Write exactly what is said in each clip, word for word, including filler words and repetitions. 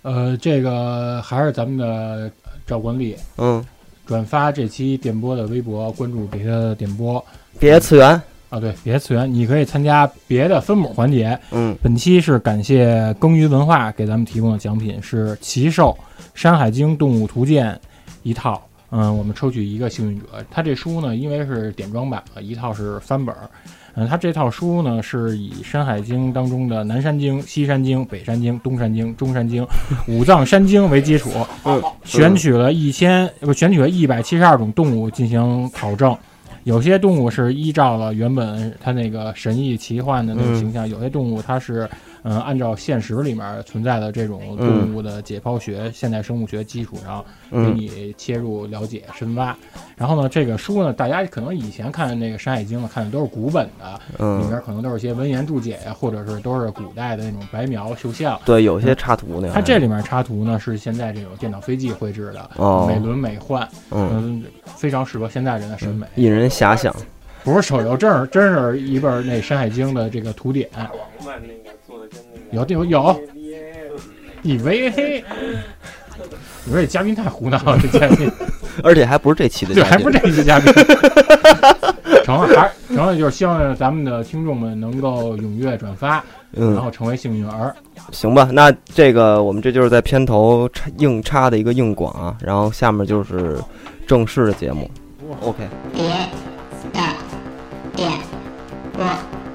呃，这个还是咱们的赵冠丽， 嗯， 转发这期电波的微博，关注别的电波， 别次元啊，对，别次元，你可以参加别的分母环节。 嗯， 本期是感谢耕耘文化给咱们提供的奖品是奇兽《山海经动物图鉴》一套。嗯，我们抽取一个幸运者。他这书呢，因为是点装版的，一套是翻本。嗯，他这套书呢是以《山海经》当中的南山经、西山经、北山经、东山经、中山经、五藏山经为基础， 嗯， 选取了一千不选取了一百七十二种动物进行考证。有些动物是依照了原本它那个神异奇幻的那种形象，嗯、有些动物它是嗯按照现实里面存在的这种动物的解剖学、嗯、现代生物学基础上给你切入了解深挖。然后呢，这个书呢，大家可能以前看那个《山海经》呢，看的都是古本的，嗯，里面可能都是一些文言注解呀，或者是都是古代的那种白描绣像。 对，有些插图呢。 它这里面插图呢是现在这种电脑飞机绘制的，哦、美轮美奂，嗯、呃，非常适合现在人的审美， 引人遐想。 不是手游，真是真是一本那《山海经》的这个图典。有有有，以为嘿，你说这嘉宾太胡闹了，这嘉宾， 而且还不是这期的嘉宾， 对，还不是这期的嘉宾。成了，还成了，就是希望咱们的听众们能够踊跃转发，嗯，然后成为幸运儿。 行吧，那这个我们这就是在片头硬插的一个硬广啊，然后下面就是正式的节目。OK。别的点播。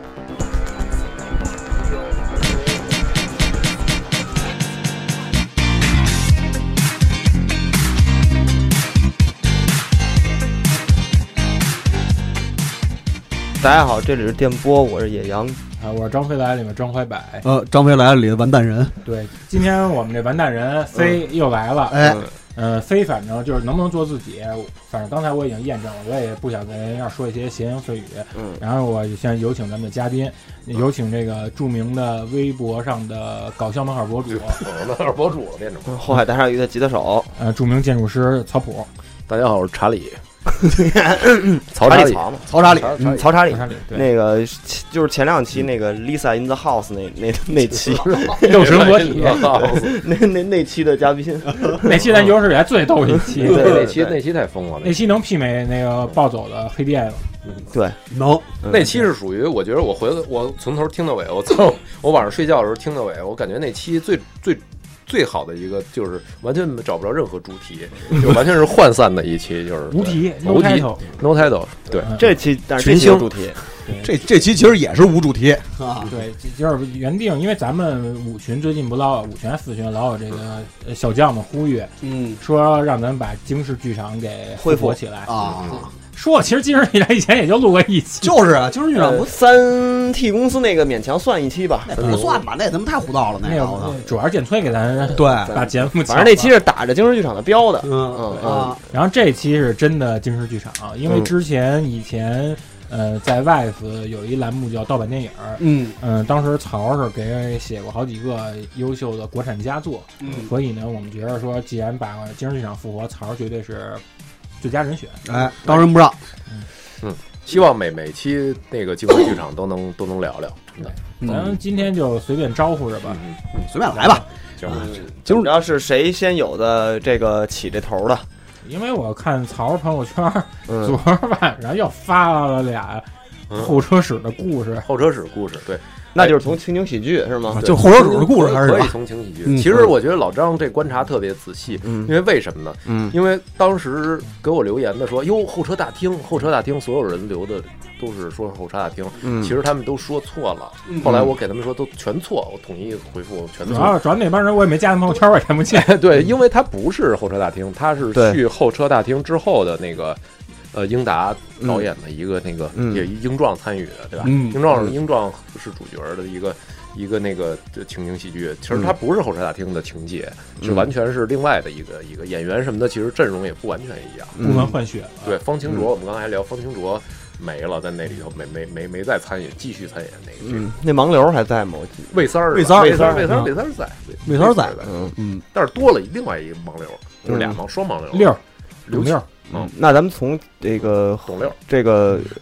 大家好，这里是电波，我是野羊啊，我是张飞来里面张怀柏， 呃，张飞来里的完蛋人。 对，今天我们这完蛋人飞又来了， 哎、 嗯，呃，飞反正就是能不能做自己，反正刚才我已经验证了，我也不想跟人家说一些闲言碎语，嗯，然后我现在有请咱们的嘉宾，有请这个著名的微博上的搞笑漫画博主， 漫画博主变成后海大鲨鱼的吉他手， 呃，著名建筑师曹普， 大家好，我是查理。 曹查理，曹查理，曹查理，那个就是前两期那个 Lisa in the House 那那那期肉食合体， 那那那期的嘉宾， 那期咱有史以来最逗一期， 对，那期那期太疯了， 那期能媲美那个暴走的黑店了， 对， 能。 那期是属于我觉得我回我从头听到尾，我从我晚上睡觉的时候听到尾，我感觉那期最最。最好的一个就是完全找不着任何主题，就完全是涣散的一期，就是无题无题 no title。对， 这期但是这期有主题， 这这期其实也是无主题啊。对，就是原定，因为咱们五群最近不老五群四群老有这个小将们呼吁，嗯，说让咱们把京市剧场给恢复起来啊。 说其实京市剧场以前也就录过一期， 就是啊，京市剧场不三 T 公司那个勉强算一期吧， 那不算吧，那他妈太胡闹了，那个主要是建崔给咱对把节目， 反正那期是打着京市剧场的标的， 嗯嗯啊，然后这期是真的京市剧场，因为之前以前呃在 V I F 有一栏目叫盗版电影，嗯嗯、呃，当时曹是给人写过好几个优秀的国产佳作，嗯，所以呢，我们觉得说，既然把京市剧场复活，曹绝对是最佳人选， 哎，当仁不让， 嗯嗯，希望每每期那个京市剧场都能都能聊聊，真的， 咱今天就随便招呼着吧， 嗯嗯、随便来吧， 就是主要是谁先有的这个起这头的。 因为我看曹朋友圈，嗯、昨晚上又发了俩候车室的故事， 嗯、候车室故事，对， 那就是从情景喜剧是吗？ 就候车室的故事还是可以从情景喜剧。嗯、其实我觉得老张这观察特别仔细，嗯、因为为什么呢？嗯，因为当时给我留言的说，哟，候车大厅，候车大厅，所有人留的都是说候车大厅，嗯，其实他们都说错了。嗯、后来我给他们说都全错，我统一回复全错。 主要主要那帮人我也没加他朋友圈，我也看不见。 对，因为他不是候车大厅，他是去候车大厅之后的那个。呃，英达导演的一个那个、嗯、也英壮参与的，对吧？嗯、英壮英壮是主角的一个一个那个情景喜剧，其实它不是候车大厅的情节，嗯、是完全是另外的一个一个演员什么的，其实阵容也不完全一样， 不能换血。 对，方清卓，嗯、我们刚才还聊方清卓没了，在那里头没没没没再参演，继续参演那个。 嗯，那盲流还在吗？我记得魏三儿， 魏三儿， 魏三儿，魏三儿，魏三儿在， 魏三儿在， 嗯嗯，但是多了另外一个盲流，就是俩盲双盲流， 六刘六。 嗯，那咱们从这个董六这个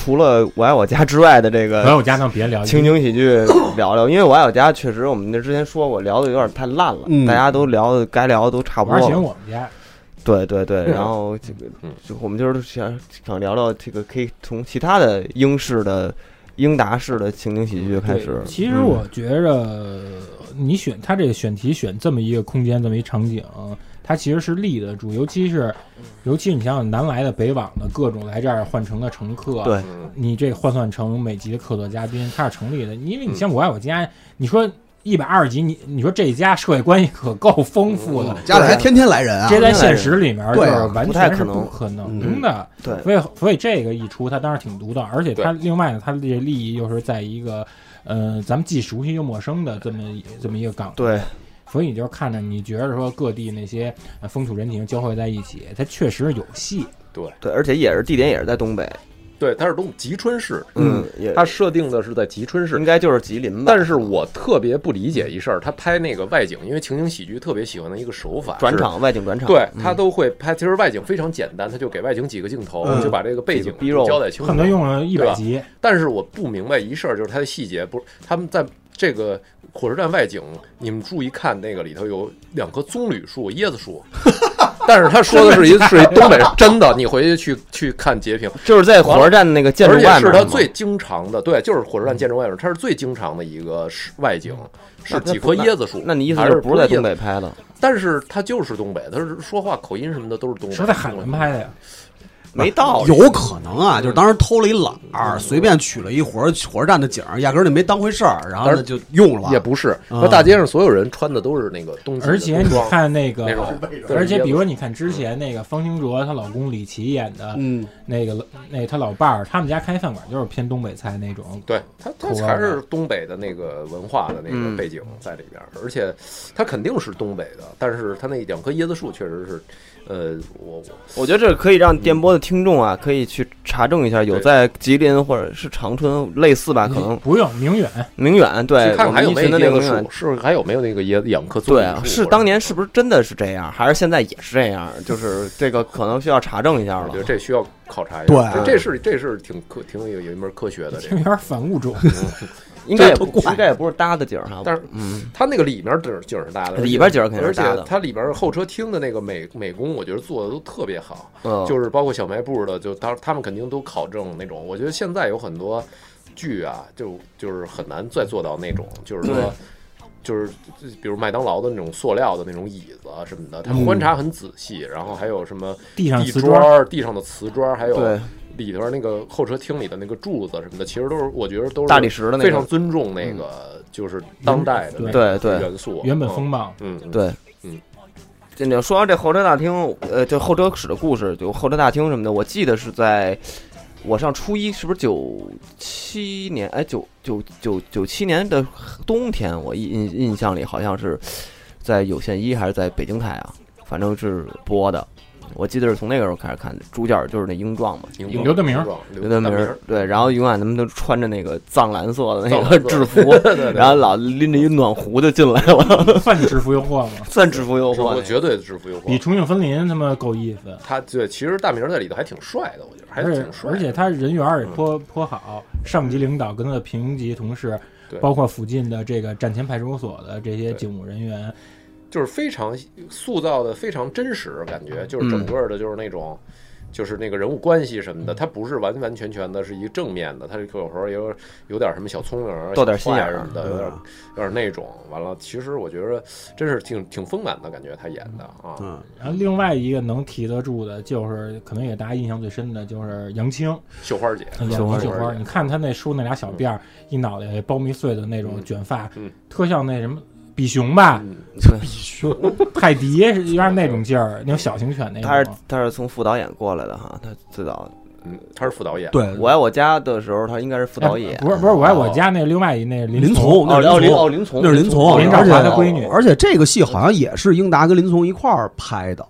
除了我爱我家之外的这个我爱我家，能别聊情景喜剧聊聊，因为我爱我家确实我们那之前说过聊的有点太烂了， 嗯、 大家都聊的该聊的都差不多了。 而且我们家。 对对对，然后这个，就我们就是想想聊聊这个，可以从其他的英式的、英达式的情景喜剧开始。 其实我觉着，你选他这个选题选这么一个空间，这么一场景，它其实是立得住，尤其是，尤其你想想南来的、北往的各种来这儿换乘的乘客， 对， 你这换算成每集的客座嘉宾，它是成立的。因为你像我爱我家，你说。一百二十集，你你说这家社会关系可够丰富的， 家里还天天来人啊！ 这在现实里面就是完全是不可能的。 对， 所以所以这个一出，它当然挺独到，而且它另外呢，它的这利益又是在一个呃，咱们既熟悉又陌生的这么这么一个港。 对， 所以你就看着，你觉得说各地那些风土人情交汇在一起，它确实有戏。 对对，而且也是地点也是在东北。 对，它是东吉春市， 嗯， 它设定的是在吉春市， 应该就是吉林吧。 但是我特别不理解一事儿，他拍那个外景，因为情景喜剧特别喜欢的一个手法， 转场外景转场， 对他都会拍。其实外景非常简单，他就给外景几个镜头， 嗯、 就把这个背景交代清楚。 可能用了一百集， 但是我不明白一事儿，就是它的细节不是他们在。这个火车站外景，你们注意看，那个里头有两棵棕榈树、椰子树，但是他说的是一是一东北真的，你回去去去看截屏， 就是在火车站那个建筑外面， 而且是他最经常的，对，就是火车站建筑外面，它是最经常的一个外景，是几棵椰子树。 那你意思是不是在东北拍的？ 但是他就是东北，他是说话口音什么的都是东北， 是在海南拍的呀。 没到， 有可能啊，就是当时偷了一懒儿，随便取了一火火车站的景，压根儿就没当回事儿，然后呢就用了吧。 也不是，那大街上所有人穿的都是那个东西， 而且你看那个， 那种而且比如你看之前那个方兴哲她老公李琦演的， 嗯， 那个那他老伴儿，他们家开饭馆就是偏东北菜那种， 对他他还是东北的那个文化的那个背景在里边，而且他肯定是东北的，但是他那两棵椰子树确实是。呃，我我觉得这可以让电波的听众啊，可以去查证一下，有在吉林或者是长春类似吧，可能不用明远， 明远对， 看还有没有那个树，是还有没有那个椰两棵对啊，是当年是不是真的是这样，还是现在也是这样？就是这个可能需要查证一下了。 我觉得这需要考察一下。 对，这是这是挺科挺有有一门科学的，这有点反物种。 应该也不应该也不是搭的景哈， 但是嗯，它那个里面景景是搭的， 里边景肯定是搭的， 而且它里边候车厅的那个美美工，我觉得做的都特别好， 嗯， 就是包括小卖部的，就他他们肯定都考证那种。我觉得现在有很多剧啊，就就是很难再做到那种，就是说。就是比如麦当劳的那种塑料的那种椅子啊什么的，它观察很仔细，嗯、然后还有什么地上瓷砖、地上的瓷砖，还有里头那个候车厅里的那个柱子什么的，其实都是我觉得都是大理石的， 非常尊重那个就是当代的对对元素， 原本风貌。 嗯， 对， 嗯。 这你说到这候车大厅，呃，就候车室的故事，就候车大厅什么的，我记得是在。我上初一是不是九七年？哎，九九九九七年的冬天，我印印象里好像是在有线一还是在北京台啊，反正是播的。我记得是从那个时候开始看的，主角就是那英壮嘛， 刘德明， 刘德明对，然后永远他们都穿着那个藏蓝色的那个制服，然后老拎着一暖壶就进来了， 算制服诱惑吗？ 算制服诱惑， 绝对制服诱惑， 比重庆森林他妈够意思。 他对，其实大明在里头还挺帅的，我觉得还是挺帅， 而且他人缘也颇颇好，上级领导跟他的平级同事，包括附近的这个站前派出所的这些警务人员。 就是非常塑造的非常真实，感觉就是整个的，就是那种，嗯、就是那个人物关系什么的，它不是完完全全的是一个正面的，它有时候有有点什么小聪明、 多点心眼什么的，有点有点那种。完了，其实我觉得真是挺挺丰满的感觉，他演的啊。 嗯。然后另外一个能提得住的，就是可能也大家印象最深的就是杨青绣花姐， 绣花绣花。你看他那梳那俩小辫儿，嗯、一脑袋苞米碎的那种卷发，嗯、特像那什么。比熊吧， 嗯、 比熊，泰迪有点那种劲儿，那种小型犬那种。 他是他是从副导演过来的哈，他最早， 嗯，他是副导演。 对， 我爱我家的时候，他应该是副导演。 哎、不是不是，我爱我家那另外一那林从， 那是林从， 哦林从， 那是林从， 林兆华的闺女。 而且这个戏好像也是英达跟林从一块儿拍的。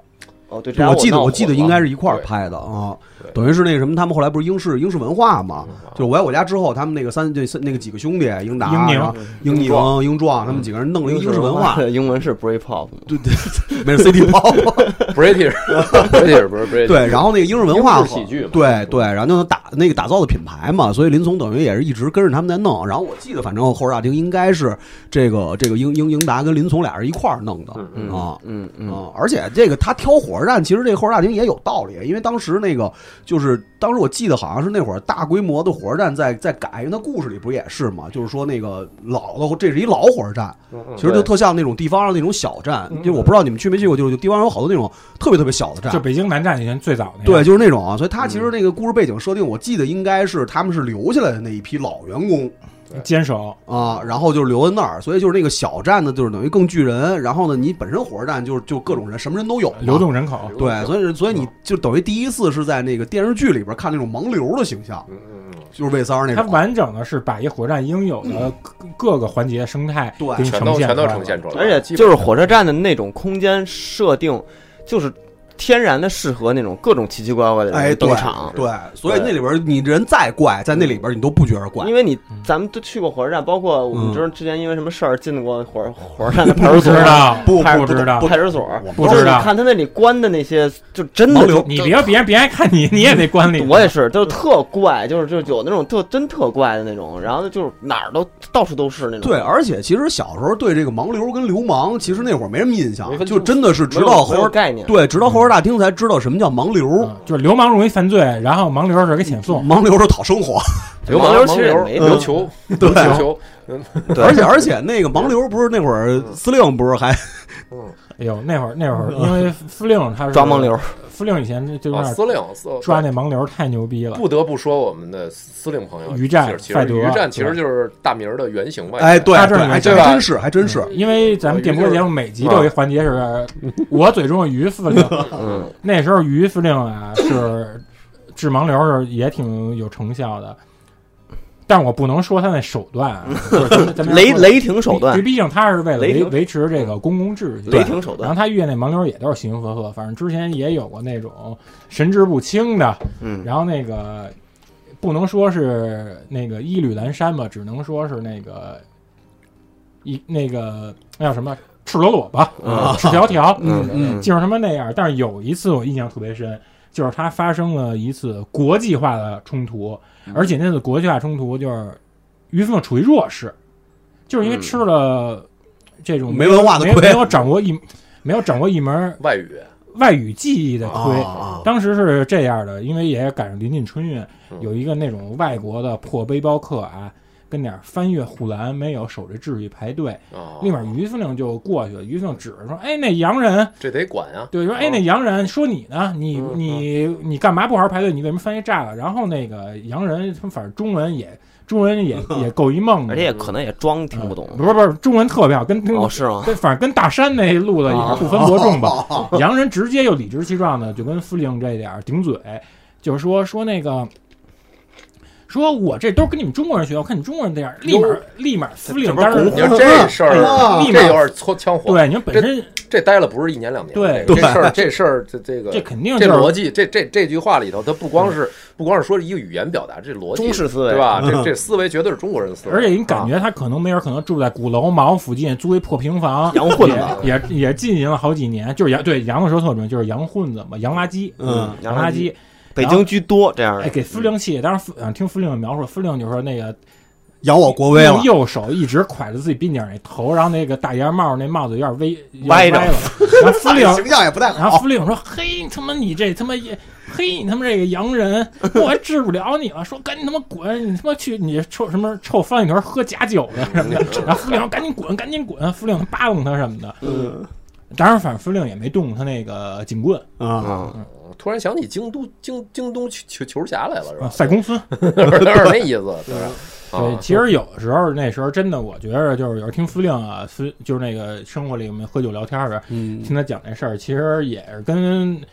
哦，对， 我记得我记得应该是一块儿拍的啊。等于是那个什么，他们后来不是英式英式文化嘛？就我爱我家之后，他们那个三这那个几个兄弟，英达、 英宁、 英宁、英壮，他们几个人弄了一个英式文化。 英文是 Britpop， 对对，没是 City Pop，British，British 不是 British。 对，然后那个英式文化喜剧， 对对，然后就打那个打造的品牌嘛，所以林从等于也是一直跟着他们在弄。然后我记得，反正后边大厅应该是这个这个英英英达跟林从俩人一块儿弄的啊， 嗯嗯， 而且这个他挑火车站，其实这个后边大厅也有道理，因为当时那个就是当时我记得好像是那会儿大规模的火车站在在改，因为他故事里不是也是嘛，就是说那个老的这是一老火车站，其实就特像那种地方上那种小站，就我不知道你们去没去过，就是地方有好多那种特别特别小的站， 就北京南站以前最早那对，就是那种啊，所以他其实那个故事背景设定，我记得应该是他们是留下来的那一批老员工。 坚守啊，然后就是留在那儿，所以就是那个小站呢，就是等于更聚人。然后呢，你本身火车站就是就各种人，什么人都有， 流动人口。 对，所以所以你就等于第一次是在那个电视剧里边看那种盲流的形象，就是魏三儿那种。 它完整的是把一火车站应有的各个环节生态对全都全都呈现出来， 而且就是火车站的那种空间设定，就是天然的适合那种各种奇奇怪怪的人登场， 哎、对, 对，所以那里边你人再怪，在那里边你都不觉得怪， 因为你咱们都去过火车站，包括我们知道之前因为什么事儿进过火火车站的派出所， 不知道， 不不知道派出所， 不知道。 你看他那里关的那些，就真的就你别别别人看你，你也得关里。 我也是，就是特怪，就是就有那种特真特怪的那种，然后就是哪儿都到处都是那种。 对，而且其实小时候对这个盲流跟流氓，其实那会儿没什么印象，就真的是直到后边概念， 对，直到后边大厅才知道什么叫盲流， 嗯、就是流氓容易犯罪，然后盲流是给遣送， 盲流是讨生活， 流氓流其实也没琉球， 对琉球， 而且而且那个盲流不是那会儿司令不是还， 嗯，哎呦那会儿那会儿因为司令他是抓盲流， 司令以前就是司令抓那盲流太牛逼了， 不得不说我们的司令朋友于战、 赛德，于战其实就是大名的原型吧？ 哎，对， 他这还真是还真是， 因为咱们电波节目每集都有一环节是我嘴中的于司令， 嗯， 那时候于司令啊是治盲流是也挺有成效的。但是我不能说他那手段啊， 雷雷霆手段， 毕竟他是为了维维持这个公共秩序， 雷霆手段。 然后他遇见那盲流也都是形形色色，反正之前也有过那种神志不清的， 嗯， 然后那个不能说是那个衣履阑珊吧，只能说是那个一那个那叫什么赤裸裸吧， 嗯、 赤条条， 嗯嗯， 就是他妈那样。但是有一次我印象特别深，就是他发生了一次国际化的冲突。而且那次国际化冲突就是于司令处于弱势，就是因为吃了这种没文化的亏， 没有掌握一没有掌握一门外语外语技艺的亏。 啊、 当时是这样的，因为也赶上临近春运，有一个那种外国的破背包客啊，跟点翻越护栏没有守着秩序排队， 哦、 立马于司令就过去了。于司令指着说：“哎，那洋人， 这得管啊！” 对，说：“哎，那洋人说你呢？你嗯、 你你干嘛不好好排队？你为什么翻越栅栏？”然后那个洋人，他反正中文也中文也也够一梦的， 而且也可能也装听不懂。 嗯、不是不是，中文特别好，跟哦是吗？ 跟反正跟大山那路子也是不分伯仲吧。哦、洋人直接又理直气壮的就跟司令这点顶嘴，就是说说那个。说我这都是跟你们中国人学的，我看你中国人这样，立马立马司令当时你说这事儿， 立马这有点搓枪火。 对，你们本身这待了不是一年两年， 对这事儿这事儿这这个这肯定这逻辑，这这这句话里头，它不光是不光是说一个语言表达，这逻辑中式思维对吧？这这思维绝对是中国人思维。 而且你感觉他可能没人可能住在鼓楼毛附近租一破平房， 洋混子也也进行了好几年，就是洋对洋的时候特准，就是洋混子嘛，洋垃圾， 嗯， 洋垃圾。 北京居多这样的， 哎，给司令气。当时听司令的描述，司令就说那个扬我国威了， 用右手一直挎着自己鬓角那头，然后那个大檐帽那帽子有点微歪着了。然后司令形象也不太好。 然后司令说：“嘿，他妈你这他妈也，嘿你他妈这个洋人，我还治不了你了。说赶紧他妈滚，你他妈去你臭什么臭翻里头喝假酒的什么的。然后司令说赶紧滚，赶紧滚。司令他扒拉他什么的。 嗯， 当然反正司令也没动他那个警棍啊。 嗯。” 突然想起京都京京东球球侠来了，是吧？ 赛公孙， 有点那意思，对吧？ 对，其实有的时候那时候真的，我觉得就是有时候听司令啊，司就是那个生活里我们喝酒聊天的， 嗯， 听他讲这事儿，其实也是跟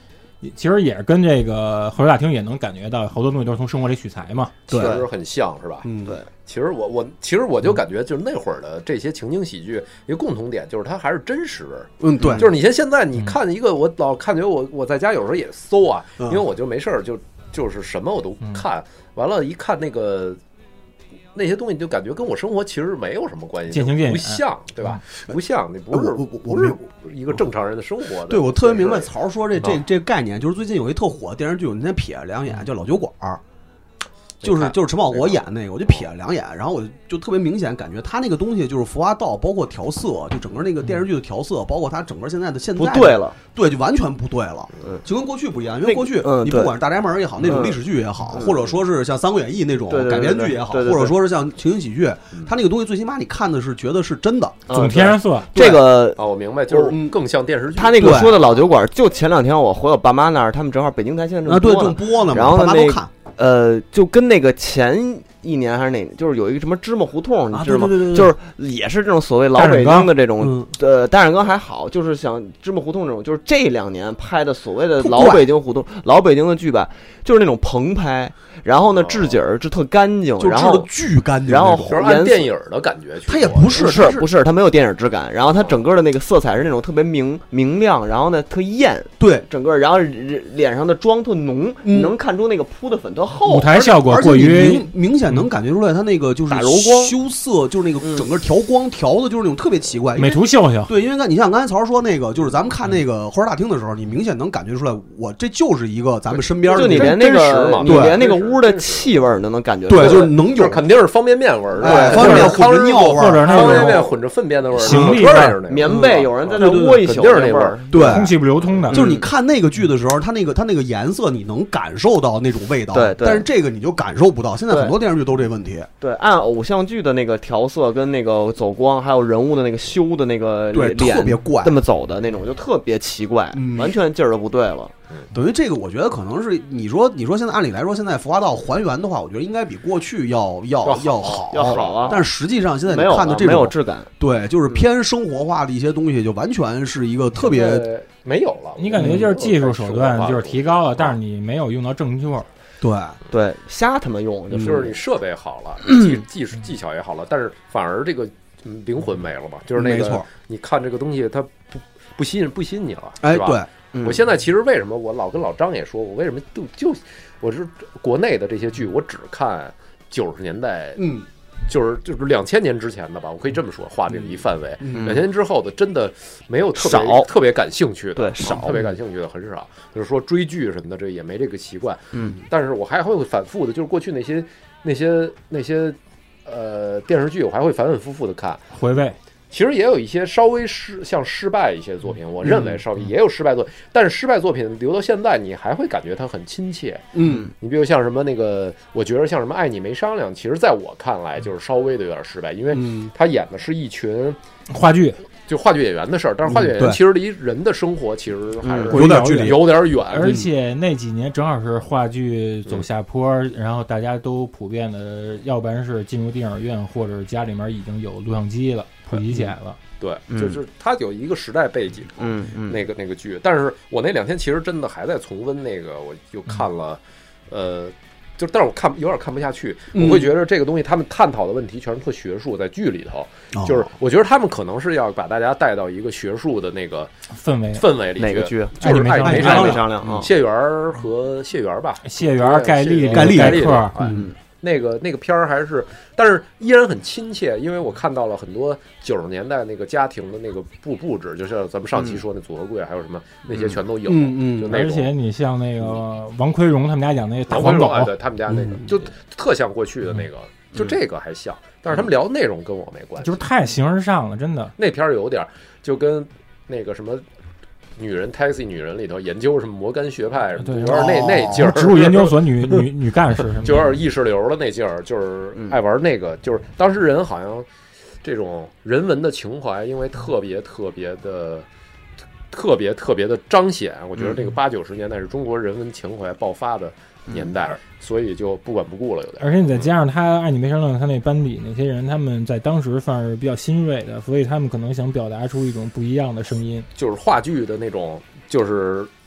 其实也跟这个后车大厅也能感觉到，好多东西都是从生活里取材嘛。 其实很像是吧？ 嗯， 对。 其实我我其实我就感觉，就是那会儿的这些情景喜剧一个共同点，就是它还是真实。 嗯，对。 就是你像现在你看一个，我老看觉我我在家有时候也搜啊， 嗯、 因为我就没事儿就就是什么我都看，嗯、完了，一看那个。那些东西就感觉跟我生活其实没有什么关系， 渐行渐远， 不像，对吧？不像，那不是不是一个正常人的生活的。 对，我特别明白曹说这这这概念，就是最近有一特火的电视剧，我那天瞥了两眼，叫《老酒馆》。就是就是陈宝国演那个，我就瞥了两眼，然后我就特别明显感觉他那个东西就是服化道，包括调色，就整个那个电视剧的调色，包括他整个现在的现在不对了， 对，就完全不对了，就跟过去不一样。因为过去你不管是大宅门也好，那种历史剧也好，或者说是像《三国演义》那种改编剧也好，或者说是像情景喜剧，他那个东西最起码你看的是觉得是真的， 总天然色。 这个啊，我明白，就是更像电视剧。 他那个说的老酒馆，就前两天我回我爸妈那儿，他们正好北京台现在正播呢，播呢， 然后爸妈都看。 呃，就跟那个前一年还是哪，就是有一个什么芝麻胡同，你知道吗？ 啊、对对对对就是也是这种所谓老北京的这种，嗯、呃，大染缸还好，就是像芝麻胡同这种，就是这两年拍的所谓的老北京胡同、老北京的剧吧，就是那种棚拍，然后呢置景儿就特干净， 就然后巨干净， 然后就是按电影的感觉去。 它也不是， 不是不是，它没有电影质感，然后它整个的那个色彩是那种特别明明亮，然后呢特艳， 对， 整个然后脸上的妆特浓， 嗯、 你能看出那个铺的粉特厚， 舞台效果过于明明显能感觉出来，它那个就是打柔光、 修色，就是那个整个调光调的，就是那种特别奇怪， 美图秀秀。 对，因为你像刚才曹说那个，就是咱们看那个后车大厅的时候，你明显能感觉出来，我这就是一个咱们身边的， 就你连那个你连那个屋的气味都能感觉， 对，就是能有， 肯定是方便面味儿， 对，方便面混着尿味儿， 或者方便面混着粪便的味儿， 行李味儿， 棉被有人在那窝一宿， 肯定是那味儿， 对， 空气不流通的。 就是你看那个剧的时候，它那个它那个颜色，你能感受到那种味道， 对， 但是这个你就感受不到。现在很多电视剧都这问题。 对，按偶像剧的那个调色跟那个走光，还有人物的那个修的那个对， 脸特别怪， 这么走的那种就特别奇怪， 嗯、 完全劲儿都不对了。 等于这个，我觉得可能是你说你说现在按理来说，现在服化道还原的话，我觉得应该比过去要要要好要好啊。 但是实际上现在你看的这种没有质感， 对，就是偏生活化的一些东西，就完全是一个特别没有了。 你感觉就是技术手段就是提高了，但是你没有用到正确。 对对，瞎他们用， 就是你设备好了，技技术技巧也好了，但是反而这个灵魂没了嘛。就是那个，你看这个东西，它不不吸引不吸引你了， 哎， 是吧？ 对。 我现在其实为什么我老跟老张也说，我为什么就就我是国内的这些剧，我只看九十年代， 嗯， 就是就是两千年之前的吧，我可以这么说，划这一范围。 嗯、 两千年之后的真的没有特别少特别感兴趣的， 对，少特别感兴趣的很少。就是说追剧什么的，这也没这个习惯。 嗯， 但是我还会反复的，就是过去那些那些那些呃电视剧，我还会反反复复的看回味。 其实也有一些稍微失像失败一些作品，我认为稍微也有失败作品，嗯、但是失败作品留到现在，你还会感觉它很亲切。 嗯， 你比如像什么那个，我觉得像什么《爱你没商量》，其实在我看来就是稍微的有点失败，因为他演的是一群话剧， 就话剧演员的事儿，但是话剧演员其实离人的生活其实还是有点距离， 有点远。 而且那几年正好是话剧走下坡，嗯、然后大家都普遍的，要不然是进入电影院，或者家里面已经有录像机了，普及起来了。 对，就是它有一个时代背景， 嗯嗯， 那个那个剧，但是我那两天其实真的还在重温那个，我就看了，嗯、呃，就但是我看有点看不下去， 嗯、 我会觉得这个东西他们探讨的问题全是特学术，在剧里头， 哦、 就是我觉得他们可能是要把大家带到一个学术的那个氛围氛围里。 哪个剧？ 就是爱没商量商量啊， 谢元和谢元吧， 谢元、盖利、 盖利、 盖克， 嗯。那个那个片儿还是，但是依然很亲切，因为我看到了很多九十年代那个家庭的那个布布置，就像咱们上期说那组合柜，还有什么那些全都有。 嗯嗯， 而且你像那个王奎荣他们家养那个大黄狗， 对他们家那个就特像过去的那个，就这个还像，但是他们聊内容跟我没关系， 就是太形而上了，真的。 那片儿有点就跟那个什么。女人 taxi 女人里头研究什么摩根学派， 对， 有点那那劲儿， 植物研究所女女女干事什么， 就有点意识流的那劲儿，就是爱玩那个，就是当时人好像这种人文的情怀，因为特别特别的特别特别的彰显，我觉得这个八九十年代是中国人文情怀爆发的年代，嗯、所以就不管不顾了，有点。 而且你再加上他爱你没商量，他那班底那些人，他们在当时算是比较新锐的，所以他们可能想表达出一种不一样的声音， 就是话剧的那种，就是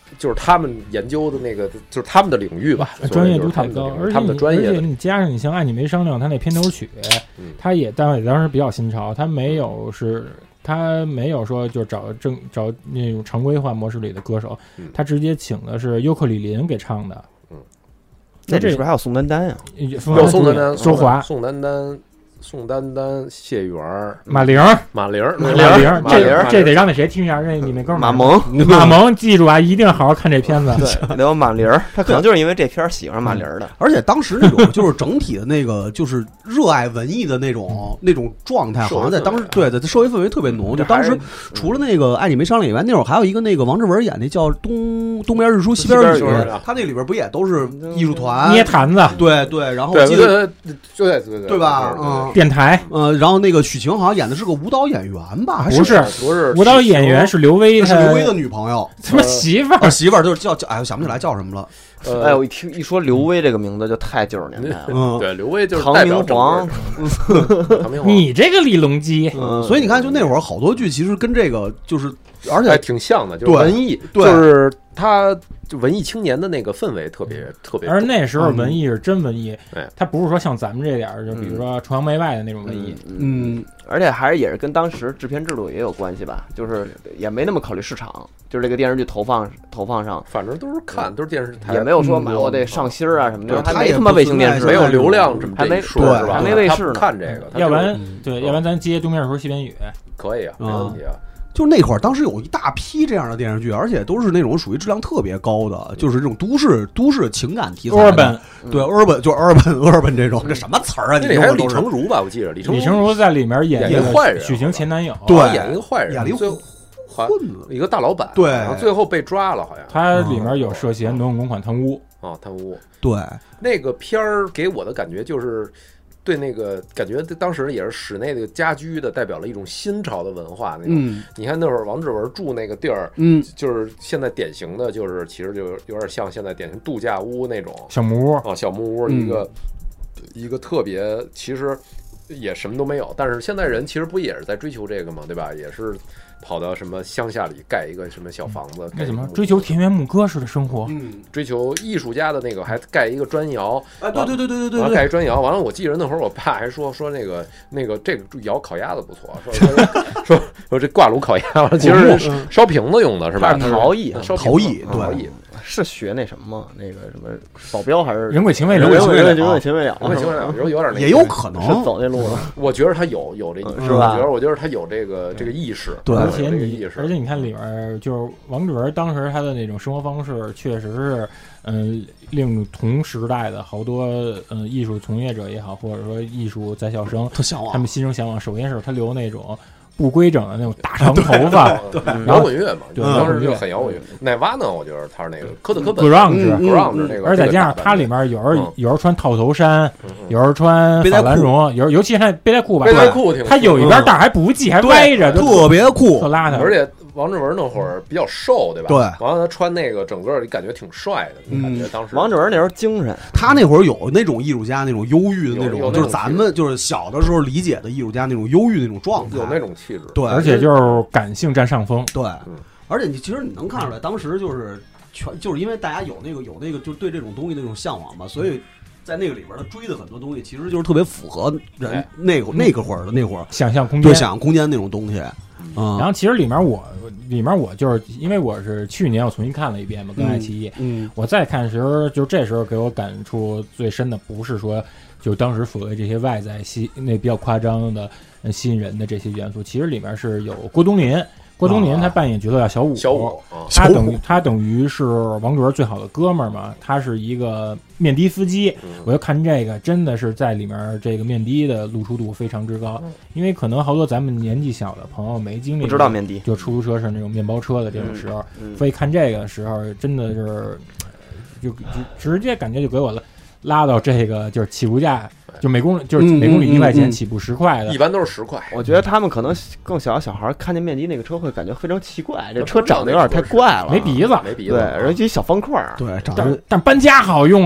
就是他们研究的那个，就是他们的领域吧， 专业度太高，而且他们的专业， 而且你加上你像《爱你没商量》，他那片头曲， 嗯、 他也当当时比较新潮，他没有是，他没有说就找正找那种常规化模式里的歌手， 嗯、 他直接请的是尤克里林给唱的。 嗯，那这是不是还有宋丹丹呀？ 有宋丹丹、 周华、 宋丹丹。宋丹丹、谢元、 马玲、 马玲、 马玲，这这得让那谁听一下，这你那哥们马萌， 马萌，记住啊，一定好好看这片子。 对，得有马玲，他可能就是因为这片喜欢马玲的。 而且当时那种就是整体的那个就是热爱文艺的那种那种状态，好像在当时对在社会氛围特别浓。就当时除了那个《爱你没商量》以外，那会儿还有一个那个王志文演那叫《东东边日出西边雨》，他那里边不也都是艺术团捏坛子？ 对对，然后对对对对对对吧？嗯。 电台， 呃，然后那个许晴好像演的是个舞蹈演员吧？还不是， 不是舞蹈演员是刘威， 是刘威的女朋友， 什么媳妇儿？ 媳妇儿就是叫叫，哎，我想不起来叫什么了。 哎，我一听一说刘威这个名字就太九十年代了。 嗯， 对，刘威就是唐明皇。 唐明皇， 你这个李隆基， 嗯，所以你看，就那会儿好多剧其实跟这个就是，而且挺像的，就是文艺，就是他。就文艺青年的那个氛围特别特别， 而那时候文艺是真文艺， 嗯、 它不是说像咱们这点儿，就比如说崇洋媚外的那种文艺， 嗯，嗯而且还是也是跟当时制片制度也有关系吧，就是也没那么考虑市场，就是这个电视剧投放投放上， 反正都是看，都是电视台， 也没有说买我得上星啊什么的，还没他妈卫星电视， 没有流量这么还没说是吧？ 还没卫视呢， 看这个， 要不然对，要不然咱接东边日出西边雨， 可以啊，没问题啊。 就那会儿，当时有一大批这样的电视剧，而且都是那种属于质量特别高的，就是这种都市都市情感题材的。 urban 对 urban 就 urban urban 这种，这什么词儿啊？ 那里还有李成儒吧？我记得李李成儒在里面演一个坏人， 许晴前男友， 对， 演一个坏人， 演一个混子，一个大老板， 对， 然后最后被抓了，好像。 他里面有涉嫌挪用公款贪污啊，贪污。 对， 那个片儿给我的感觉就是。对那个感觉，当时也是室内的家居的，代表了一种新潮的文化那种。 嗯， 你看那会儿王志文住那个地儿， 嗯， 就是现在典型的，就是其实就有点像现在典型度假屋那种小木屋啊，小木屋一个、嗯、一个特别，其实也什么都没有。但是现在人其实不也是在追求这个嘛，对吧？也是。跑到什么乡下里盖一个什么小房子？ 那什么追求田园牧歌式的生活？ 嗯，追求艺术家的那个还盖一个砖窑。 啊，对对对对对对， 完了盖一砖窑。完了，我记着那会儿我爸还说说那个那个这个窑烤鸭子不错，说说说说这挂炉烤鸭，其实是烧瓶子用的是吧？ 陶艺， 烧陶艺， 陶艺。 是学那什么吗？那个什么保镖还是人鬼情未了？ 人鬼情未了， 人鬼情未了，人鬼情未了，有有点那， 也有可能是走那路了。 我觉得他有有这， 是吧？ 我觉得我觉得他有这个这个意识， 对， 而且你而且你看里面就是王志文当时他的那种生活方式，确实是嗯，令同时代的好多嗯艺术从业者也好，或者说艺术在校生， 特向往， 他们心中向往。首先是他留那种。不规整的那种大长头发， 摇滚乐嘛， 对， 当时就很摇滚乐。奶娃呢，我觉得他是那个科特科本 grunge，grunge 那个， 而再加上它里面有人有人穿套头衫，有人穿法兰绒，有尤其是背带裤吧， 背带裤他有一边带还不系，还歪着， 特别酷， 特邋遢。 而且王志文那会儿比较瘦，对吧？ 对， 完了他穿那个整个感觉挺帅的，感觉当时王志文那时候精神， 他那会儿有那种艺术家那种忧郁的那种，就是咱们就是小的时候理解的艺术家那种忧郁那种状态， 有那种气质， 对， 而且就是感性占上风， 对，而且你其实你能看出来，当时就是全就是因为大家有那个有那个就是对这种东西那种向往嘛，所以在那个里边他追的很多东西，其实就是特别符合人那个那个会儿的那会儿想象空间， 对想象空间那种东西。嗯， 然后其实里面我里面我就是因为我是去年我重新看了一遍嘛，跟爱奇艺， 嗯， 我再看的时候，就这时候给我感触最深的不是说就当时所谓这些外在吸那比较夸张的吸引人的这些元素，其实里面是有郭冬临。郭冬临他扮演角色叫小五， 小五， 他等于他等于是王志文最好的哥们儿嘛，他是一个面的司机。我就看这个真的是在里面这个面的的露出度非常之高，因为可能好多咱们年纪小的朋友没经历， 不知道面的， 就出租车是那种面包车的这种时候，所以看这个时候真的是就就直接感觉就给我了。拉到这个就是起步价，就每公就是每公里一块钱，起步十块的， 一般都是十块。 我觉得他们可能更小的小孩看见面的那个车会感觉非常奇怪，这车长得有点太怪了， 没鼻子， 没鼻子， 对，而且小方块儿， 对， 但但搬家好用啊。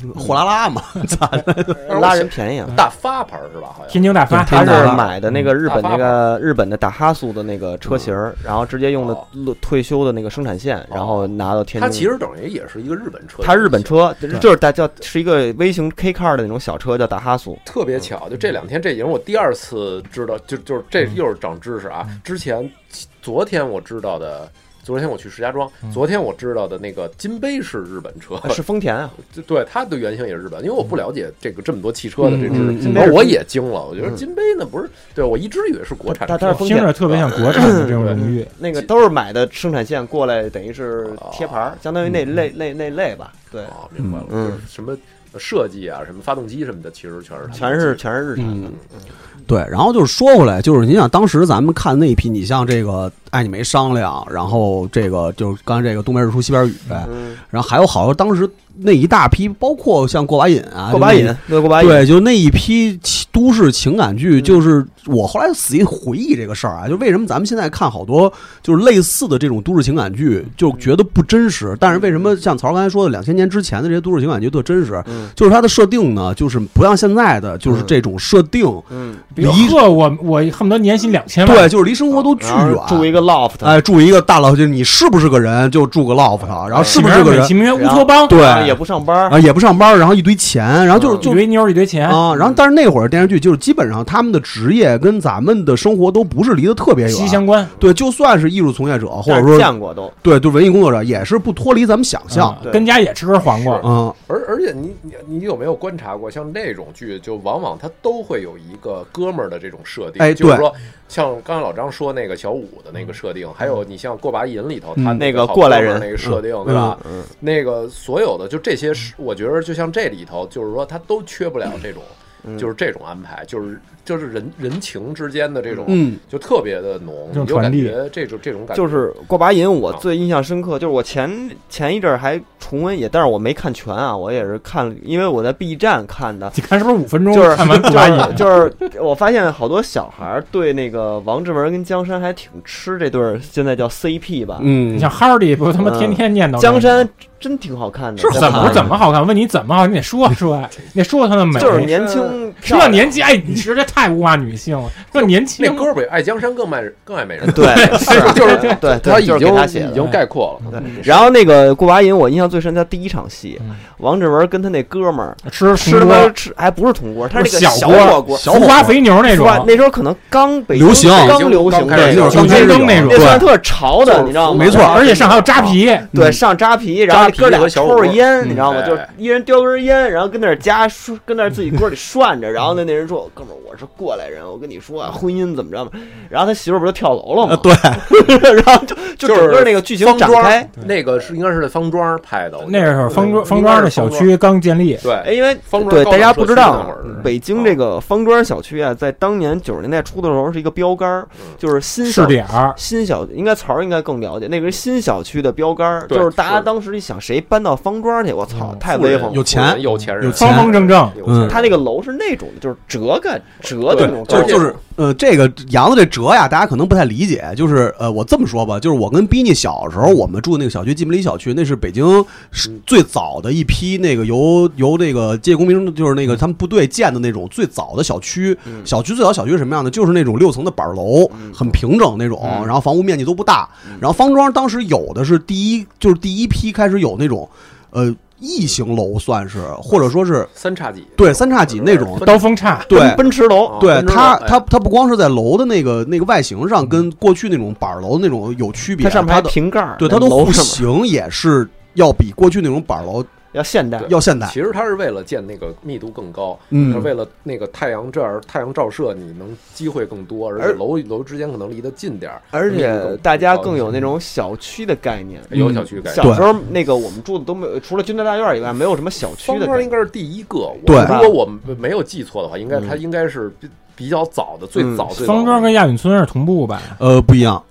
货拉拉嘛， 拉人便宜啊。 大发牌是吧？好像天津大发， 他是买的那个日本那个日本的大哈苏的那个车型，然后直接用的退休的那个生产线，然后拿到天津。 它其实等于也是一个日本车， 它日本车就是大叫是一个微型 K car 的那种小车，叫大哈苏。 特别巧，就这两天，这已经是我第二次知道，就就是这又是长知识啊！之前昨天我知道的。昨天我去石家庄，昨天我知道的那个金杯是日本车， 是丰田啊， 对，它的原型也是日本，因为我不了解这个这么多汽车的这知识，然后我也惊了，我觉得金杯呢不是，对我一直以为是国产车， 但是听着特别像国产的这种荣誉， 那个都是买的生产线过来，等于是贴牌，相当于那类那那类吧，对， 哦，明白了，就是什么设计啊，什么发动机什么的，其实全是全是全是日产的。 对，然后就是说回来，就是你想当时咱们看那一批，你像这个爱你没商量，然后这个就是刚才这个东边日出西边雨，嗯、然后还有好多当时那一大批，包括像过把瘾啊， 过把瘾，对过把瘾， 对，就那一批都市情感剧，就是我后来仔细回忆这个事儿啊，就为什么咱们现在看好多就是类似的这种都市情感剧，就觉得不真实，但是为什么像曹刚才说的两千年之前的这些都市情感剧特真实？嗯、就是它的设定呢，就是不像现在的，就是这种设定， 嗯。 离呵，我我恨不得年薪两千万， 对，就是离生活都巨远， 住一个 loft， 哎，住一个大 loft， 就是你是不是个人就住个 loft， 然后是不是个人， 起名乌托邦， 对， 也不上班啊，也不上班，然后一堆钱，然后就是就一堆妞一堆钱啊，然后但是那会儿电视剧就是基本上他们的职业跟咱们的生活都不是离得特别远， 息息相关， 对，就算是艺术从业者或者说见过都， 对，对，文艺工作者也是不脱离咱们想象， 跟家也吃根黄瓜， 嗯， 而而且你你你有没有观察过，像那种剧，就往往它都会有一个哥们儿的这种设定， 哎， 就是说，像刚才老张说那个小五的那个设定，还有你像过把瘾里头他那个过来人那个设定，对吧？那个所有的就这些，我觉得就像这里头，就是说他都缺不了这种，就是这种安排，就是就是人人情之间的这种， 嗯， 就特别的浓，你就感觉这种这种感觉。 就是过把瘾，我最印象深刻，就是我前前一阵还重温也，但是我没看全啊，我也是看，因为我在 B 站看的。 你看是不是五分钟？ 就是看完过把瘾， 就是我发现好多小孩对那个王志文跟江山还挺吃这对，现在叫 C P 吧。 嗯， 你像哈利不他妈天天念叨、 嗯、江山。真挺好看的， 是怎么怎么好看？问你怎么好，你得说出来，你得说他的美。 就是年轻， 这年纪，哎，你实在太物化女性了。这年轻， 那歌比爱江山更爱更爱美人。 对， 是就是对， 他已经他写已经概括了。 对，然后那个过把瘾，我印象最深，他第一场戏，王志文跟他那哥们儿吃吃他妈吃，还不是铜锅，他是那个小火锅， 小花肥牛那种。 那时候可能刚北流行， 刚流行， 对， 就是刚开灯那种， 那算特潮的，你知道吗？ 没错， 而且上还有扎皮， 对，上扎皮，然后哥俩抽着烟，你知道吗？就一人叼根烟，然后跟那儿夹，跟那儿自己锅里涮着，然后那那人说：“哥们儿，我是过来人，我跟你说啊，婚姻怎么着嘛？”然后他媳妇儿不就跳楼了吗？ 对， 然后就就整个那个剧情展开， 那个是应该是在方庄拍的， 那时候方庄方庄的小区刚建立， 对， 因为对大家不知道，北京这个方庄小区啊，在当年九十年代初的时候是一个标杆，就是新试点新小应该曹应该更了解，那个是新小区的标杆，就是大家当时一想谁搬到方庄去，我操，太威风了， 有钱有钱人， 方方正正， 嗯， 他那个楼是那种就是折干折的那种， 就就是呃，这个杨子这折呀，大家可能不太理解，就是呃，我这么说吧，就是我跟逼尼小时候我们住那个小区，金门里小区，那是北京最早的一批那个由由那个街公民就是那个他们部队建的那种最早的小区，小区最早小区是什么样的？就是那种六层的板楼，很平整那种，然后房屋面积都不大，然后方庄当时有的是第一就是第一批开始有那种呃。异形楼算是，或者说是三叉戟， 对三叉戟那种刀锋叉， 对奔驰楼， 对它它它不光是在楼的那个那个外形上跟过去那种板楼那种有区别， 它上面还瓶盖， 对它的户型也是要比过去那种板楼要现代， 要现代。 其实它是为了建那个密度更高， 嗯， 为了那个太阳这儿太阳照射，你能机会更多，而且楼楼之间可能离得近点儿， 而且大家更有那种小区的概念， 有小区概念。 小时候那个我们住的都没有，除了军队大院以外，没有什么小区的。 方庄应该是第一个， 对， 如果我没有记错的话，应该它应该是比较早的，最早最早。 方庄跟亚运村是同步吧？ 呃，不一样。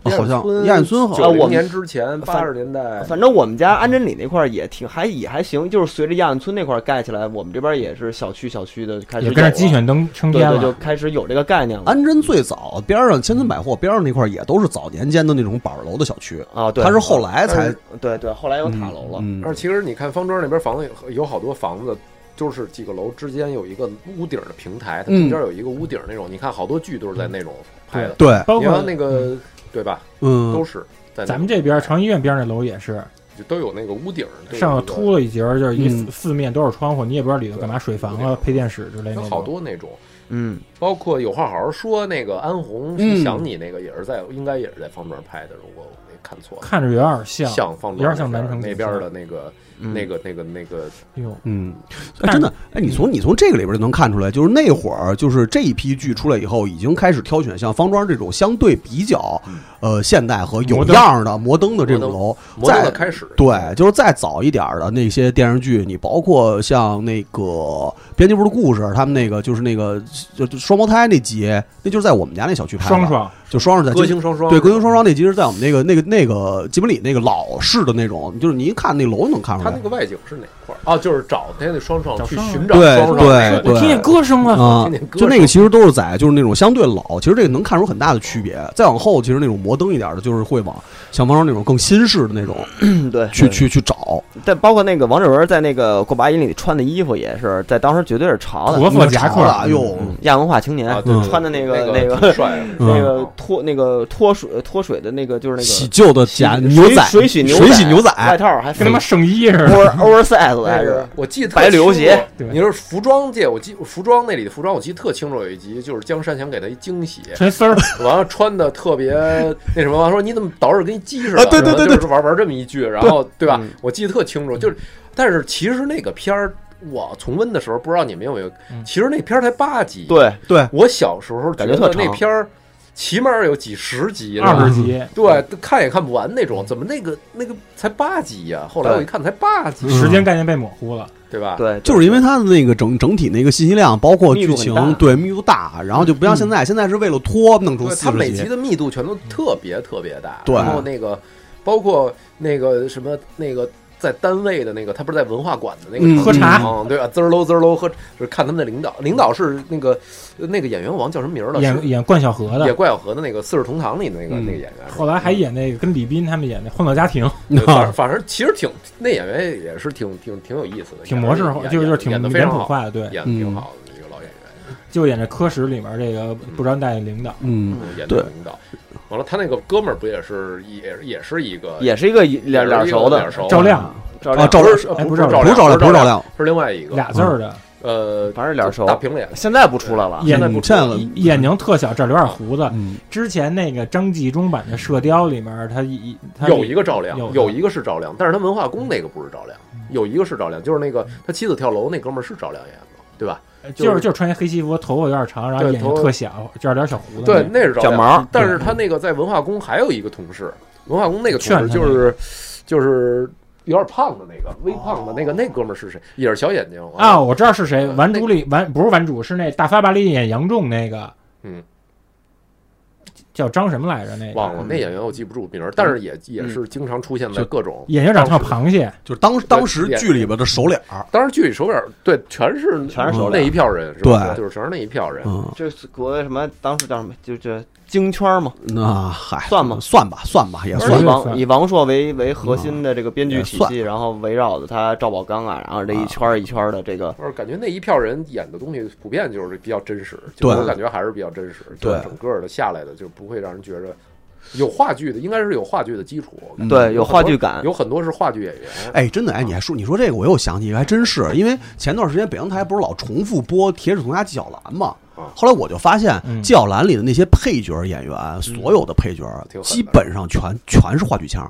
好像燕燕村好像九零年之前八十年代， 反正我们家安贞里那块儿也挺还也还行，就是随着燕燕村那块盖起来，我们这边也是小区小区的开始也跟着鸡犬灯升天了， 对对，就开始有这个概念了。 安贞最早边上千村百货边上那块也都是早年间的那种板楼的小区啊，对， 它是后来才对对，后来有塔楼了。 嗯， 而其实你看方庄那边房子有好多房子。就是几个楼之间有一个屋顶的平台，它中间有一个屋顶那种，嗯、你看好多剧都是在那种拍的。 对， 包括那个、嗯、对吧？ 嗯， 都是在咱们这边长医院边上的楼也是， 就都有那个屋顶， 上头凸了一截，就是一四、嗯、四面都是窗户，你也不知道里头干嘛，水房啊、配电室之类的。 有好多那种， 嗯， 包括有话好好说那个安红是想你那个也是在，嗯、应该也是在方庄拍的，如果我没看错， 看着有点像， 像方庄有点像南城那边的那个。 嗯、 那个、那个、那个， 哟， 嗯，哎，真的，哎，你从你从这个里边就能看出来，就是那会儿，就是这一批剧出来以后，已经开始挑选像方庄这种相对比较，呃，现代和有样的摩登的这种楼。 摩登的开始， 对，就是再早一点的那些电视剧，你包括像那个《编辑部的故事》，他们那个就是那个就双胞胎那集，那就是在我们家那小区拍的。 双双。 就双双在歌星双双， 对，歌星双双那集是在我们那个那个那个吉卜力那个老式的那种，就是你一看那楼能看出来。 他那个外景是哪块儿？哦，就是找他那双双去寻找对双双。 对对， 我听见歌声了啊！就那个其实都是在就是那种相对老，其实这个能看出很大的区别。再往后，其实那种摩登一点的，就是会往像方庄那种更新式的那种， 对， 去去去找。 但包括那个王志文在那个《过把瘾》里穿的衣服，也是在当时绝对是潮的， 驼色夹克， 哎呦， 亚文化青年穿的那个那个那个脱那个。脱水脱水的那个就是那个洗旧的假牛仔水洗牛水洗牛仔外套还跟他妈圣衣似的 ，oversize 还是我记得白旅游鞋。 你说服装界，我记服装那里的服装我记得特清楚，有一集就是江山想给他一惊喜， 穿丝儿， 完了穿的特别那什么，完说你怎么捯饬跟鸡似的， 对对对对， 就是玩玩这么一句，然后对吧？我记得特清楚，就是但是其实那个片儿。我重温的时候，不知道你们有没有？其实那片儿才八集。 对对， 我小时候感觉特那片儿起码有几十集、 二十集， 对，看也看不完那种。怎么那个那个才八集呀？后来我一看才八集， 时间概念被模糊了， 对吧？ 对， 就是因为它的那个整整体那个信息量，包括剧情，对密度大，然后就不像现在，现在是为了拖弄出四十集， 它每集的密度全都特别特别大。 对， 然后那个包括那个什么那个。在单位的那个，他不是在文化馆的那个、 嗯、喝茶， 嗯，对吧？滋儿喽滋儿喽喝，就是看他们的领导，领导是那个那个演员，我忘叫什么名了， 演演冠晓荷的， 演冠晓荷的那个《四世同堂》里的那个、嗯、那个演员， 后来还演那个跟李斌他们演的《欢乐家庭》， 反反正其实挺那演员也是挺挺挺有意思的， 挺模式化，就是就是挺演的非常好， 快的，对， 演的挺好的一个老演员， 就演这科室里面这个不知道带领导， 嗯， 演的领导。完了，他那个哥们儿不也是也也是一个， 也是一个脸脸熟的赵亮。 啊，赵亮不是赵亮，不是赵亮，不是赵亮， 是另外一个俩字儿的， 呃， 反正脸熟， 大平脸， 现在不出来了， 现在不出来了， 眼睛特小，这留点胡子。之前那个张纪中版的《射雕》里面，他一有一个赵亮，有一个是赵亮，但是他文化宫那个不是赵亮，有一个是赵亮，就是那个他妻子跳楼那哥们儿是赵亮演的，对吧？ 就是就是穿一黑西服，头发有点长，然后眼睛特小，这点小胡子。 对，那是脚毛。 但是他那个在文化宫还有一个同事，文化宫那个同事就是就是有点胖的那个，微胖的那个那哥们儿是谁？也是小眼睛啊，我知道是谁。顽主里顽不是顽主，是那大发巴里演杨仲那个， 嗯。 叫张什么来着？那忘了，那演员我记不住名儿，但是也也是经常出现在各种。 演员长像螃蟹， 就是当当时剧里边的首脸儿。 当时剧里首脸儿，对，全是全是首那一票人，是吧？就是全是那一票人。 就是国外什么当时叫什么？就这京圈嘛。 那嗨， 算吧， 算吧，算吧，也算。以王以王朔为为核心的这个编剧体系，然后围绕着他赵宝刚啊，然后这一圈一圈的这个。 我感觉那一票人演的东西普遍就是比较真实，就我感觉还是比较真实。 对， 整个的下来的就不会让人觉着。有话剧的，应该是有话剧的基础， 对，有话剧感， 有很多是话剧演员。 哎，真的，哎，你还说你说这个，我又想起一个，还真是，因为前段时间北京台不是老重复播《铁齿铜牙纪晓岚》嘛，后来我就发现纪晓岚里的那些配角演员，所有的配角基本上全全是话剧腔。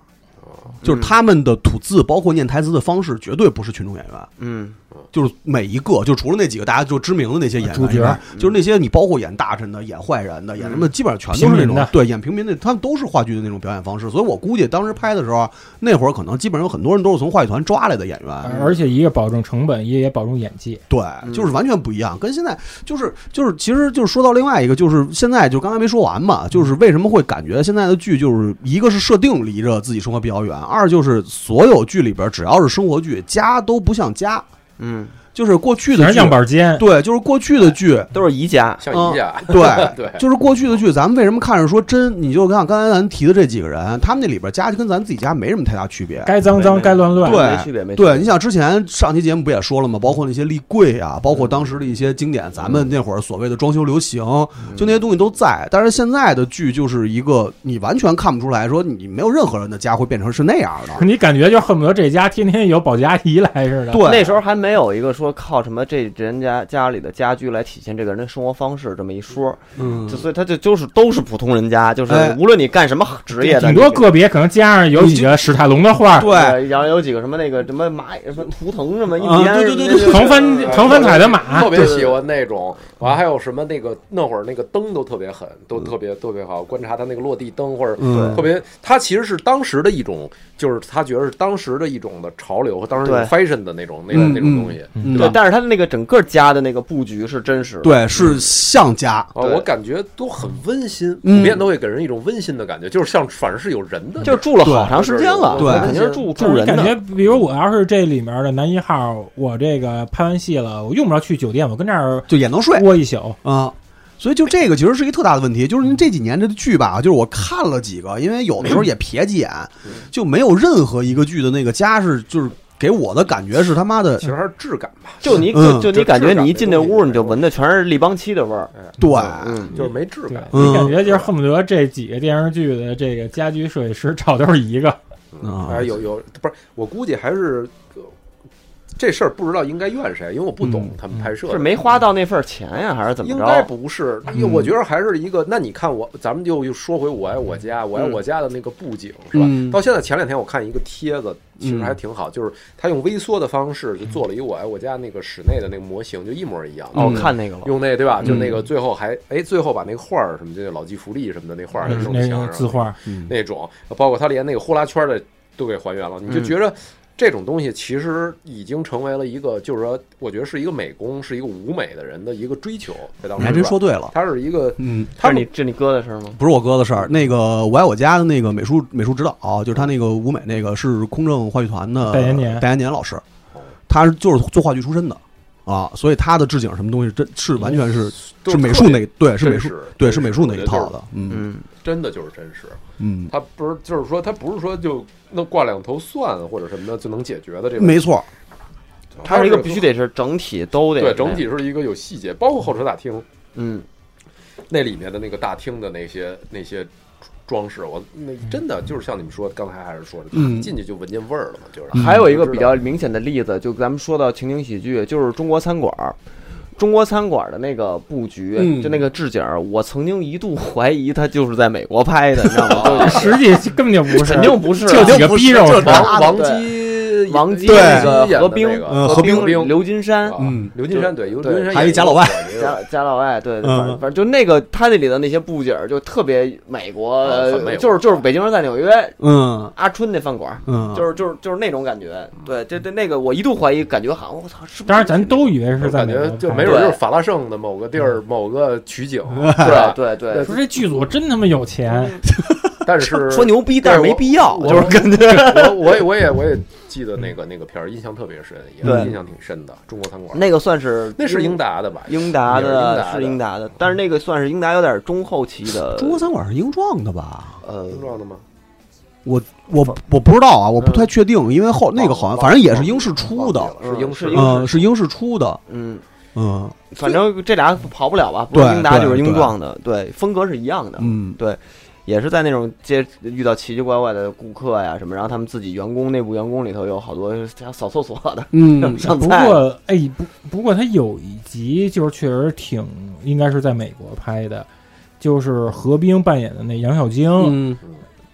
就是他们的吐字，包括念台词的方式，绝对不是群众演员。 嗯， 就是每一个，就除了那几个大家就知名的那些演员， 主角， 就是那些你包括演大臣的、演坏人的、演什么，基本上全都是那种对演平民的，他们都是话剧的那种表演方式。所以我估计当时拍的时候，那会儿可能基本上有很多人都是从话剧团抓来的演员， 而且一个保证成本，一个也保证演技。 对，就是完全不一样，跟现在就是就是，其实就是说到另外一个，就是现在就刚才没说完嘛，就是为什么会感觉现在的剧就是一个是设定离着自己生活比较远，二就是所有剧里边只要是生活剧，家都不像家， 嗯。 就是过去的剧样板间， 对，就是过去的剧都是宜家， 像宜家， 嗯、对对，就是过去的剧，咱们为什么看着说真？你就看刚才咱提的这几个人，他们那里边家就跟咱自己家没什么太大区别， 该脏脏该乱乱， 对， 没区别没区别。 对，你想之前上期节目不也说了吗？包括那些立柜啊，包括当时的一些经典，咱们那会儿所谓的装修流行，就那些东西都在。但是现在的剧就是一个你完全看不出来说你没有任何人的家会变成是那样的， 你感觉就恨不得这家天天有保洁阿姨来似的。 对， 那时候还没有一个说靠什么这。人家家里的家居来体现这个人的生活方式这么一说， 嗯， 就所以他就就是都是普通人家，就是无论你干什么职业的， 顶多个别可能加上有几个史泰龙的画， 对， 然后有几个什么那个什么马什么图腾什么一年，对对对对， 腾翻腾翻彩的马， 特别喜欢那种。完还有什么那个那会儿那个灯都特别狠，都特别特别好观察他那个落地灯或者特别，他其实是当时的一种，就是他觉得是当时的一种的潮流和当时那种 fashion 的那种那种那种东西， 对，但是他的那个整个家的那个布局是真实的， 对，是像家， 我感觉都很温馨，普遍都会给人一种温馨的感觉，就是像反正是有人的， 就是住了好长时间了， 对， 肯定是住住人的。 感觉比如我要是这里面的男一号，我这个拍完戏了，我用不着去酒店，我跟这儿就也能睡窝一宿啊。所以就这个其实是一个特大的问题，就是这几年这个剧吧，就是我看了几个，因为有的时候也瞥几眼，就没有任何一个剧的那个家是就是给我的感觉是他妈的， 其实还是质感吧。 就你就就你感觉你一进那屋，你就闻的全是立邦漆的味儿， 对， 嗯，就是没质感。 你感觉就是恨不得这几个电视剧的这个家居设计师找都是一个， 哎，有有不是，我估计还是。这事儿不知道应该怨谁，因为我不懂他们拍摄、嗯、 是没花到那份钱呀，还是怎么着？ 应该不是，因为我觉得还是一个。那你看我，咱们就又说回我爱我家，我爱我家的那个布景、嗯、是吧？到现在前两天我看一个帖子，其实还挺好，嗯、就是他用微缩的方式就做了一个我爱我家那个室内的那个模型，就一模一样。 哦，看那个了， 用那对吧？就那个最后还哎，最后把那个画儿什么的老骥伏枥什么的那画儿弄墙上， 字画那种，包括他连那个呼啦圈的都给还原了，你就觉着。这种东西其实已经成为了一个，就是说，我觉得是一个美工，是一个舞美的人的一个追求。在当时， 你还真说对了， 他是一个， 嗯， 他是你这你哥的事儿吗？ 不是我哥的事儿。那个我爱我家的那个美术美术指导，就是他那个舞美那个是空政话剧团的戴延年戴延年老师，他就是做话剧出身的啊，所以他的置景什么东西真是完全是是美术那对是美术对是美术那一套的，嗯， 真的就是真实。 嗯， 他不是，就是说，他不是说就那挂两头蒜或者什么的就能解决的这个。 没错， 它是一个必须得是整体都得对，整体是一个有细节，包括候车大厅， 嗯， 那里面的那个大厅的那些那些装饰，我那真的就是像你们说，刚才还是说的， 嗯， 进去就闻见味儿了嘛，就是。 还有一个比较明显的例子，就咱们说到情景喜剧，就是中国餐馆。中国餐馆的那个布局， 嗯、 就那个置景，我曾经一度怀疑他就是在美国拍的，你知道吗？ 实际根本就不是， 肯定不是， 就几个逼肉。 王王姬， 王姬那个何冰， 何冰，刘金山， 嗯， 刘金山对，刘金山还有贾老外， 贾贾老外，对，反正反正就那个他那里的那些布景就特别美国，就是就是北京人在纽约， 嗯， 阿春那饭馆， 嗯， 就是就是就是那种感觉，对，这这那个我一度怀疑，感觉好像我操，是不是？ 当然咱都以为是在感觉就没。就是法拉盛的某个地儿、某个取景，是吧？ 对对， 说这剧组真他妈有钱， 但是说牛逼，但是没必要，就是感觉。 我我也我也我也记得那个那个片儿，印象特别深，也印象挺深的。中国餐馆那个算是那是英达的吧？ 英达的是英达的，但是那个算是英达有点中后期的。 中国餐馆是英壮的吧？ 呃，英壮的吗？ 我我我不知道啊，我不太确定，因为后那个好像反正也是英式出的， 是英式， 嗯，是英式出的， 嗯。 嗯， 反正这俩跑不了吧？不是英达就是英壮的，对，风格是一样的。 嗯， 对，也是在那种接遇到奇奇怪怪的顾客呀什么，然后他们自己员工内部员工里头有好多像扫厕所的， 嗯， 上菜。 不过哎，不不过他有一集就是确实挺应该是在美国拍的，就是何冰扮演的那杨小晶， 嗯，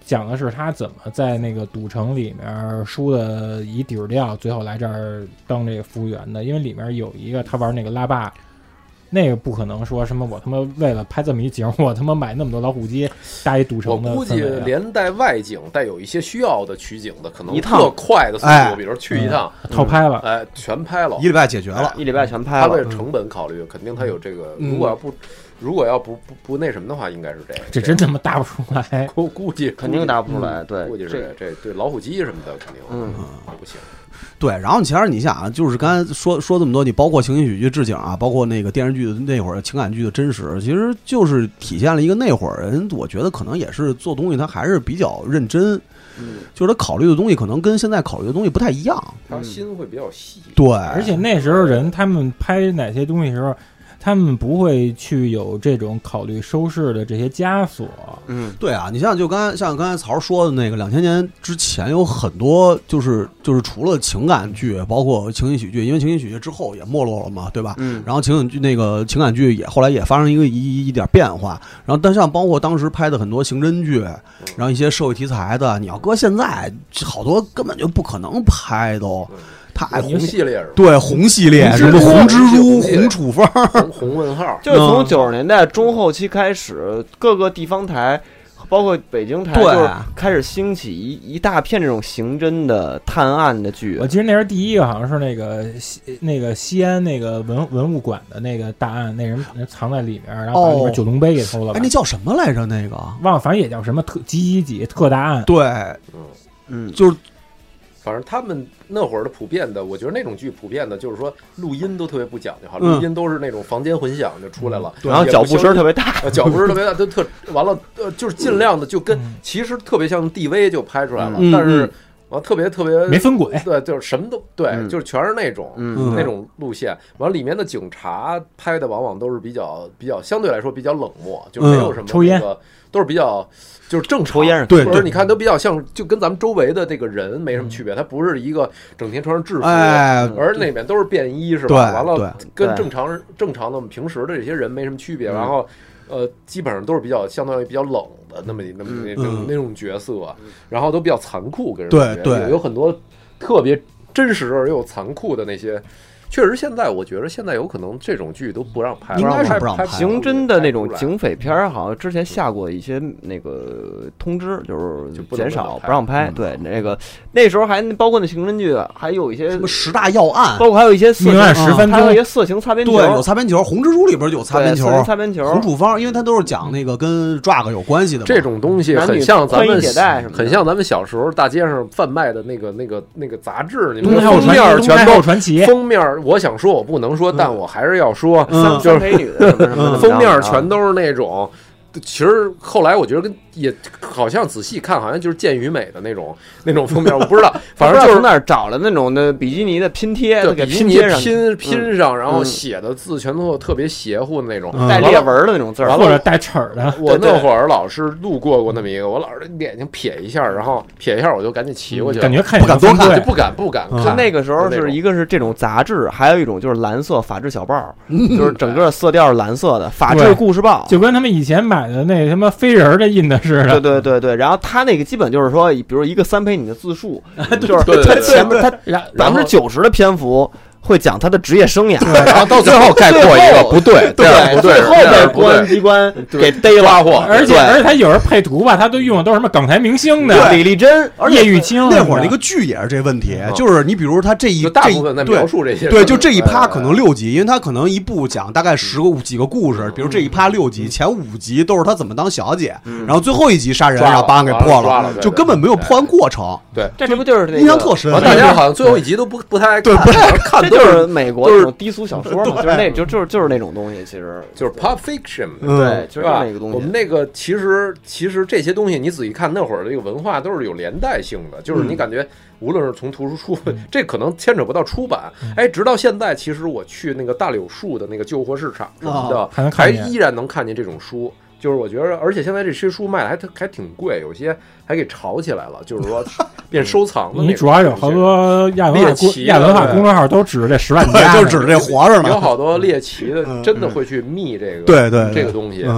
讲的是他怎么在那个赌城里面输的一底儿掉，最后来这儿当这个服务员的。因为里面有一个他玩那个拉霸，那个不可能说什么我他妈为了拍这么一景，我他妈买那么多老虎机搭一赌城的。 我估计连带外景带有一些需要的取景的，可能一趟特快的速度， 哎、 比如去一趟、 嗯、套拍了， 哎，全拍了， 一礼拜解决了， 哎、一礼拜全拍了。 他为成本考虑，肯定他有这个。如果要不。如果要不不不那什么的话，应该是这样。 这真他妈搭不出来， 估估计肯定搭不出来。对， 估计是这对老虎机什么的肯定嗯不行。 对，然后其实你想啊，就是刚才说说这么多，你包括情景喜剧置景啊，包括那个电视剧的那会儿情感剧的真实，其实就是体现了一个那会儿人，我觉得可能也是做东西他还是比较认真。 嗯， 就是他考虑的东西可能跟现在考虑的东西不太一样， 他心会比较细。 对， 而且那时候人他们拍哪些东西的时候。他们不会去有这种考虑收视的这些枷锁。 嗯，对啊，你像就刚才像刚才曹说的那个，两千年之前有很多就是就是除了情感剧，包括情景喜剧，因为情景喜剧之后也没落了嘛，对吧？ 嗯。 然后情景剧那个情感剧也后来也发生一个一一点变化。然后但像包括当时拍的很多刑侦剧，然后一些社会题材的，你要搁现在好多根本就不可能拍都。太红系列是吧？ 对，红系列什么红蜘蛛、红处方、 红红问号， 就是从九十年代中后期开始，各个地方台，包括北京台，就是开始兴起一一大片这种刑侦的探案的剧。 我记得那是第一个，好像是那个西那个西安那个文文物馆的那个大案，那人藏在里面，然后把里面九龙杯给偷了。 哎，那叫什么来着？那个忘了，反正也叫什么特几几几特大案。 对， 嗯嗯，就是。 反正他们那会儿的普遍的，我觉得那种剧普遍的，就是说录音都特别不讲究哈，录音都是那种房间混响就出来了， 然后脚步声特别大， 脚步声特别大，都特完了，呃，就是尽量的就跟其实特别像 D V 就拍出来了，但是完特别特别没分轨， 对，就是什么都对，就是全是那种那种路线，完里面的警察拍的往往都是比较比较相对来说比较冷漠，就没有什么抽烟， 都是比较。就是正抽烟， 对， 或者你看都比较像，就跟咱们周围的这个人没什么区别。他不是一个整天穿着制服， 哎， 而那边都是便衣，是吧？完了，跟正常正常的我们平时的这些人没什么区别。然后，呃，基本上都是比较相当于比较冷的那么那么那种那种角色，然后都比较残酷，给人对对， 有很多特别真实而又残酷的那些。确实，现在我觉得现在有可能这种剧都不让拍， 应该是不让拍。 刑侦的那种警匪片好像之前下过一些那个通知，就是减少不让拍。对，那个那时候还包括那刑侦剧，还有一些什么十大要案， 包括还有一些命案十分钟， 还有一些色情擦边球， 对，有擦边球。红蜘蛛里边就有擦边球， 擦边球。 红处方，因为它都是讲那个跟 drug 有关系的。 这种东西很像咱们，很像咱们小时候大街上贩卖的那个那个那个杂志，你们封面全都传奇， 封面我想说我不能说，但我还是要说， 嗯、 就是美女的什么什么封面全都是那种。其实后来我觉得跟也好像仔细看，好像就是健与美的那种那种封面，我不知道，反正就是那儿找了那种的比基尼的拼贴，给拼贴上拼拼上，然后写的字全都特别邪乎的那种， 带裂纹的那种字， 或者带齿儿的。 我那会儿老是路过过那么一个，我老是眼睛瞥一下，然后瞥一下我就赶紧骑过去， 感觉看不敢多看， 就不敢不敢看。 那个时候是一个是这种杂志，还有一种就是蓝色法制小报，就是整个色调是蓝色的法制故事报， 就跟他们以前买的那什么。飞人的印的似的， 对对对对，然后他那个基本就是说，比如一个三陪你的自述，就是他前面他百分之九十的篇幅会讲他的职业生涯， 然后到最后概括一个不对， 对， 不对， 最后被公安机关给逮了， 而且而且他有时候配图吧，他都用的都是什么港台明星的， 李丽珍、 叶玉卿。 那会儿那个剧也是这问题，就是你比如他这一大部分在描述这些， 对，就这一趴可能六集，因为他可能一部讲大概十个几个故事，比如这一趴六集，前五集都是他怎么当小姐，然后最后一集杀人让把案给破了，就根本没有破案过程。 对， 这不就是印象特深？ 大家好像最后一集都不不太爱看， 不太看， 这就是美国。就是低俗小说嘛，就是那就就是就是那种东西，其实就是 pulp fiction， 对，就是那个东西。 我们那个其实其实这些东西，你仔细看，那会儿的这个文化都是有连带性的，就是你感觉无论是从图书书，这可能牵扯不到出版，哎，直到现在，其实我去那个大柳树的那个旧货市场什么的，还依然能看见这种书。就是我觉得，而且现在这些书卖的还还挺贵，有些还给炒起来了，就是说变收藏的。 你主要有好多亚文化亚文化公众号都指着这十万加， 就指着这活着呢。 有好多猎奇的，真的会去密这个， 对对这个东西。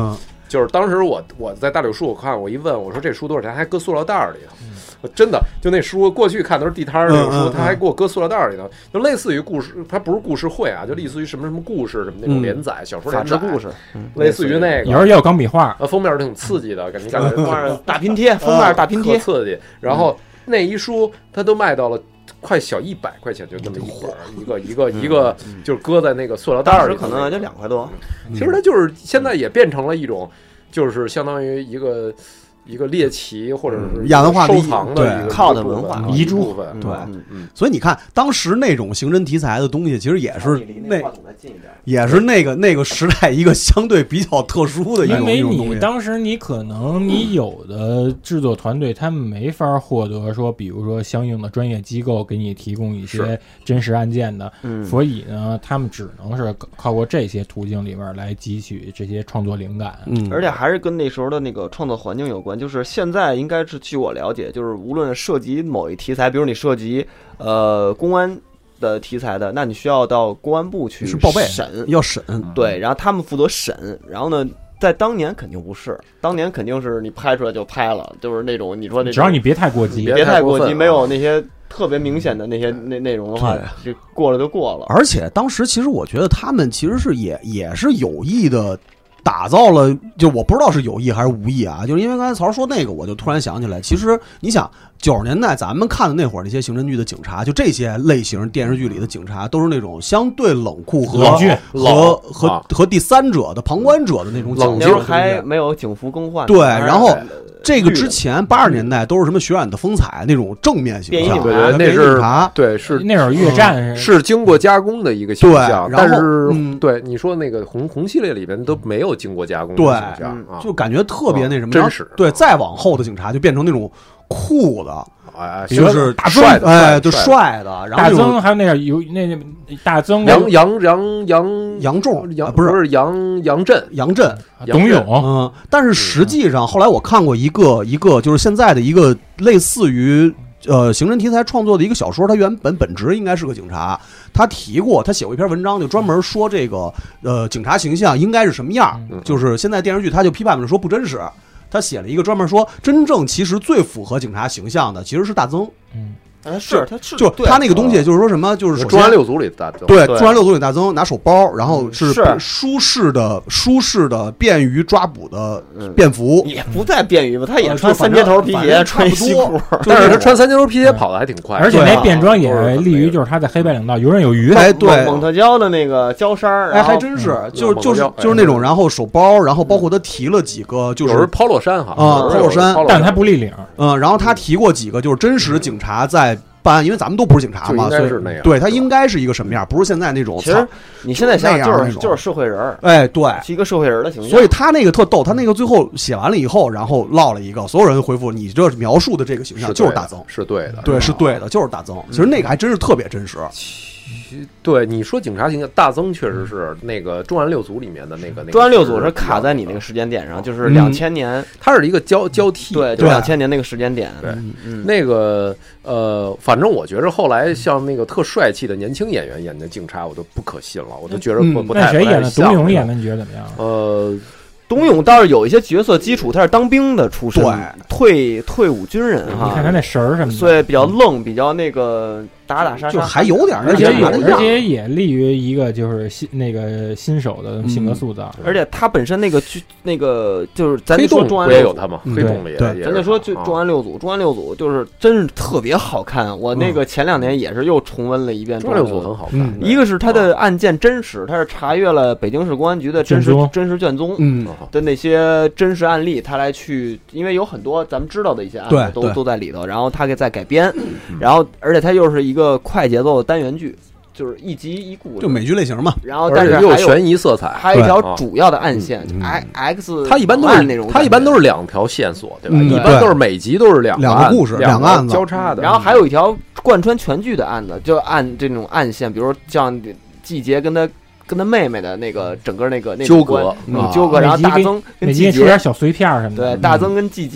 就是当时我我在大柳树我看，我一问我说这书多少钱，还搁塑料袋里头。真的，就那书过去看都是地摊儿那种书，他还给我搁塑料袋里头，就类似于故事，它不是故事会啊，就类似于什么什么故事什么那种连载、小说连载故事， 类似于那个。 有时候也有钢笔画， 呃，封面挺刺激的，感觉感觉大拼贴，封面大拼贴， 刺激。然后那一书它都卖到了快小一百块钱，就那么一本，一个一个一个，就是搁在那个塑料袋里， 可能就两块多。 其实它就是现在也变成了一种，就是相当于一个。一个猎奇或者是亚文化收藏的一个靠的文化遗珠部分， 对，所以你看当时那种刑侦题材的东西，其实也是那也是那个那个时代一个相对比较特殊的一种东西。 因为你当时你可能你有的制作团队他们没法获得说，比如说相应的专业机构给你提供一些真实案件的，所以呢，他们只能是靠过这些途径里面来汲取这些创作灵感。 嗯，而且还是跟那时候的那个创作环境有关。就是现在应该是据我了解，就是无论涉及某一题材，比如你涉及呃公安的题材的，那你需要到公安部去报备审， 要审， 对，然后他们负责审，然后呢，在当年肯定不是，当年肯定是你拍出来就拍了，就是那种你说那只要你别太过激， 别太过激，没有那些特别明显的那些那内容的话，就过了就过了。 而且当时其实我觉得他们其实是也也是有意的。打造了，就我不知道是有意还是无意啊，就是因为刚才曹说那个，我就突然想起来，其实你想九十年代咱们看的那会儿那些刑侦剧的警察，就这些类型电视剧里的警察，都是那种相对冷酷和冷峻和和、啊、和第三者的旁观者的那种冷静，还没有警服更换。 对，然后这个之前八十年代都是什么血染的风采那种正面形象， 对对，那是对是那会儿越战、 嗯、是经过加工的一个形象， 对， 但是、 嗯、 对你说那个红红系列里边都没有经过加工的对形象、嗯啊，就感觉特别那什么、 嗯、真实。 对，再往后的警察就变成那种酷的。 哎， 就是大帅的，哎，就帅的。然后大曾还有那个有那那大曾杨杨杨杨杨仲杨不是不是杨杨震杨震董勇， 嗯，但是实际上后来我看过一个一个就是现在的一个类似于呃刑侦题材创作的一个小说，他原本本职应该是个警察，他提过他写过一篇文章，就专门说这个呃警察形象应该是什么样， 嗯、 就是现在电视剧他就批判的说不真实。他写了一个专门说，真正其实最符合警察形象的其实是大曾。 嗯， 啊、是他是就他那个东西，就是说什么，就是重案六组里的大曾。 对，重案六组里大曾拿手包，然后是是舒适的、舒适的、便于抓捕的便服， 也不再便于吧，他也穿三接头皮鞋，穿西裤， 但是他穿三接头皮鞋跑的还挺快， 而且那便装也利于就是他在黑白两道游刃有余。 哎，对， 蒙特胶的那个胶衫， 哎，还真是，就是就是就是那种，然后手包，然后包括他提了几个，就是有时 polo 衫哈啊 ，polo 衫， 但他不立领， 嗯，然后他提过几个，就是真实警察在办案，因为咱们都不是警察嘛， 所以对他应该是一个什么样，不是现在那种。 其实你现在想就是就是社会人， 哎，对， 是一个社会人的形象。 所以他那个特逗，他那个最后写完了以后，然后落了一个，所有人回复你这描述的这个形象就是大曾， 是对的， 对，是对的，就是大曾。其实那个还真是特别真实。 对你说警察形象，大曾确实是那个重案六组里面的那个那个。 重案六组是卡在你那个时间点上，就是两千年， 它是一个交交替， 对，就两千年那个时间点。 对，那个呃，反正我觉着后来像那个特帅气的年轻演员演的警察，我都不可信了，我都觉得不不太。 那谁演的？董勇演的，你觉得怎么样？ 呃。 董勇倒是有一些角色基础，他是当兵的出身， 对， 退退伍军人哈。 你看他那神儿什么的， 所以比较愣，比较那个打打杀杀， 就还有点， 而且也而且也利于一个就是新那个新手的性格塑造。 嗯、而且他本身那个那个就是咱就说重案也有他嘛，黑洞里也对， 咱就说就重案六组，重案六组就是真是特别好看。我那个前两年也是又重温了一遍， 重案六组很好看。 嗯、 一个是他的案件真实，他是查阅了北京市公安局的真实真实卷宗， 嗯的那些。真实案例，他来去，因为有很多咱们知道的一些案子都都在里头，然后他给再改编，然后而且它又是一个快节奏的单元剧，就是一集一故事， 就美剧类型嘛。 然后但是又有悬疑色彩， 还有一条主要的暗线 ，X， 它一般都是那种，它一般都是两条线索，对吧？ 嗯、 一般都是每集都是两两个故事， 两个案子交叉的。 然后还有一条贯穿全剧的案子，就按这种暗线，比如像季节跟他。跟他妹妹的那个整个那个那纠葛， 嗯，纠葛，然后大曾跟季节出点小碎片什么的， 对，大曾跟季节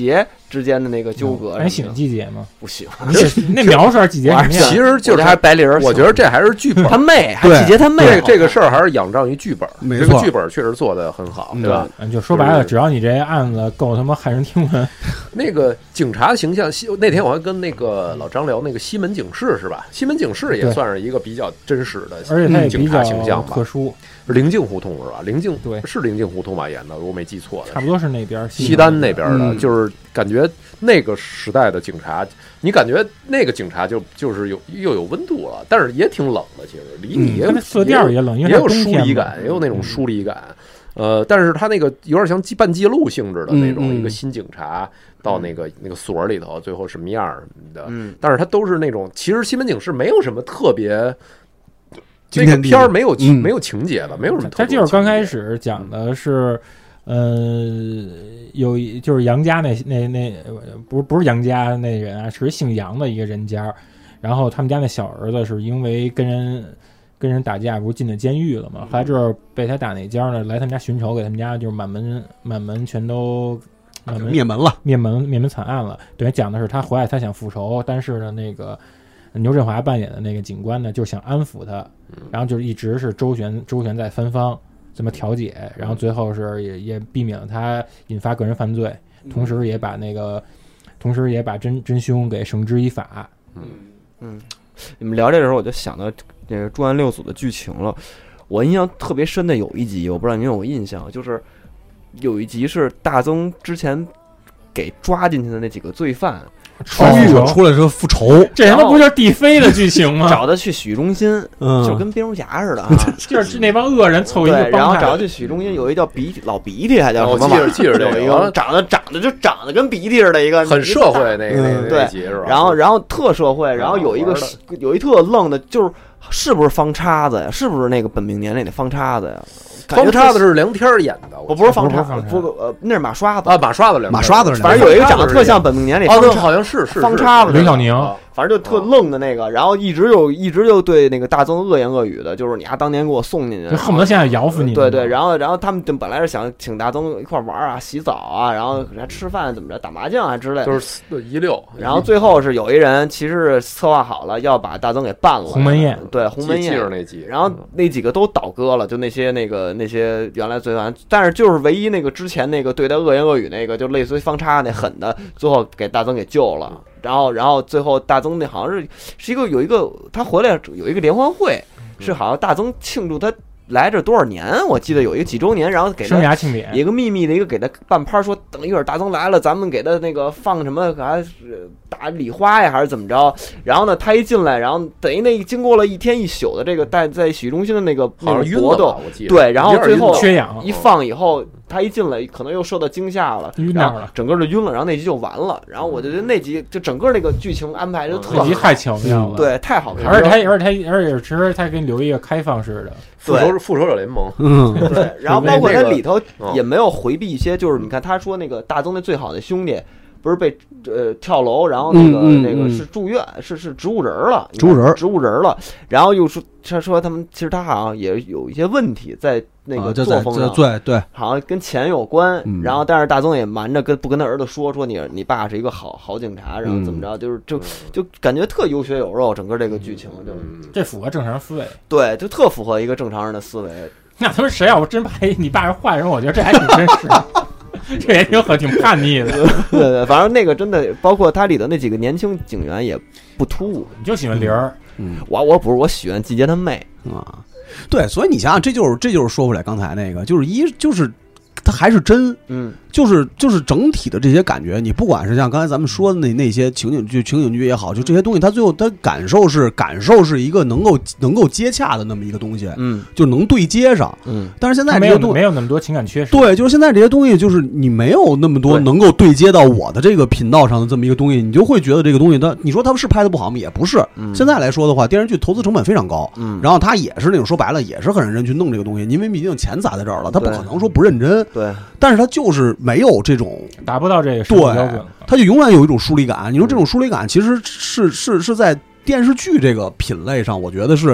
之间的那个纠葛。 你喜欢季节吗？ 不喜欢。 那描述季节什么样？ 其实就是还是白灵， 我觉得这还是剧本。 他妹，季节他妹。 这这个事儿还是仰仗于剧本， 没错，这个剧本确实做的很好，对吧？ 就说白了，只要你这案子够他妈骇人听闻， 那个警察形象，那天我还跟那个老张聊那个西门警示是吧？西门警示也算是一个比较真实的， 而且他也警察形象吧， 特殊。 临近胡同是吧？临近对， 是临近胡同吧演的，如果没记错的， 差不多是那边西单那边的，嗯、就是感觉那个时代的警察，你感觉那个警察就就是有又有温度了，但是也挺冷的，其实离你也、 嗯、色调也冷，因为也有疏离感，也有那种疏离感。呃，但是他那个有点像半记录性质的那种，一个新警察到那个、嗯、那个所里头，最后什么样的， 嗯， 但是他都是那种，其实西门警示没有什么特别。这个片儿没有、嗯、没有情节的，没有什么特别。 他就是刚开始讲的是，呃，有就是杨家那那那不是不是杨家那人啊，是姓杨的一个人家，然后他们家那小儿子是因为跟人跟人打架，不是进了监狱了嘛？后来就是被他打那家呢，来他们家寻仇，给他们家就是满门满门全都满门灭门了， 灭门灭门惨案了。对，讲的是他回来，他想复仇，但是呢，那个牛振华扮演的那个警官呢，就想安抚他。然后就一直是周旋周旋在三方这么调解，然后最后是也也避免了他引发个人犯罪，同时也把那个同时也把真真凶给绳之以法。 嗯嗯，你们聊这个时候我就想到这个重案六组的剧情了。我印象特别深的有一集，我不知道你有没有印象，就是有一集是大曾之前给抓进去的那几个罪犯。 出狱出来之后复仇， 这他妈不就是地飞的剧情吗？ 找他去洗浴中心， 嗯， 就跟蝙蝠侠似的、啊， 就是那帮恶人凑一个帮派， 然后找他去洗浴中心，有一叫鼻涕老鼻涕，还叫什么？ 记着记着有一个长得长得就长得跟鼻涕似的一个， 很社会那个、嗯、 对， 集是吧？ 然后然后特社会，然后有一个有一特愣的，就是是不是方叉子呀？是不是那个本命年里的方叉子呀？ 方叉子是梁天演的， 我不是方叉，不呃，那是马刷子啊，马刷子， 马刷子是， 反正有一个长得特像本命年里， 哦，对，好像是是方叉子， 刘晓宁， 反正就特愣的那个，然后一直就一直就对那个大曾恶言恶语的，就是你还当年给我送进去， 就恨不得现在咬死你。 对对，然后然后他们本来是想请大曾一块玩啊、洗澡啊，然后还吃饭怎么着、打麻将啊之类的， 就是一溜。 然后最后是有一人其实策划好了要把大曾给办了， 鸿门宴， 对鸿门宴那集， 然后那几个都倒戈了，就那些那个那些原来罪犯，但是就是唯一那个之前那个对他恶言恶语那个，就类似于方叉那狠的，最后给大曾给救了。然后，然后最后大曾那好像是是一个有一个他回来有一个联欢会，是好像大曾庆祝他来这多少年，我记得有一个几周年，然后给他生涯庆典， 一个秘密的一个给他办趴，说等一会儿大曾来了，咱们给他那个放什么还是打礼花呀，还是怎么着？然后呢，他一进来，然后等于那经过了一天一宿的这个在在洗浴中心的那个那个搏斗，对，然后最后缺氧一放以后。他一进来，可能又受到惊吓了， 晕了， 整个就晕了，然后那集就完了。然后我就觉得那集就整个那个剧情安排就特那集太巧妙了， 对，太好看了。 而且他，而且他，而且其实他给你留一个开放式的复仇复仇者联盟， 嗯，对。然后包括他里头也没有回避一些，就是你看他说那个大曾那最好的兄弟。不是被呃跳楼，然后那个、 嗯嗯、 那个是住院，是是植物人了， 植物人植物人了。然后又说他说他们其实他好像也有一些问题在那个作风上， 啊、对对， 好像跟钱有关。 嗯、 然后但是大曾也瞒着跟不跟他儿子说说你你爸是一个好好警察，然后怎么着，就是就就感觉特有血有肉，整个这个剧情就、 嗯、这符合正常思维， 对，就特符合一个正常人的思维。 那他们谁要真把你爸是坏人，我觉得这还挺真实的。这也挺挺叛逆的， 对对，反正那个真的，包括他里的那几个年轻警员也不突兀。 你就喜欢玲儿， 嗯， 我我不是，我喜欢季杰他妹啊。对，所以你想想，这就是这就是说回来刚才那个，就是一就是他还是真， 嗯， 就是就是整体的这些感觉，你不管是像刚才咱们说的那那些情景剧、情景剧也好，就这些东西，它最后它感受是感受是一个能够能够接洽的那么一个东西， 嗯， 就能对接上， 嗯。 但是现在没有没有那么多情感缺失， 对，就是现在这些东西，就是你没有那么多能够对接到我的这个频道上的这么一个东西，你就会觉得这个东西它，你说它是拍的不好吗？也不是。 嗯、 现在来说的话，电视剧投资成本非常高， 嗯， 然后它也是那种说白了也是很认真去弄这个东西，因为毕竟钱砸在这儿了，他不可能说不认真， 对。 但是他就是没有这种达不到这个对标准，他就永远有一种疏离感。你说这种疏离感其实是是是在电视剧这个品类上，我觉得是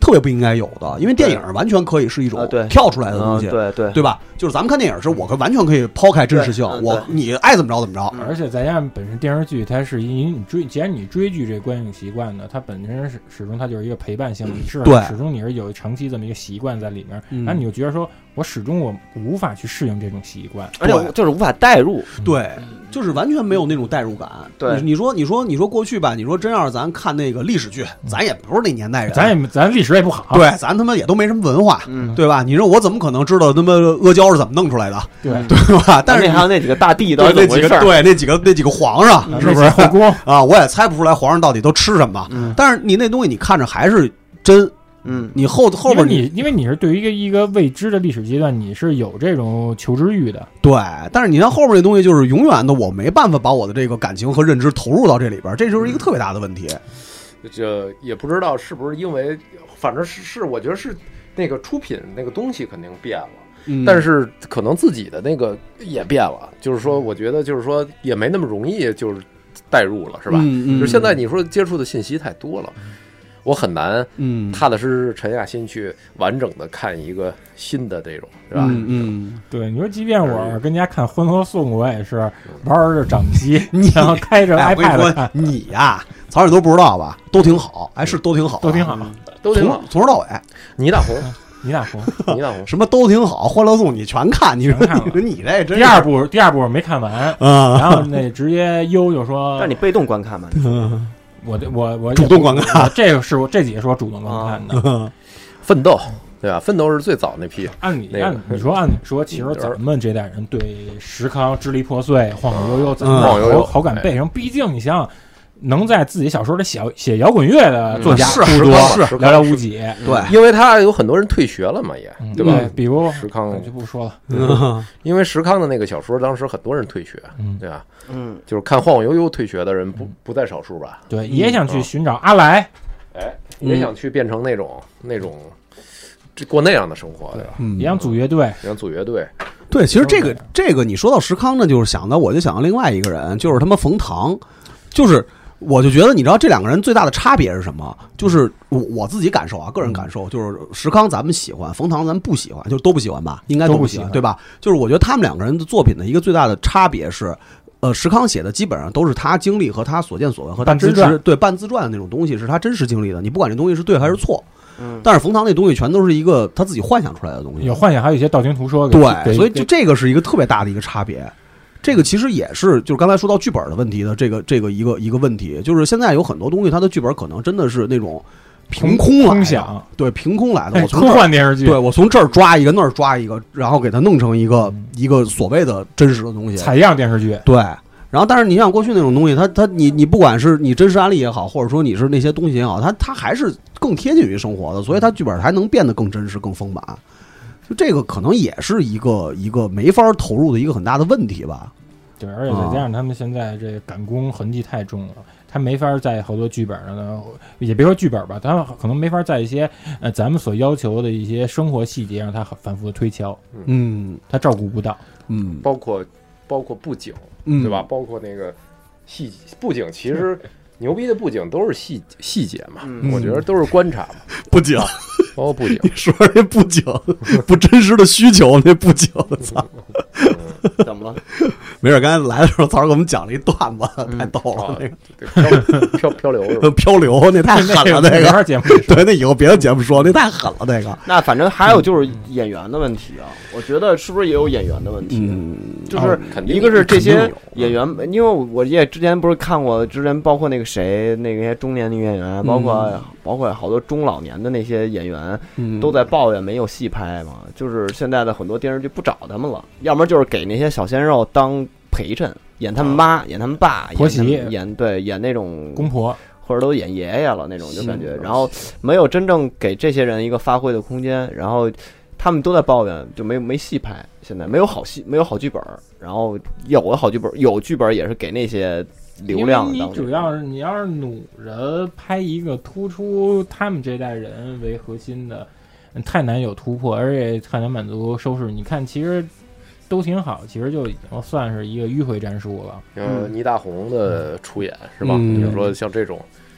特别不应该有的，因为电影完全可以是一种跳出来的东西， 对对对吧？就是咱们看电影是，我可完全可以抛开真实性，我你爱怎么着怎么着。 而且再加上本身电视剧它是因为你追，既然你追剧这观影习惯呢，它本身是始终它就是一个陪伴性，你是始终你是有长期这么一个习惯在里面，然后你就觉得说我始终我无法去适应这种习惯， 而且就是无法代入， 对，就是完全没有那种代入感。 对， 你说你说你说过去吧，你说真要是咱看那个历史剧，咱也不是那年代人， 咱也咱历史也不好， 对，咱他妈也都没什么文化，嗯，对吧？你说我怎么可能知道他妈阿胶是怎么弄出来的？ 对对吧？但是还有那几个大帝， 对那几个对那几个那几个皇上，是不是后宫啊？我也猜不出来皇上到底都吃什么。嗯，但是你那东西你看着还是真。 嗯， 你后后边你因为你是对于一个一个未知的历史阶段，你是有这种求知欲的。 对，但是你看后边这东西，就是永远的我没办法把我的这个感情和认知投入到这里边，这就是一个特别大的问题。 这也不知道是不是因为，反正是是，我觉得是那个出品那个东西肯定变了。嗯、但是可能自己的那个也变了，就是说，我觉得就是说也没那么容易就是代入了，是吧？ 嗯嗯、 就是现在你说接触的信息太多了。我很难，嗯，踏踏实实沉下心去完整的看一个新的这种，是吧？ 嗯嗯， 对，你说即便我跟家看《欢乐颂》，我也是玩着掌机，然后开着 iPad 看。 你呀，曹你都不知道吧？都挺好，哎，是都挺好， 都挺好， 都挺好， 从头到尾。 倪大红， 倪大红， 倪大红， 什么都挺好，《欢乐颂》你全看，你说你说你这真。 第二部，第二部没看完，然后那直接优就说， 但你被动观看嘛。 我我我主动观看， 这个是我这几个是我主动观看的。 奋斗，对吧？奋斗是最早那批。 按理按你说按理说，其实咱们这代人对石康支离破碎、晃晃悠悠怎么好好感倍生？毕竟你想想，能在自己小说里写写摇滚乐的作家不多，是寥寥无几。 对， 因为他有很多人退学了嘛，也对吧？ 比如石康就不说了， 因为石康的那个小说，当时很多人退学，对吧？嗯，就是看晃晃悠悠退学的人不不在少数吧？ 对，也想去寻找阿来， 哎，也想去变成那种那种过那样的生活，对吧？ 也想组乐队， 也想组乐队。 对，其实这个这个你说到石康呢，就是想到我就想到另外一个人，就是他妈冯唐，就是我就觉得你知道这两个人最大的差别是什么？就是我我自己感受啊，个人感受，就是石康咱们喜欢，冯唐咱们不喜欢，就都不喜欢吧？应该都不喜欢，对吧？就是我觉得他们两个人的作品的一个最大的差别是。呃，石康写的基本上都是他经历和他所见所闻和他真实对半自传的那种东西，是他真实经历的。你不管这东西是对还是错，嗯，但是冯唐那东西全都是一个他自己幻想出来的东西， 有幻想，还有一些道听途说。 对，所以就这个是一个特别大的一个差别。这个其实也是，就是刚才说到剧本的问题的这个这个一个一个问题，就是现在有很多东西，它的剧本可能真的是那种。凭空来的，对，凭空来的。我从科幻电视剧， 对我从这儿抓一个，那儿抓一个，然后给它弄成一个一个所谓的真实的东西， 采样电视剧。 对，然后但是你像过去那种东西，它它你你不管是你真实案例也好，或者说你是那些东西也好，它它还是更贴近于生活的，所以它剧本还能变得更真实、更丰满。就这个可能也是一个一个没法投入的一个很大的问题吧。 对，而且再加上他们现在这赶工痕迹太重了。他没法在好多剧本上呢，也别说剧本吧，他可能没法在一些呃咱们所要求的一些生活细节上，他反复的推敲，嗯，他照顾不到， 嗯， 包括包括布景，对吧？包括那个细布景，其实牛逼的布景都是细细节嘛，我觉得都是观察嘛， 布景， 包括布景， 你说那布景不真实的需求，那布景，操！ 怎么了？ 没事，刚才来的时候，曹儿给我们讲了一段子，太逗了。那个漂漂流是吧？ 漂流那太狠了，那个节目对，那以后别的节目说，那太狠了，那个。 那反正还有就是演员的问题啊，我觉得是不是也有演员的问题？ 嗯， 就是一个是这些演员，因为我也之前不是看过，之前包括那个谁，那个些中年女演员，包括包括好多中老年的那些演员，都在抱怨没有戏拍嘛。就是现在的很多电视剧不找他们了，要么就是给那些小鲜肉当陪衬，演他们妈，演他们爸， 婆媳， 演对演那种公婆， 或者都演爷爷了那种，就感觉，然后没有真正给这些人一个发挥的空间，然后他们都在抱怨，就没没戏拍，现在没有好戏，没有好剧本，然后有的好剧本，有剧本也是给那些流量。 你主要是你要是努着拍一个突出他们这代人为核心的，太难有突破，而且太难满足收视。你看，其实。都挺好，其实就已经算是一个迂回战术了。 嗯，倪大红的出演是吧？比如说像这种，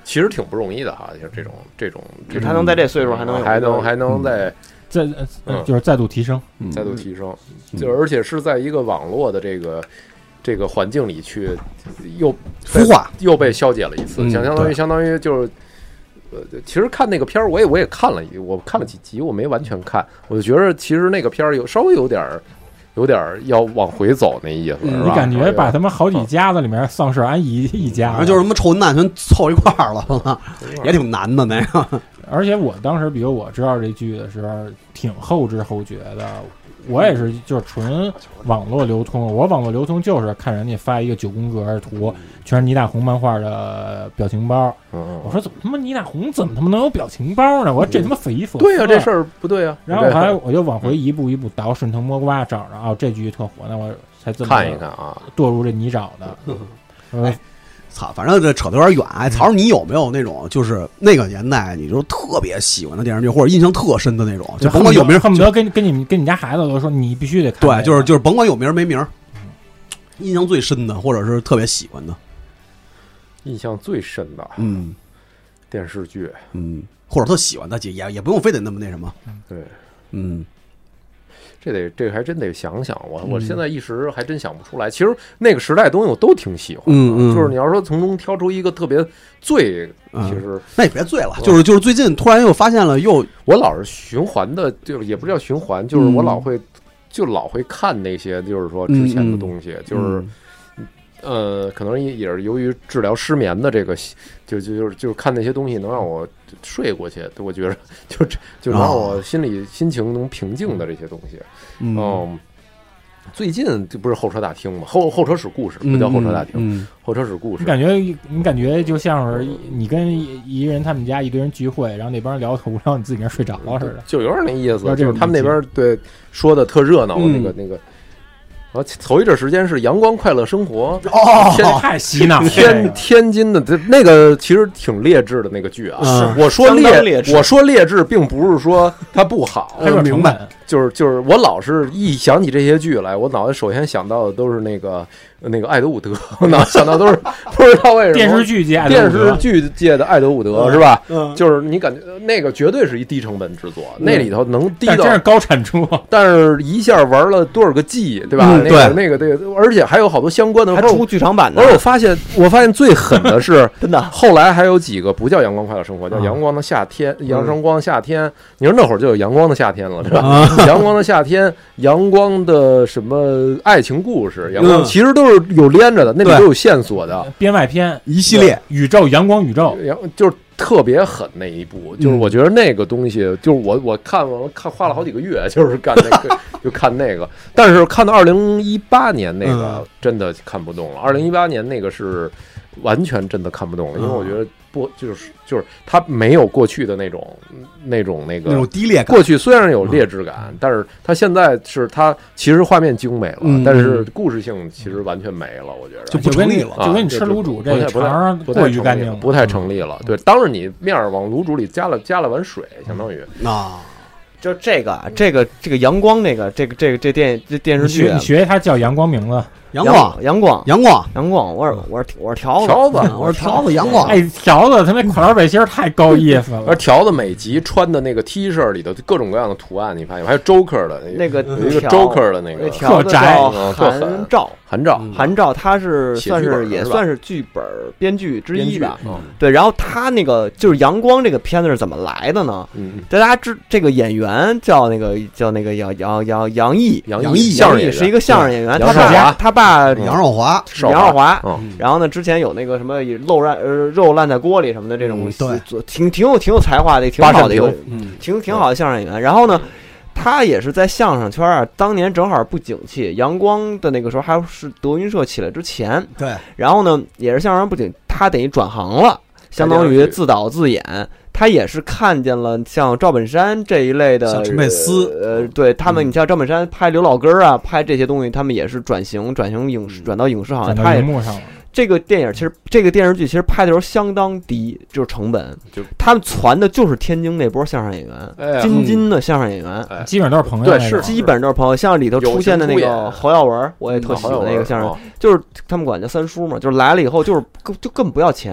其实挺不容易的哈，就是这种这种， 就他能在这岁数还能还能还能在再就是再度提升， 再度提升，就而且是在一个网络的这个这个环境里去又孵化， 又被消解了一次，相相当于相当于就是。呃，其实看那个片儿，我也我也看了，我看了几集，我没完全看，我就觉得其实那个片儿有稍微有点儿，有点儿要往回走那意思， 嗯、你感觉把他们好几家子里面丧尸安一一家， 反正就是什么臭混蛋全凑一块儿了，也挺难的那个。 而且我当时，比如我知道这剧的时候，挺后知后觉的。我也是，就是纯网络流通。我网络流通就是看人家发一个九宫格的图，全是倪大红漫画的表情包。 嗯、 我说怎么他妈倪大红怎么他妈能有表情包呢？我说这他妈匪夷所思。 对呀、啊，这事儿不对啊。 然后后来我就往回一步一步倒，顺藤摸瓜找着啊、哦，这剧特火，那我才这么看一看啊， 堕入这泥沼的。嗯操，反正这扯得有点远。哎，曹，你有没有那种就是那个年代你就特别喜欢的电视剧，或者印象特深的那种？就甭管有名， 恨不得跟跟你们跟你家孩子都说你必须得看。 对，就是就是甭管有名没名，印象最深的，或者是特别喜欢的。 印象最深的， 嗯， 电视剧， 嗯，或者特喜欢的，也也不用非得那么那什么。 对， 嗯。 这得这个还真得想想，我我现在一时还真想不出来。其实那个时代东西我都挺喜欢的， 嗯嗯， 就是你要说从中挑出一个特别最，其实那也别醉了，就是就是最近突然又发现了，又我老是循环的，就也不是叫循环，就是我老会就老会看那些，就是说之前的东西，就是呃，可能也是由于治疗失眠的这个，就就就是就是看那些东西能让我睡过去，我觉得就就能让我心里心情能平静的这些东西。嗯，最近这不是候车大厅吗？候候车室故事不叫候车大厅， 嗯、 候车室故事。 你感觉你感觉就像是你跟一个人他们家一堆人聚会，然后那帮人聊特无聊，你自己那睡着了似的， 就有点那意思。就是他们那边对说的特热闹， 嗯、 那个那个。然后头一阵时间是阳光快乐生活哦，太洗脑了。 天天津的那个其实挺劣质的那个剧啊， 嗯、 我说劣，我说劣质，并不是说它不好， 它有成本。 就是就是我老是一想起这些剧来，我脑袋首先想到的都是那个那个艾德伍德，我脑想到都是不知道为什么电视剧界电视剧界的艾德伍德、嗯、是吧？嗯，就是你感觉那个绝对是一低成本制作，嗯、那里头能低到， 但真是高产出， 但是一下玩了多少个季，对吧？ 嗯、 那个那个对，而且还有好多相关的， 还出剧场版的。 而我发现，我发现最狠的是真的， 后来还有几个不叫阳光快乐生活，叫阳光的夏天，阳阳光的夏天。你说那会儿就有阳光的夏天了，是吧？阳光的夏天。阳光的什么爱情故事，阳光其实都是有连着的，那里都有线索的编外篇一系列宇宙阳光宇宙， 就是特别狠那一部，就是我觉得那个东西，就是我我看完看花了好几个月，就是干那个就看那个，但是看到二零一八年那个真的看不动了，二零一八年那个是完全真的看不动了，因为我觉得。不就是就是它没有过去的那种那种那个那种低劣感。 过去虽然有劣质感，嗯、但是它现在是它其实画面精美了，嗯、但是故事性其实完全没了。我觉得就不成立了， 就跟你吃卤煮这个肠过于干净， 不太成立了。对，当着你面往卤煮里加了加了碗水，相当于啊。 就这个这个这个阳光，这个这个这个这电这电视剧， 你学它叫阳光名字。 阳光，阳光， 阳光， 阳光！我是我是我是条子， 条子， 我是条子，阳光。 哎，条子他那款背心太高意思了。 而条子每集穿的那个 T 恤里头各种各样的图案，你发现还有 Joker 的那个有一个 Joker 的那个特宅韩照， 韩照， 韩照，他是算是也算是剧本编剧之一吧。 嗯、 对，然后他那个就是阳光这个片子是怎么来的呢？ 嗯， 大家知这个演员叫那个叫那个杨杨杨杨毅， 杨毅， 杨毅是一个相声演员，他爸他爸杨少华， 杨少华。 嗯， 然后呢，之前有那个什么漏烂呃肉烂在锅里什么的这种， 对， 挺挺有挺有才华的，挺好的一个， 嗯， 挺挺好的相声演员。然后呢，他也是在相声圈啊，当年正好不景气，阳光的那个时候还是德云社起来之前， 对。 然后呢，也是相声不景，他等于转行了，相当于自导自演。他也是看见了像赵本山这一类的， 像陈佩斯， 呃，对他们，你像赵本山拍刘老根啊，拍这些东西，他们也是转型，转型影视，转到影视行业，他也这个电影其实这个电视剧其实拍的时候相当低，就是成本， 就他们传的就是天津那波相声演员， 哎、 京津的相声演员， 哎、 基本都是朋友， 对，是基本都是朋友。像里头出现的那个侯耀文，我也特喜欢那个相声， 嗯、 就是他们管叫三叔嘛，就是来了以后就是就根本不要钱。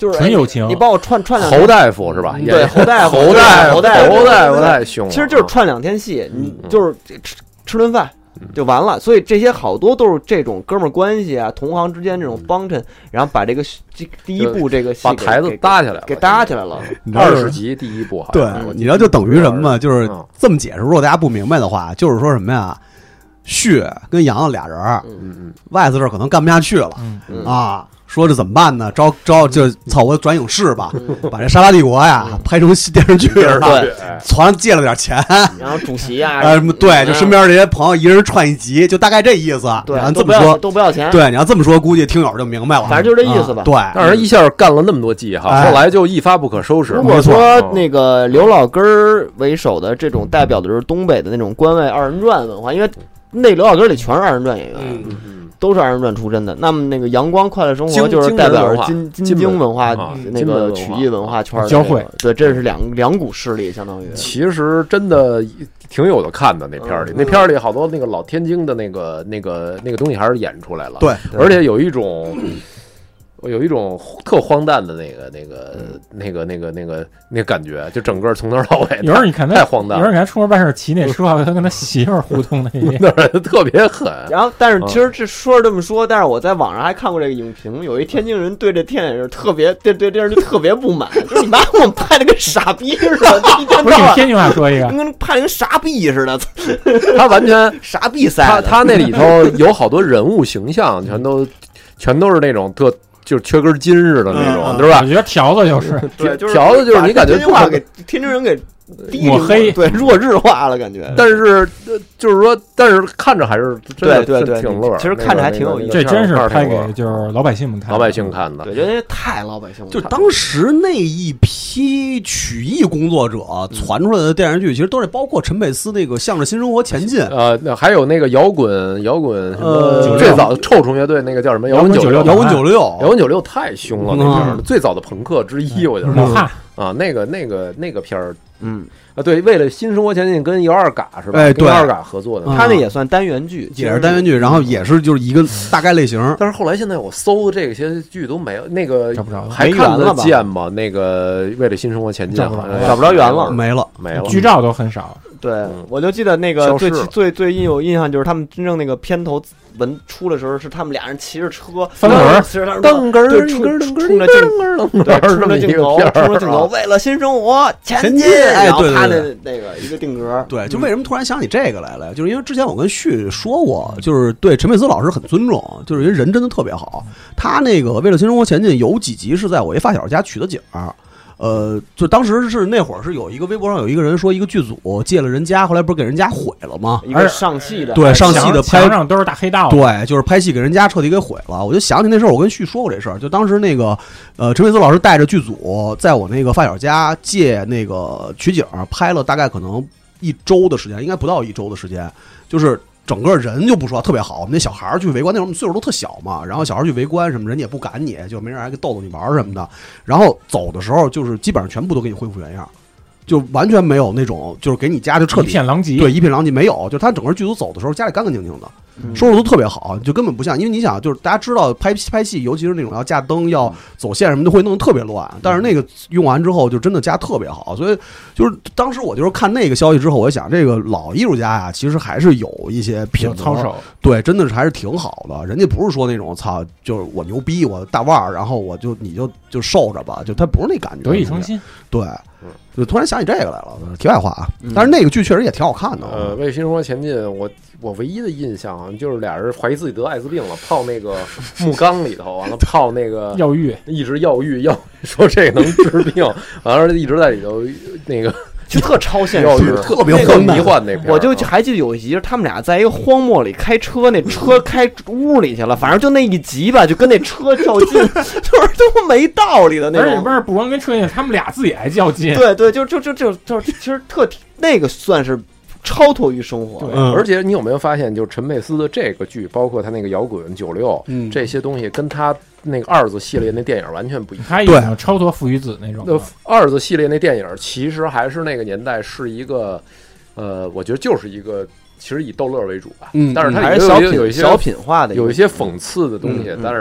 就是纯友情。 你帮我串串两侯大夫是吧？ 对，侯大夫， 侯大夫，侯大夫，侯大夫太凶了。 其实就是串两天戏，你就是吃吃顿饭。就完了，所以这些好多都是这种哥们儿关系啊，同行之间这种帮衬，然后把这个这第一部这个戏把台子搭起来了， 给搭起来了。 二十集第一部， 对，你知道就等于什么吗？就是这么解释，如果大家不明白的话，就是说什么呀？旭跟杨俩人， 嗯嗯， 外子这可能干不下去了， 嗯啊。说这怎么办呢？招招就操我转影视吧，把这《沙拉帝国》呀拍成电视剧了， 对， 传借了点钱， 然后主席啊， 呃，对，就身边这些朋友一人串一集，就大概这意思。 对， 然后这么说都不要钱。 对，你要这么说，估计听友就明白了。 反正就这意思吧。 对， 但是一下干了那么多季哈，后来就一发不可收拾。 如果说那个刘老根儿为首的这种代表的是东北的那种关外二人转文化，因为那刘老根儿里全是二人转演员。 嗯嗯。 都是二人转出身的，那么那个阳光快乐生活就是代表着金金京文化那个曲艺文化圈的交汇， 对，这是两两股势力，相当于。 其实真的挺有的看的那片儿里，那片儿里好多那个老天津的那个那个那个东西还是演出来了， 对， 而且有一种。有一种特荒诞的那个、那个、那个、那个、那个、那个感觉，就整个从头到尾。 有时候你看他太荒诞， 有时候你看出门办事骑那车，他跟他媳妇儿互动那些， 那特别狠。 然后，但是其实这说是这么说，但是我在网上还看过这个影评，有一天津人对这电影特别对对电视剧特别不满，就是你把我们拍的跟傻逼似的， 不是你天津话说一个， 跟拍的跟傻逼似的， 他完全傻逼塞。 他他那里头有好多人物形象，全都全都是那种特。就是缺根筋似的那种，对吧？ 我觉得条子就是， 对，就是条子就是你感觉天津话给天津人给抹黑， 对，弱智化了感觉。 但是就是说，但是看着还是对对对， 挺乐。 其实看着还挺有意思。 这真是拍给就是老百姓们看， 老百姓看的。 对，因为太老百姓。 就当时那一批曲艺工作者传出来的电视剧，其实都是包括陈佩斯那个《向着新生活前进》 呃，那还有那个摇滚摇滚什么最早臭虫乐队那个叫什么摇滚九六， 摇滚九六， 摇滚九六太凶了，那片儿最早的朋克之一，我觉得。 老汉啊，那个那个那个片儿， 嗯。 啊，对，为了新生活前进，跟姚二嘎是吧？ 哎，对， 姚二嘎合作的， 他那也算单元剧， 也是单元剧，然后也是就是一个大概类型。 但是后来现在我搜的这些剧都没有，那个找不着了， 还看得见吗？那个为了新生活前进， 找不着， 找不着源了， 没了， 没了， 剧照都很少。 对，我就记得那个最最最印有印象就是他们真正那个片头文出的时候，是他们俩人骑着车， 翻轮， 蹬根儿，冲着镜，对，冲着镜头，冲着镜头，为了新生活前进。 哎， 然后他那那个一个定格， 对，就为什么突然想起这个来了？就是因为之前我跟旭说过，就是对陈佩斯老师很尊重，就是因为人真的特别好。他那个为了新生活前进有几集是在我一发小家取的景儿。呃，就当时是那会儿是有一个微博上有一个人说一个剧组借了人家，后来不是给人家毁了吗？ 一个上戏的， 对，上戏的拍上都是大黑道， 对，就是拍戏给人家彻底给毁了。我就想起那时候我跟旭说过这事儿，就当时那个呃陈佩斯老师带着剧组在我那个发小家借那个取景，拍了大概可能一周的时间，应该不到一周的时间，就是整个人就不说特别好，我们那小孩儿去围观，那时候我们岁数都特小嘛，然后小孩去围观什么，人家也不赶你，就没人还给逗逗你玩什么的。然后走的时候，就是基本上全部都给你恢复原样，就完全没有那种就是给你家就彻底一片狼藉， 对，一片狼藉没有，就是他整个剧组走的时候家里干干净净的，收拾都特别好，就根本不像，因为你想，就是大家知道拍拍戏，尤其是那种要架灯、要走线什么的，会弄得特别乱。但是那个用完之后，就真的家特别好，所以就是当时我就是看那个消息之后，我就想，这个老艺术家呀，其实还是有一些品操守， 对，真的是还是挺好的。人家不是说那种操，就是我牛逼，我大腕儿，然后我就你就就受着吧，就他不是那感觉， 德艺双馨， 对。就突然想起这个来了，题外话啊，但是那个剧确实也挺好看的。 呃，为新生活前进，我我唯一的印象就是俩人怀疑自己得艾滋病了，泡那个木缸里头，完了泡那个药浴， 一直药浴药说这个能治病，完了一直在里头那个。 就特超现实， 特别特迷幻那片。 我就还记得有一集，他们俩在一个荒漠里开车，那车开屋里去了，反正就那一集吧，就跟那车较劲，就是都没道理的那种。 而且不是不光跟车，他们俩自己还较劲。 对对，就就就就就其实特那个算是超脱于生活。 嗯，而且你有没有发现，就陈佩斯的这个剧，包括他那个摇滚九六、嗯、这些东西，跟他那个二子系列那电影完全不一样。 他已经超脱父与子那种。 那二子系列那电影其实还是那个年代是一个，呃，我觉得就是一个。其实以逗乐为主吧， 嗯， 但是它还是小品有一些小品化的， 有一些讽刺的东西， 嗯、 但是它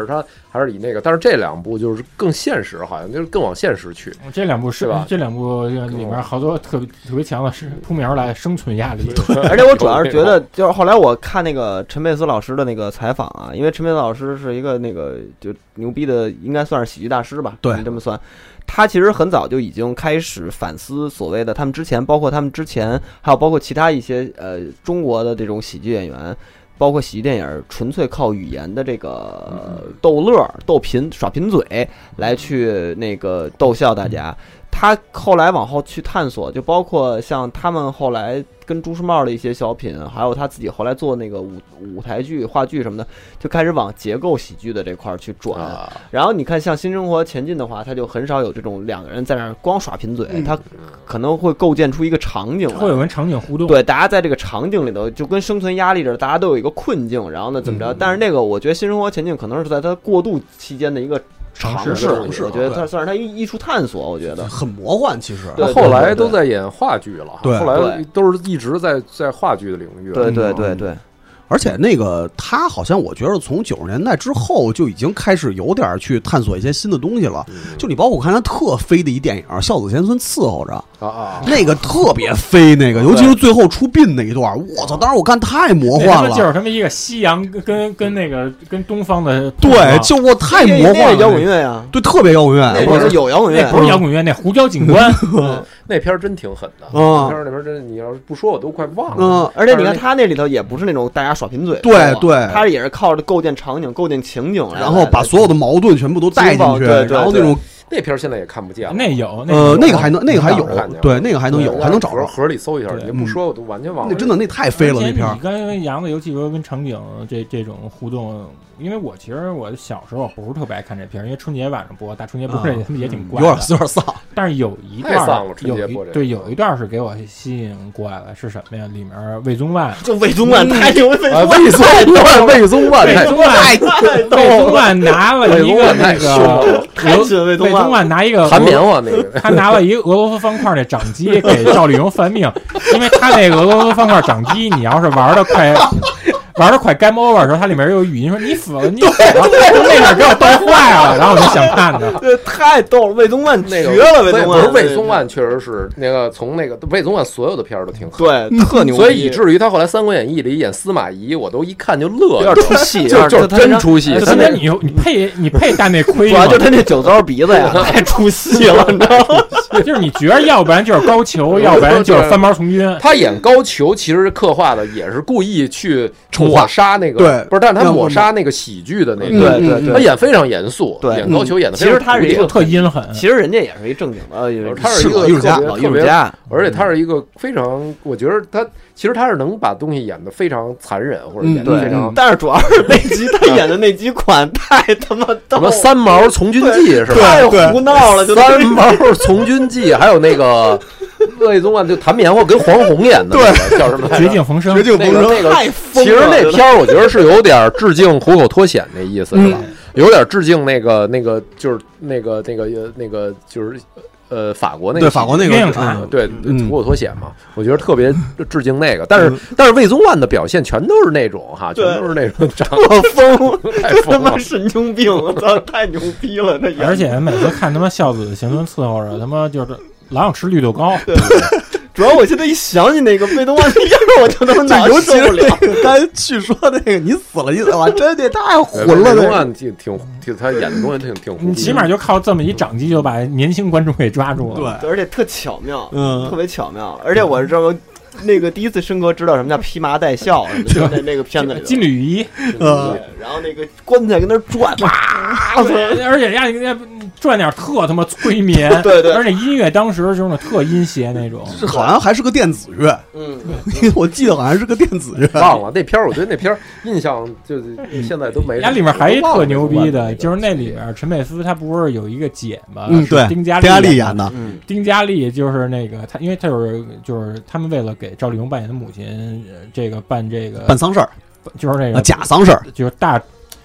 还是以那个，但是这两部就是更现实，好像就是更往现实去。 这两部是吧？ 这两部里面好多特别特别强的是扑面而来生存压力。 而且我主要是觉得，就是后来我看那个陈佩斯老师的那个采访啊，因为陈佩斯老师是一个那个就牛逼的，应该算是喜剧大师吧？ 对， 你这么算。他其实很早就已经开始反思所谓的他们之前，包括他们之前，还有包括其他一些呃中国的这种喜剧演员，包括喜剧电影，纯粹靠语言的这个逗乐、逗贫、耍贫嘴来去那个逗笑大家。他后来往后去探索，就包括像他们后来跟朱时茂的一些小品，还有他自己后来做那个舞舞台剧、话剧什么的，就开始往结构喜剧的这块去转。啊、然后你看，像新生活前进的话，他就很少有这种两个人在那儿光耍贫嘴，嗯、他可能会构建出一个场景， 会有跟场景互动。 对，大家在这个场景里头，就跟生存压力着，大家都有一个困境，然后呢怎么着？嗯、但是那个，我觉得新生活前进可能是在他过渡期间的一个。尝试，我觉得它算是他艺术探索，我觉得很魔幻。其实， 对后来都在演话剧了， 对， 后来都是一直在在话剧的领域。 对对对对。 而且那个他好像我觉得从九十年代之后就已经开始有点去探索一些新的东西了。嗯、就你包括我看他特飞的一电影《孝子贤孙伺候着》 啊啊， 那个特别飞，那个尤其是最后出殡那一段，我操！当时我看太魔幻了， 就是他们一个西洋跟跟那个跟东方的， 对，就我太魔幻了。 摇滚乐呀， 对，特别摇滚乐， 不是有摇滚乐， 不是摇滚乐，那胡椒警官那片真挺狠的。那片那片真，你要是不说我都快忘了。 嗯，而且你看他那里头也不是那种大家耍贫嘴， 对。对， 他也是靠着构建场景、构建情景， 然后把所有的矛盾全部都带进去，然后那种那片现在也看不见了。 那有， 呃，那个还能，那个还有，对，那个还能有，还能找着。 盒里搜一下，你不说我都完全忘了。 那真的那太飞了，那片。 你跟杨子，尤其说跟场景这这种互动，因为我其实我小时候不是特别爱看这片，因为春节晚上播，大春节播这他们也挺怪， 有点有点丧。 但是有一段有一对有一段是给我吸引过来了，是什么呀？里面魏宗万， 就魏宗万太牛，魏宗万，魏宗万，魏宗万， 魏宗万拿了一个那个，魏宗万拿一个弹棉花那个， 他拿了一个俄罗斯方块那掌机给赵丽蓉犯命，因为他那个俄罗斯方块掌机，你要是玩的快。玩的快 game over 的时候，它里面有语音说你死了，你死了，就那点给我逗坏了，然后我就想看的。 这太逗了，魏宗万绝了，魏宗万， 不是魏宗万，确实是那个从那个魏宗万所有的片儿都挺好， 对，特牛逼， 所以以至于他后来《三国演义》里演司马懿，我都一看就乐， 有点出戏， 就就是真出戏。 今天你你配你配戴那盔， 主要就他那酒糟鼻子呀，太出戏了，你知道吗？ 就是你觉得要不然就是高俅，要不然就是翻毛从军。 他演高俅其实刻画的也是故意去抹杀那个， 对， 不是，但是他抹杀那个喜剧的那个， 对对对， 他演非常严肃， 对， 演高俅演的其实他是一个特阴狠， 其实人家也是一正经的， 他是一个艺术家， 老艺术家， 而且他是一个非常，我觉得他其实他是能把东西演得非常残忍，或者演得非常， 但是主要是那集他演的那几款太他妈什么三毛从军记是吧？ 太胡闹了，就三毛从军记，还有那个魏宗万就弹棉花跟黄宏演的， 对， 叫什么？ 绝境逢生， 绝境逢生， 那个太疯了。 其实那片儿我觉得是有点致敬虎口脱险那意思，是吧？有点致敬那个那个就是那个那个那个就是呃法国那个对法国那个对虎口脱险嘛，我觉得特别致敬那个。但是但是魏宗万的表现全都是那种哈，全都是那种长得疯， 太他妈神经病，我操，太牛逼了！这而且每次看他妈孝子贤孙伺候着，他妈就是老想吃绿豆糕。 主要我现在一想起那个魏宗万那样，我就他妈难受不了。 刚才去说那个你死了，你死了，真的太混了。 魏宗万挺挺挺，他演的东西挺挺。 你起码就靠这么一掌机就把年轻观众给抓住了。 对，而且特巧妙， 嗯， 特别巧妙。而且我是这么。那个第一次深刻知道什么叫披麻戴孝，就那那个片子里金缕衣， 嗯，然后那个棺材跟那转， 哇，而且让人家转点特他妈催眠， 对对， 而且音乐当时就是那特阴邪那种， 这好像还是个电子乐， 嗯， 我记得好像是个电子乐， 忘了那片儿，我觉得那片儿印象就是现在都没。 它里面还一特牛逼的，就是那里面陈佩斯他不是有一个姐吗？ 嗯，对， 丁嘉丁嘉丽演的， 丁嘉丽就是那个他，因为他就是就是他们为了给赵丽蓉扮演的母亲，这个办这个办丧事儿， 就是那个假丧事儿， 就是大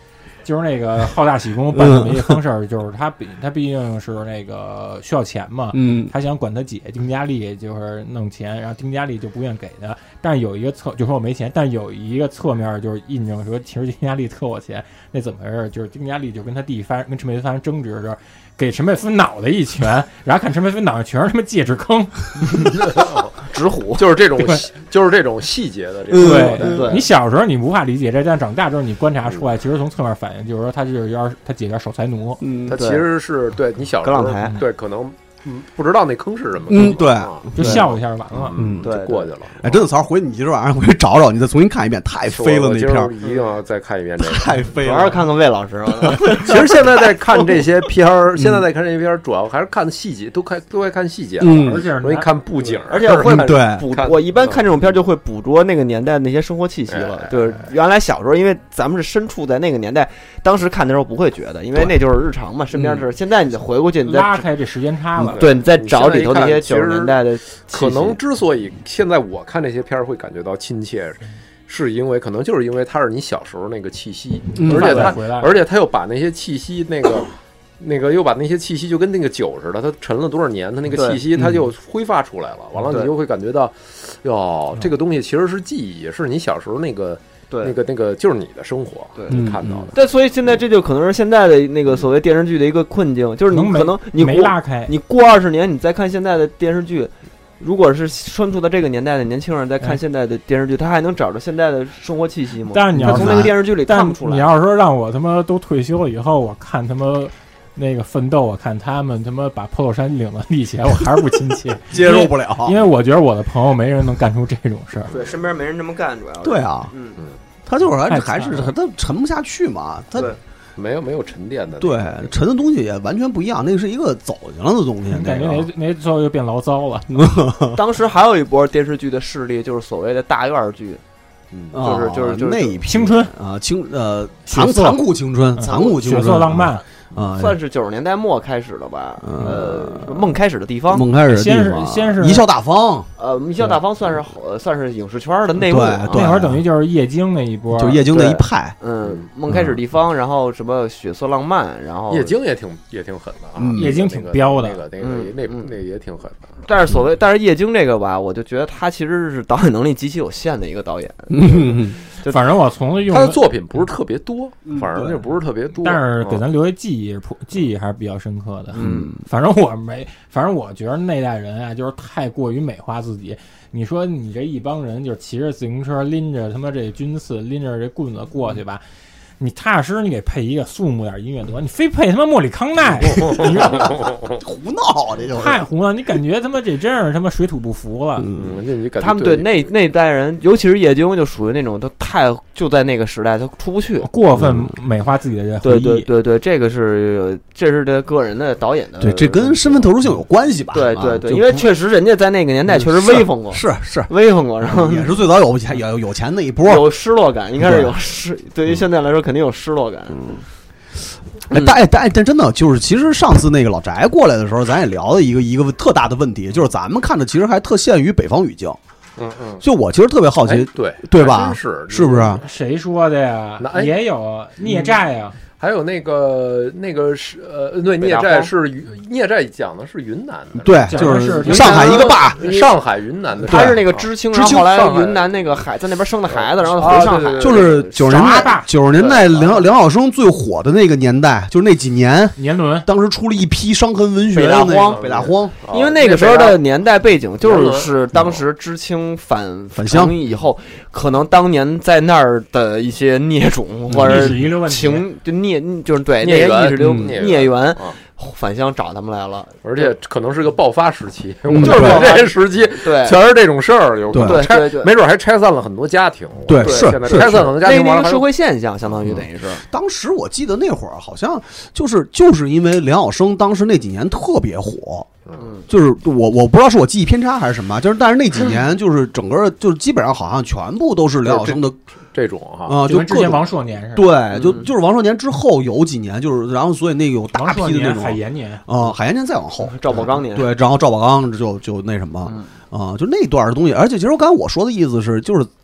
就是那个好大喜功办这么一个方式，就是他毕他毕竟是那个需要钱嘛， 嗯， 他想管他姐丁嘉丽就是弄钱，然后丁嘉丽就不愿给他。但是有一个侧就说我没钱，但有一个侧面就是印证说，其实丁嘉丽特我钱。那怎么回事？就是丁嘉丽就跟他弟发跟陈佩斯发生争执的时候，给陈佩斯脑袋一拳，然后看陈佩斯脑袋全是他妈戒指坑。 纸虎就是这种，就是这种细节的这种。 对对对，你小时候你无法理解这，但长大之后你观察出来，其实从侧面反映就是说他就是要他姐叫守财奴， 嗯，他其实是对你小时候对可能。嗯，不知道那坑是什么。 嗯，对， 就笑一下就完了。 嗯， 对，过去了。 哎，真的，曹回你今儿晚上回去找找，你再重新看一遍，太飞了那片， 一定要再看一遍这个， 太飞了。 主要是看看魏老师。 其实现在在看这些片儿，现在在看这些片儿，主要还是看细节，都看都爱看细节， 嗯， 而且容易看布景， 而且会对捕。我一般看这种片儿就会捕捉那个年代那些生活气息了。就是原来小时候，因为咱们是身处在那个年代，当时看的时候不会觉得，因为那就是日常嘛，身边是。现在你再回过去，你再拉开这时间差了， 对，你再找。里头那些九十年代的， 可能之所以现在我看这些片儿会感觉到亲切，是因为可能就是因为它是你小时候那个气息， 嗯、 而且他而且他又把那些气息那个那个又把那些气息就跟那个酒似的，它沉了多少年，它那个气息它就挥发出来了。完了，你就会感觉到，哟，这个东西其实是记忆，是你小时候那个。 对， 那个那个就是你的生活， 对， 你看到的。 但所以现在这就可能是现在的那个所谓电视剧的一个困境，就是你可能你没拉开， 你过二十年，你再看现在的电视剧，如果是身处在这个年代的年轻人在看现在的电视剧，他还能找着现在的生活气息吗？ 但是你要从那个电视剧里看不出来。 你要是说让我他妈都退休了以后，我看他妈。那个奋斗，我看他们他妈把 polo 衫领了立起来，我还是不亲切， 接受不了。 因为我觉得我的朋友没人能干出这种事儿。 对，身边没人这么干，主要是。 对啊， 嗯嗯， 他就是还还是他沉不下去嘛，他没有没有沉淀的。 对，沉的东西也完全不一样，那个是一一个走进了的东西。 感觉那那最后就变醪糟了。 当时还有一波电视剧的势力，就是所谓的大院剧。 嗯， 就是就是就是那一批青春啊，青呃残残酷青春，残酷青春， 血色浪漫。 啊， 算是九十年代末开始的吧。呃，梦开始的地方， 梦开始的地方，先是贻笑大方。 呃，贻笑大方算是呃算是影视圈的内幕。 对， 那会儿等于就是叶京那一波， 就叶京那一派。 嗯，梦开始地方，然后什么血色浪漫，然后叶京也挺也挺狠的啊， 叶京挺彪的， 那个那个那那也挺狠的。 但是所谓，但是叶京这个吧，我就觉得他其实是导演能力极其有限的一个导演。 就反正我从用他的作品不是特别多，反正就不是特别多， 但是给咱留下记忆，记忆还是比较深刻的。 嗯， 反正我没，反正我觉得那代人啊，就是太过于美化自己。你说你这一帮人就是骑着自行车，拎着他妈这军刺，拎着这棍子过去吧。你踏实，你给配一个肃穆点音乐得，你非配他妈莫里康奈， 胡闹，这就太胡闹！你感觉他妈这真是他妈水土不服了。 嗯，你他们对那那代人，尤其是叶京，就属于那种都太就在那个时代，他出不去， 过分美化自己的人。 对对对对，这个是这是这个人的导演的， 对，这跟身份特殊性有关系吧？ 对对对，因为确实人家在那个年代确实威风过， 是是威风过，然后也是最早有钱有有钱那一波， 有失落感，应该是有失，对于现在来说。肯定有失落感， 嗯，哎，但哎但但真的就是，其实上次那个老翟过来的时候，咱也聊了一个一个特大的问题，就是咱们看的其实还特限于北方语境， 嗯嗯， 就我其实特别好奇， 对对吧？ 是是不是？ 谁说的呀？也有孽债呀。 还有那个那个是呃，对，孽债是孽债讲的是云南的， 对，就是上海一个坝， 上海云南的， 他是那个知青，然后后来云南那个海在那边生的孩子，然后回上海， 就是九十年代九十年代梁梁晓声最火的那个年代，就是那几年年轮， 当时出了一批伤痕文学， 北大荒， 北大荒， 因为那个时候的年代背景就是当时知青返返乡以后，可能当年在那儿的一些孽种或者情就孽。就是对那些意识流孽缘返乡找他们来了， 而且可能是个爆发时期，就是这些时期， 对， 全是这种事儿，有可能拆， 没准还拆散了很多家庭。 对，是现在拆散很多家庭， 那个社会现象，相当于等于是。 当时我记得那会儿好像就是就是因为梁晓声当时那几年特别火。 嗯， 就是我我不知道是我记忆偏差还是什么，就是但是那几年就是整个就是基本上好像全部都是梁晓声的这种哈啊，就之前王朔年是对，就就是王朔年之后有几年就是然后所以那个有大批的那种海岩年啊，海岩年再往后赵宝刚年对，然后赵宝刚就就那什么啊，就那段的东西，而且其实刚才我说的意思是就是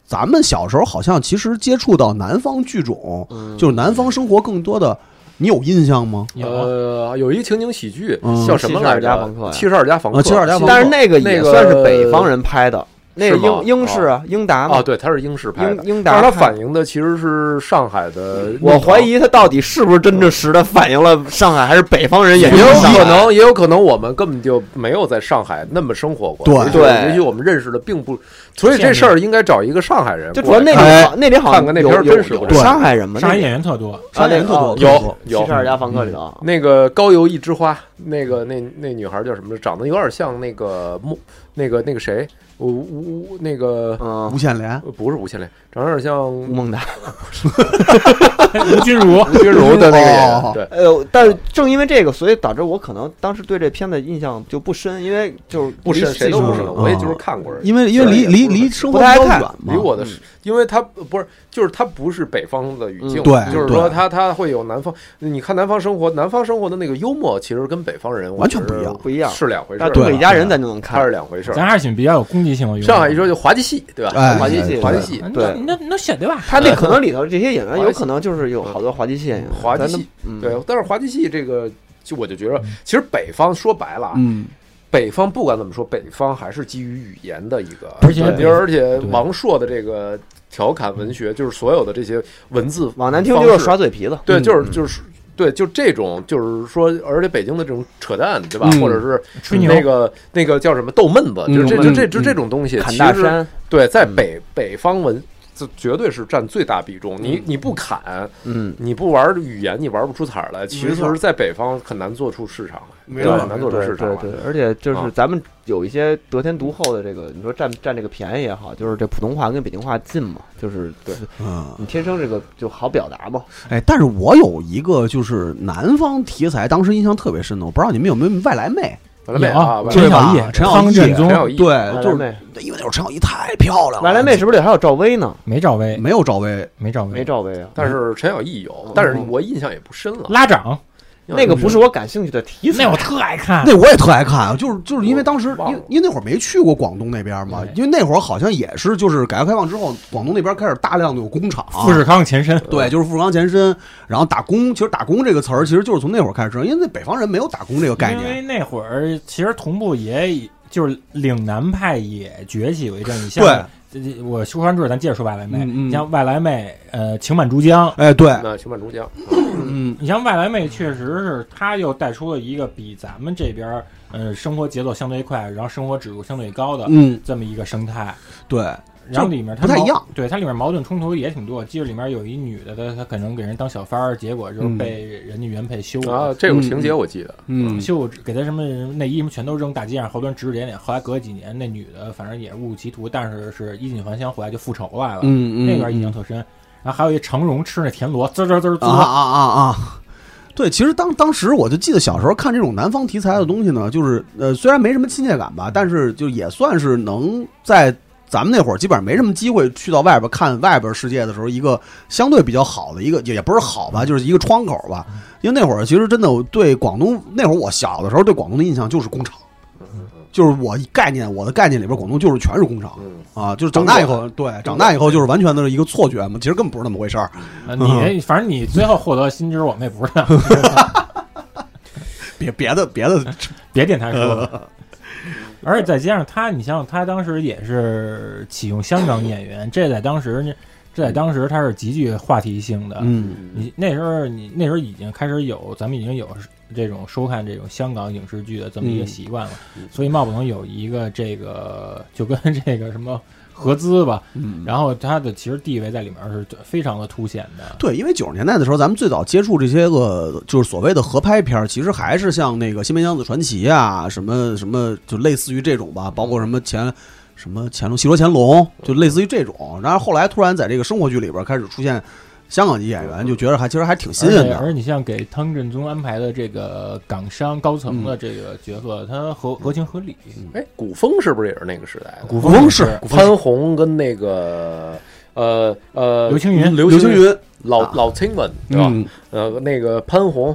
咱们小时候好像其实接触到南方剧种，嗯、就是南方生活更多的，你有印象吗？ 呃，有一个情景喜剧，嗯、叫什么来着？七十二家房客。 七十二家房客， 但是那个也算是北方人拍的。那个英英式啊，英达嘛， 哦，对，他是英式拍的， 英英达， 但是他反映的其实是上海的。 我怀疑他到底是不是真正实的反映了上海，还是北方人也有可能，也有可能我们根本就没有在上海那么生活过。 对对， 也许我们认识的并不，所以这事儿应该找一个上海人。 就主要那里那里好像看看那片真实有上海人吗？ 上海演员特多， 上海演员特多， 有有七十二家房客里头， 那个高邮一枝花，那个那那女孩叫什么？长得有点像那个木，那个那个谁。吴吴那个吴倩莲不是吴倩莲，长得有点像吴孟达， 吴君如， 吴君如的那个演员。对， 呃，但是正因为这个，所以导致我可能当时对这片子印象就不深，因为就是不深，谁都不深，我也就是看过。 因为因为离离离生活比较远嘛， 离我的，因为它不是，就是它不是北方的语境， 对， 就是说它它会有南方。你看南方生活，南方生活的那个幽默，其实跟北方人完全不一样， 不一样， 是两回事。 东北一家人咱就能看， 它是两回事。 咱还是比较有攻击性的。 上海一说就滑稽戏，对吧？ 哎、 滑稽戏，滑稽戏，对， 那那选对吧？ 他那可能里头这些演员有可能就是有好多滑稽戏演员， 滑稽戏，对。但是滑稽戏这个，就我就觉得，其实北方说白了， 嗯， 北方不管怎么说，北方还是基于语言的一个， 而且而且王朔的这个调侃文学，就是所有的这些文字， 往难听就是耍嘴皮子， 对，就是就是。对，就这种，就是说，而且北京的这种扯淡，对吧？ 嗯、 或者是那个那个叫什么逗闷子， 嗯、 就这就这就这种东西， 侃大山， 对，在北、嗯、北方文，这绝对是占最大比重。你你不侃， 嗯， 你不玩语言，你玩不出彩儿来。其实，在北方很难做出市场来，对，很难做出市场来。 对对，而且就是咱们有一些得天独厚的这个，你说占占这个便宜也好，就是这普通话跟北京话近嘛，就是对， 嗯， 你天生这个就好表达嘛。 哎，但是我有一个就是南方题材，当时印象特别深的，我不知道你们有没有外来妹。 外来妹啊， 陈小艺、 陈小艺、 振宗， 对，就是因为那会儿陈小艺太漂亮了。 外来妹是不是里还有赵薇呢？ 没赵薇， 没有赵薇， 没赵薇， 没赵薇啊。 但是陈小艺有，但是我印象也不深了。 拉长。 那个不是我感兴趣的题材， 那我特爱看， 那我也特爱看，就是就是因为当时因因为那会儿没去过广东那边嘛，因为那会儿好像也是就是改革开放之后，广东那边开始大量的有工厂， 富士康前身， 对，就是富士康前身，然后打工，其实打工这个词儿其实就是从那会儿开始，因为那北方人没有打工这个概念， 因为那会儿其实同步也就是岭南派也崛起有一阵，你像对。 我说完之后，咱接着说外来妹。 嗯嗯、 你像外来妹，呃，情满珠江， 哎，对， 那情满珠江。 嗯， 你像外来妹，确实是她又带出了一个比咱们这边，呃，生活节奏相对快，然后生活指数相对高的， 嗯， 这么一个生态。 对。 然后里面它不太一样， 对它里面矛盾冲突也挺多。记得里面有一女的，她她可能给人当小三儿，结果就是被人家原配休了、 嗯、啊。这种情节我记得， 嗯， 休给她什么内衣什么全都扔大街上，好多人指指点点。后来隔几年，那女的反正也误入歧途，但是是衣锦还乡，回来就复仇来了。 嗯嗯， 那边印象特深。然后还有一成龙吃那田螺，滋滋滋滋啊啊啊啊！对，其实当当时我就记得小时候看这种南方题材的东西呢，就是呃，虽然没什么亲切感吧，但是就也算是能在。咱们那会儿基本上没什么机会去到外边看外边世界的时候，一个相对比较好的一个，也不是好吧，就是一个窗口吧。因为那会儿其实真的对广东，那会儿我小的时候对广东的印象就是工厂，就是我概念我的概念里边广东就是全是工厂啊，就是长大以后，对，长大以后就是完全的是一个错觉嘛，其实根本不是那么回事儿。 你反正你最后获得新知，我们也不知道。 别别的别的别电台说。而且再加上他，你想想，他当时也是启用香港演员，这在当时，这在当时他是极具话题性的。 嗯， 你那时候，你那时候已经开始有，咱们已经有这种收看这种香港影视剧的这么一个习惯了， 嗯、 所以冒不能有一个这个，就跟这个什么。合资吧， 嗯， 然后它的其实地位在里面是非常的凸显的。 对，因为九十年代的时候，咱们最早接触这些个就是所谓的合拍片，其实还是像那个《新白娘子传奇》啊，什么什么，就类似于这种吧，包括什么乾什么乾隆、戏说乾隆，就类似于这种。然后后来突然在这个生活剧里边开始出现香港籍演员，就觉得还其实还挺新鲜的。 而且你像给汤振宗安排的这个港商高层的这个角色，他、嗯、合合情合理。 哎，古风是不是也是那个时代的？ 古风是潘虹跟那个呃呃刘青云， 刘青云老老青们对吧？ 嗯、 呃，那个潘虹。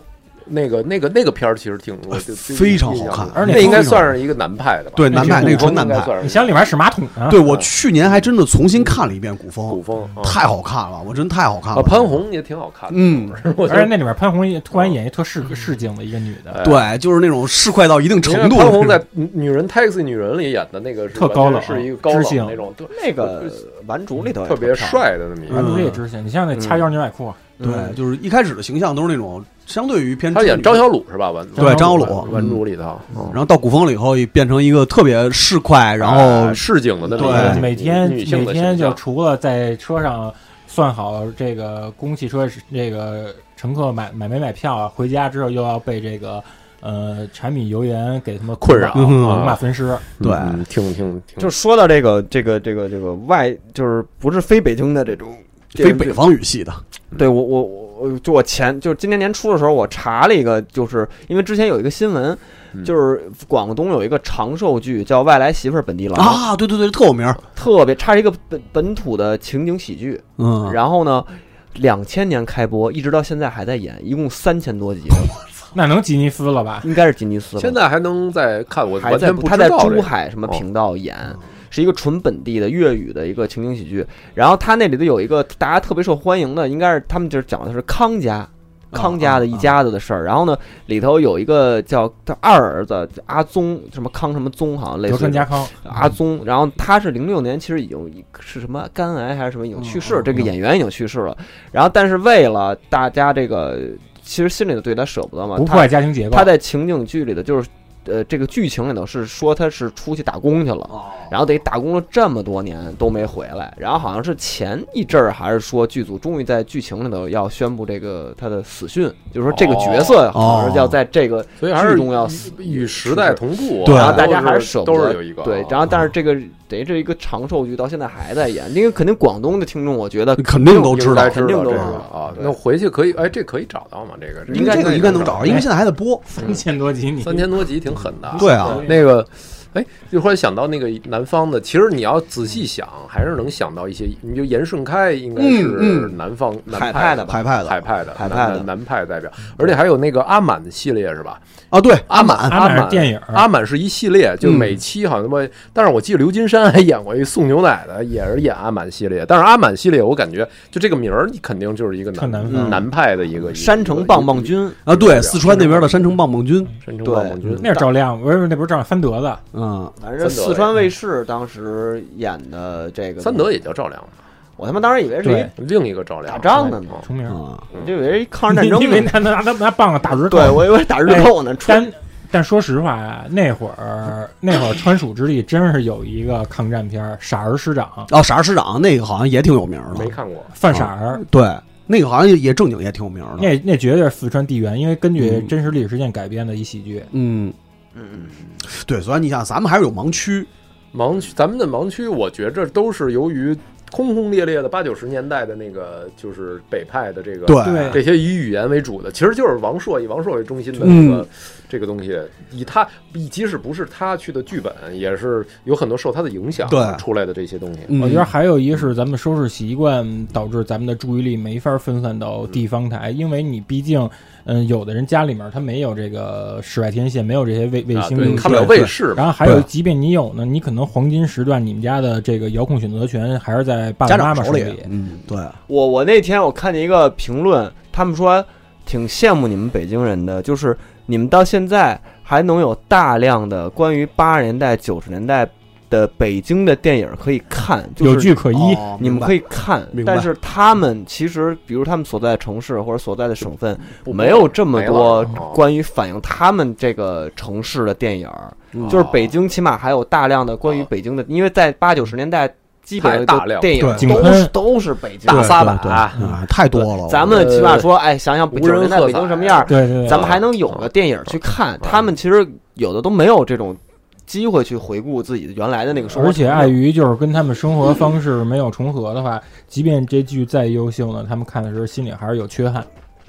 那个那个那个片儿其实挺非常好看， 而且那应该算是一个南派的吧？ 对，南派那个纯南派。 你想里面是马桶啊？ 对，我去年还真的重新看了一遍古风， 古风太好看了，我真太好看了。 潘虹也挺好看的， 嗯， 而且那里面潘虹突然演一特市市井的一个女的， 对，就是那种市侩到一定程度。 潘虹在《女人 Taxi 女人》里演的那个特高冷， 是一个高冷那种， 那个顽主里头特别帅的那么一个。 顽主也知性，你像那掐腰牛仔裤。 对，就是一开始的形象都是那种相对于偏他演张小鲁是吧？顽对张小鲁顽主里头， 然后到古风了以后变成一个特别市侩，然后市井的那种。 对，每天每天就除了在车上算好这个公汽车这个乘客买买没买票啊，回家之后又要被这个呃柴米油盐给他们困扰， 五马分尸。 对， 听听就说到这个这个这个这个外，就是不是非北京的这种。 非北方语系的， 对我我我就我前就是今年年初的时候，我查了一个，就是因为之前有一个新闻， 嗯、 就是广东有一个长寿剧叫《外来媳妇本地郎》 啊，对对对，特有名， 特别，它是一个本本土的情景喜剧， 嗯， 然后呢，两千年开播，一直到现在还在演，一共三千多集。 那能吉尼斯了吧？ 应该是吉尼斯了。 现在还能再看，我还在不知道他在珠海什么频道演。 哦是一个纯本地的粤语的一个情景喜剧，然后他那里头有一个大家特别受欢迎的，应该是他们就是讲的是康家，康家的一家子的事儿。然后呢，里头有一个叫他二儿子阿宗，什么康什么宗，好像类似德川家康阿宗。然后他是零六年，其实已经是什么肝癌还是什么已经去世，这个演员已经去世了。然后但是为了大家这个，其实心里头对他舍不得嘛， 不破坏家庭结构。 他在情景剧里的就是。呃，这个剧情里头是说他是出去打工去了，然后得打工了这么多年都没回来，然后好像是前一阵儿还是说剧组终于在剧情里头要宣布这个他的死讯，就是说这个角色好像是要在这个剧中要死， 与时代同步， 对， 然后大家还是舍不得， 都是有一个对，然后但是这个等于这一个长寿剧到现在还在演，因为肯定广东的听众我觉得肯定都知道， 肯定都知道啊。那回去可以，哎，这可以找到吗？这个应该这个应该能找到，因为现在还在播， 三千多集，你三千多集挺狠的， 对啊。 那个，哎，就忽然想到那个南方的，其实你要仔细想，还是能想到一些。你就严顺开应该是南方海派的海派的海派的海派的南派代表，而且还有那个阿满的系列是吧？ 啊，对， 阿满阿满电影， 阿满是一系列，就每期好像他妈，但是我记得刘金山还演过一送牛奶的，也是演阿满系列。但是阿满系列，我感觉就这个名儿，你肯定就是一个南南南派的一个山城棒棒军啊，对，四川那边的山城棒棒军， 山城棒棒军那是赵亮，不是那不是赵亮，三德的， 嗯， 反正四川卫视当时演的这个三德也叫赵亮。 我他妈当时以为是一另一个赵亮打仗的呢， 重名， 我就以为抗日战争， 因为拿拿拿拿棒子打日对我以为打日寇呢。 但但说实话呀，那会儿那会儿川蜀之地真是有一个抗战片《傻儿师长》 哦，傻儿师长那个好像也挺有名的， 没看过。 犯傻儿， 对，那个好像也正经也挺有名的。 那那绝对是四川地缘，因为根据真实历史事件改编的一喜剧。 嗯嗯嗯，对，所以你想，咱们还是有盲区， 盲区，咱们的盲区，我觉着都是由于。轰轰烈烈的八九十年代的那个就是北派的这个对这些以语言为主的，其实就是王朔以王朔为中心的这个、嗯、这个东西，以他即使不是他去的剧本，也是有很多受他的影响出来的这些东西。 我觉得还有一个是咱们收视习惯导致咱们的注意力没法分散到地方台，因为你毕竟。嗯，有的人家里面他没有这个室外天线，没有这些卫卫星， 啊、看不了卫视。 然后还有，即便你有呢，你可能黄金时段，你们家的这个遥控选择权还是在爸爸妈妈手里。 嗯，对。 我我那天我看见一个评论，他们说挺羡慕你们北京人的，就是你们到现在还能有大量的关于八十年代、九十年代。的北京的电影可以看，就是、 有据可依、 哦， 你们可以看。但是他们其实，比如他们所在的城市或者所在的省份，没有这么多关于反映他们这个城市的电影。 嗯、 就是北京起码还有大量的关于北京的，因为在八九十年代。基本大量电影都是都是北京大撒把啊，太多了。 咱们起码说，哎，想想九十年代北京什么样， 对对， 咱们还能有个电影去看。他们其实有的都没有这种。机会去回顾自己原来的那个生活， 而且碍于就是跟他们生活方式没有重合的话，即便这剧再优秀呢，他们看的时候心里还是有缺憾。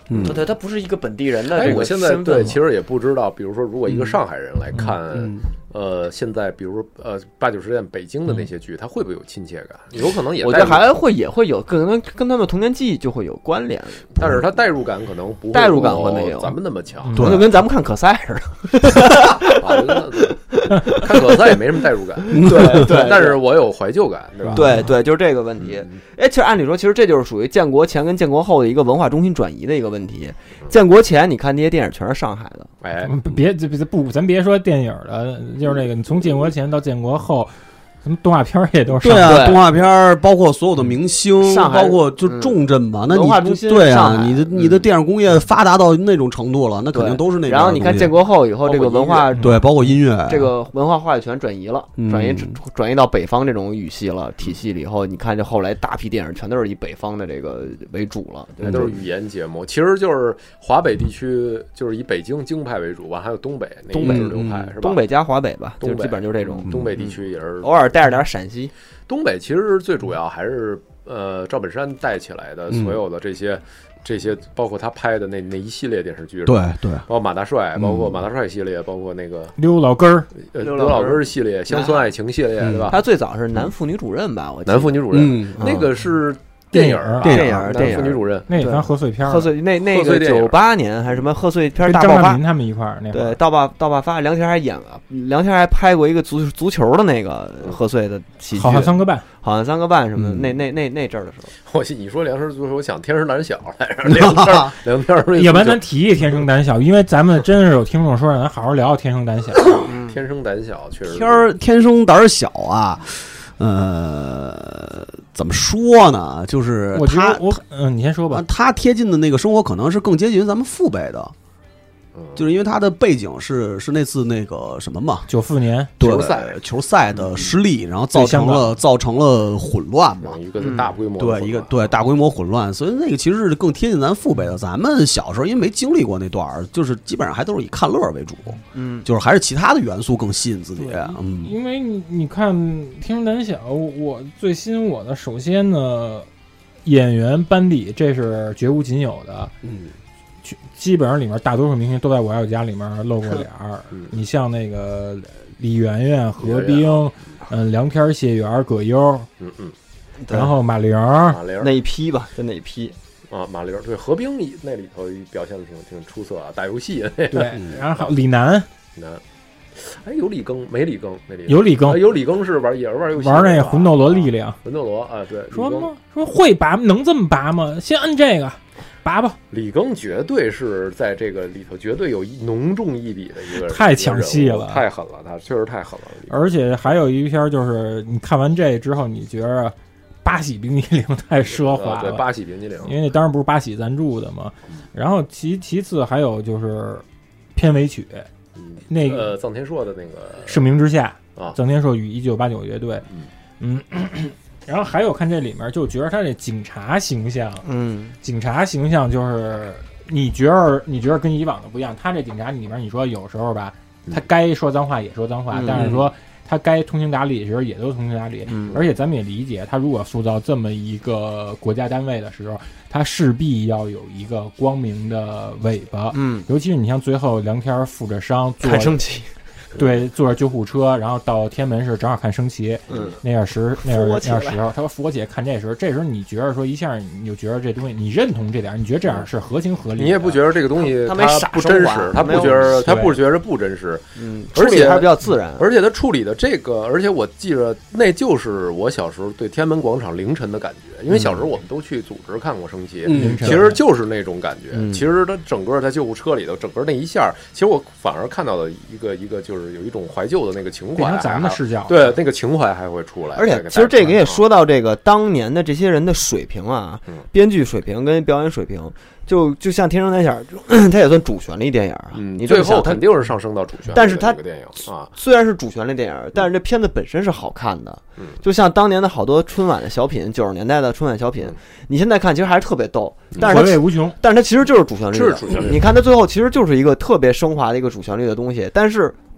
嗯，对对，他不是一个本地人的这个。 我现在对其实也不知道，比如说，如果一个上海人来看， 嗯嗯、呃，现在比如呃八九十年北京的那些剧，他会不会有亲切感？有可能也， 我觉得还会也会有，可能跟他们童年记忆就会有关联。 但是他代入感可能不会代入感会没有咱们那么强， 对，就跟咱们看可赛似的。 啊，看可赛也没什么代入感， 对对， 但是我有怀旧感，对吧？ 对对，就是这个问题。哎，其实按理说，其实这就是属于建国前跟建国后的一个文化中心转移的一个问题。建国前，你看那些电影全是上海的， 哎， 别别不，咱别说电影了，就是这个，你从建国前到建国后。什么动画片也都是对啊，动画片包括所有的明星， 上海包括就重镇嘛。那文化中心对啊，你的你的电影工业发达到那种程度了，那肯定都是那种。 然后你看建国后以后，这个文化对，包括音乐， 这个文化话语权转移了，转移转移到北方这种语系了体系里以后，你看这后来大批电影全都是以北方的这个为主了， 对，都是语言节目。其实就是华北地区就是以北京京派为主吧，还有东北东北流派是吧？ 东北加华北吧， 就基本上就是这种。 东北地区也是偶尔带着点陕西。 东北其实最主要还是呃赵本山带起来的所有的这些、嗯、这些，包括他拍的那那一系列电视剧， 对对， 包括马大帅，嗯、包括马大帅系列，包括那个刘老根儿、 呃刘老根儿系列、乡村爱情系列， 嗯、 对吧？ 他最早是男妇女主任吧？我记得男妇女主任、 嗯、 那个是。 电影电影男妇女主任， 那也算贺岁片， 贺岁那那个九八年还是什么贺岁片大爆发， 他们一块儿那对大爆大爆发，梁天还演了，梁天还拍过一个足足球的那个贺岁的喜剧， 好汉三个半， 好汉三个半什么的，那那那那阵儿的时候， 我你说梁天足球，我想天生胆小来着，梁天梁天， 要不然咱提一天生胆小，因为咱们真是有听众说让咱好好聊天生胆小， 天生胆小确实天天生胆小啊。呃，怎么说呢？就是我觉得我嗯，你先说吧。 他贴近的那个生活可能是更接近于咱们父辈的，就是因为他的背景是是那次那个什么嘛， 九四年球赛球赛的失利，然后造成了造成了混乱嘛， 一个大规模对一个对大规模混乱，所以那个其实是更贴近咱父辈的。咱们小时候因为没经历过那段，就是基本上还都是以看乐为主，嗯，就是还是其他的元素更吸引自己。嗯， 因为你你看《天生胆小》，我最吸引我的，首先呢，演员班底这是绝无仅有的，嗯。基本上里面大多数明星都在《我爱我家》里面露过脸儿。嗯、你像那个李媛媛、何冰，嗯、呃，梁天、谢元、葛优，嗯嗯，然后马玲， 马玲那一批吧，就那一批啊，马玲对何冰那里头表现的挺挺出色啊，打游戏那个。 对，然后李楠， 李楠，哎，有李庚没李庚那里有李庚、 哎，有李庚是玩也是玩游戏， 玩那魂斗罗力量， 魂斗罗啊，对， 说吗？说会拔能这么拔吗？先摁这个。拔吧， 李庚绝对是在这个里头绝对有浓重一笔的一个， 太抢戏了， 太狠了，他确实太狠了。 而且还有一篇就是你看完这之后，你觉得八喜冰激凌太奢华了， 对，八喜冰激凌， 因为那当然不是八喜赞助的嘛。然后其其次还有就是片尾曲， 嗯、 那个呃臧天朔的那个 《盛名之下》 啊， 臧天朔与一九八九乐队，嗯。嗯然后还有看这里面，就觉得他这警察形象， 嗯， 警察形象就是你觉得你觉得跟以往的不一样。他这警察里面，你说有时候吧，他该说脏话也说脏话，嗯、但是说他该通情达理的时候也都通情达理。嗯、而且咱们也理解，他如果塑造这么一个国家单位的时候，他势必要有一个光明的尾巴。 嗯， 尤其是你像最后梁天负着伤， 看升旗。 对，坐着救护车，然后到天门市正好看升旗，嗯，那样时那样那样时候，他说：“佛姐看这时候，这时候你觉得说一下，你就觉得这东西你认同这点，你觉得这样是合情合理， 你也不觉得这个东西他没傻不真实，他不觉得他不觉得不真实， 嗯， 而且还比较自然， 而且他处理的这个，而且我记着那就是我小时候对天安门广场凌晨的感觉，因为小时候我们都去组织看过升旗， 嗯， 其实就是那种感觉。其实他整个在救护车里头，整个那一下，其实我反而看到了一个一个就是有一种怀旧的那个情怀， 咱们的视角， 对那个情怀还会出来。 而且其实这个也说到这个当年的这些人的水平啊， 嗯、 编剧水平跟表演水平。就就像《天生胆小》，它也算主旋律电影啊。 嗯，你最后肯定是上升到主旋律， 但是它电影啊， 虽然是主旋律电影，但是这片子本身是好看的。 嗯， 就像当年的好多春晚的小品，九十年代的春晚小品，你现在看其实还是特别逗，但是它回味无穷。 但是它其实就是主旋律， 是主旋律。 你看它最后其实就是一个特别升华的一个主旋律的东西，但是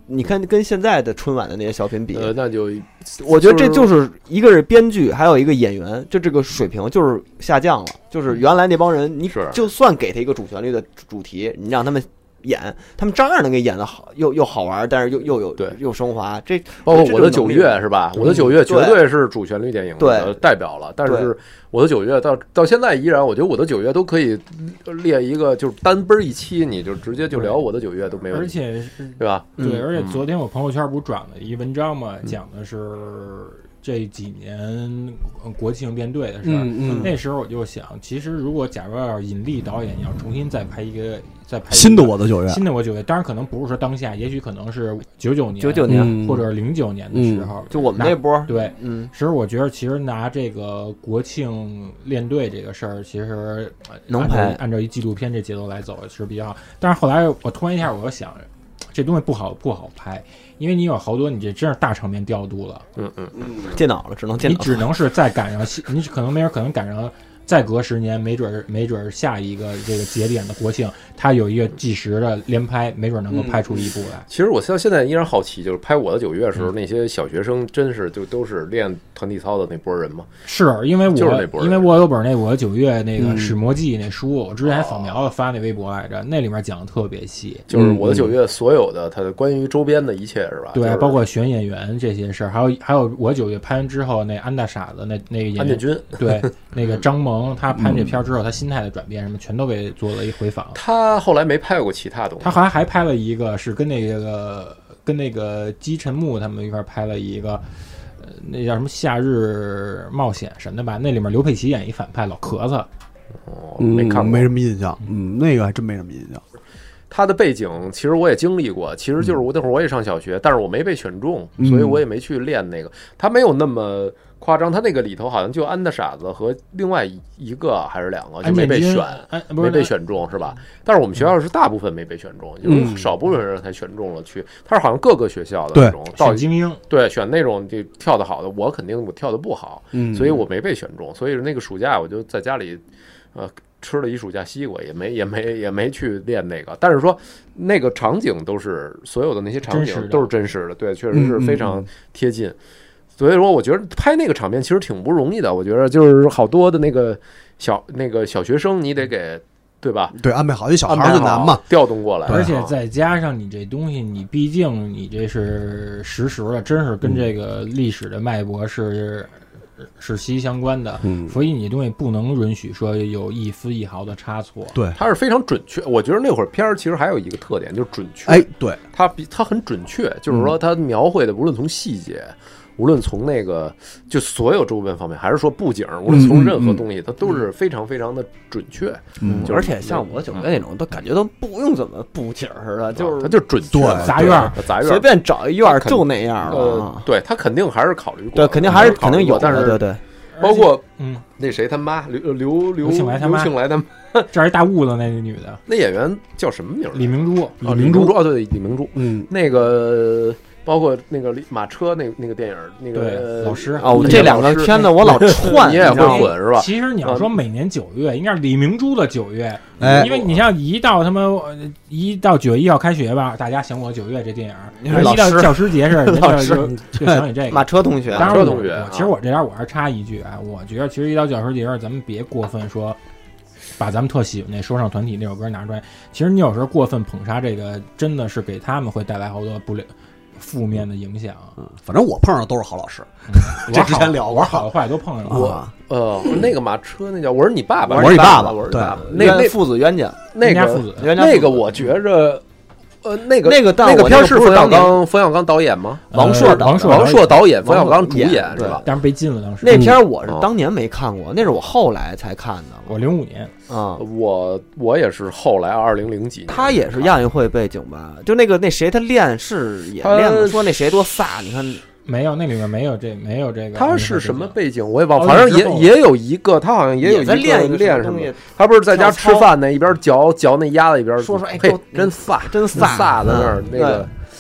你看跟现在的春晚的那些小品比， 呃，那就我觉得这就是一个是编剧，还有一个演员，就这个水平就是下降了。就是原来那帮人，你就算给他一个主旋律的主题，你让他们演，他们照样能给演的好，又又好玩，但是又又有对又升华。这包括我的九月是吧？我的九月绝对是主旋律电影的代表了。但是我的九月到到现在依然，我觉得我的九月都可以列一个，就是单奔一期，你就直接就聊我的九月都没问题， 而且对吧？ 对，而且昨天我朋友圈不是转了一文章嘛，讲的是这几年国庆练队的事儿。 嗯嗯， 那时候我就想，其实如果假如要引力导演要重新再拍一个。再拍新的我的九月， 新的我九月，当然可能不是说当下，也许可能是九九年、 九九年或者零九年的时候， 嗯、就我们那波。 对， 嗯， 其实我觉得，其实拿这个国庆练队这个事儿，其实能拍， 按照一纪录片这节奏来走是比较好。但是后来我突然一下，我又想，这东西不好不好拍，因为你有好多你这真是大场面调度了， 嗯嗯嗯， 电脑了，只能电脑， 你只能是再赶上，你可能没人可能赶上。再隔十年，没准没准下一个这个节点的国庆，它有一个计时的连拍，没准能够拍出一部来。 嗯、其实我到现在依然好奇，就是拍我的九月的时候，嗯、那些小学生真是就都是练团体操的那波人吗？ 是因为我就是那波人， 因为我有本那我的九月那个《史魔记》那书，嗯、我之前还扫描了发那微博来着，那里面讲的特别细。 就是我的九月所有的它的关于周边的一切是吧？ 对， 就是、 包括选演员这些事儿，还有还有我九月拍完之后，那安大傻子那那个演员安建军， 对，那个张萌他拍这片。之后他心态的转变什么全都给做了一回访。 他后来没拍过其他东西， 他后来还拍了一个是跟那个跟那个姬晨木他们一块拍了一个，呃，那叫什么夏日冒险什么的吧？那里面刘佩琦演一反派老咳嗽， 哦，没看过， 没什么印象。嗯，那个还真没什么印象。 他的背景其实我也经历过，其实就是我那会儿我也上小学，但是我没被选中，所以我也没去练那个。他没有那么夸张，他那个里头好像就安大傻子和另外一个还是两个就没被选，没被选中是吧？但是我们学校是大部分没被选中，有少部分人才选中了去。他是好像各个学校的那种选精英， 对，选那种就跳得好的，我肯定我跳得不好，所以我没被选中。所以那个暑假我就在家里，呃。吃了一暑假西瓜，也没也没也没去练那个，但是说那个场景都是所有的那些场景都是真实的，对，确实是非常贴近。所以说，我觉得拍那个场面其实挺不容易的。我觉得就是好多的那个小那个小学生，你得给对吧？ 对，安排好，一小孩就难嘛， 调动过来， 而且再加上你这东西，你毕竟你这是实时的，真是跟这个历史的脉搏是。是息息相关的，嗯，所以你东西不能允许说有一丝一毫的差错。 对， 它是非常准确。我觉得那会儿片儿其实还有一个特点，就是准确。 哎，对， 它比它很准确，就是说它描绘的无论从细节，无论从那个就所有周边方面，还是说布景，无论从任何东西，它都是非常非常的准确。 嗯，而且像我九月那种，都感觉都不用怎么布景似的，就是它就准确， 杂院杂院随便找一院就那样了。对，他肯定还是考虑过， 对，肯定还是肯定有， 但是对对。 包括嗯， 那谁他妈刘刘刘庆来他妈， 刘庆来他妈， 这是一大痦子那个女的， 那演员叫什么名？ 李明珠啊，李明珠哦，对，李明珠， 嗯， 那个包括那个马车那那个电影那个老师哦，这两个片子我老串， 你也会混是吧？ 其实你要说每年九月，应该是李明珠的九月， 哎， 因为你像一到他们一到九月一号开学吧，大家想我九月这电影，一到教师节是老师就想起这个马车同学， 马车同学。 其实我这边我还插一句啊，我觉得其实一到教师节，咱们别过分说。把咱们特喜欢那说唱团体那首歌拿出来，其实你有时候过分捧杀这个，真的是给他们会带来好多不良负面的影响。 嗯，反正我碰上都是好老师， 嗯、 这之前聊过， 我好的坏都碰上了。 我呃，那个马车那叫我是你爸爸， 我是你爸爸， 我是你爸爸。 那那父子冤家， 那个父子那个我觉着。呃，那个那个那个片是冯小刚冯小刚导演吗？ 王朔王朔王朔导演，冯小刚主演是吧？ 但是被禁了当时。 那片我是当年没看过，那是我后来才看的。 我零五年啊， 我我也是后来二零零几年。 他也是亚运会背景吧？就那个那谁他练是也练的，说那谁多飒，你看。 没有，那里面没有这没有这个。 他是什么背景我也忘，反正也也有一个，他好像也有一个练练什么。他不是在家吃饭呢，一边嚼嚼那鸭子一边说说，哎， 嘿，真飒， 真飒在那儿那个。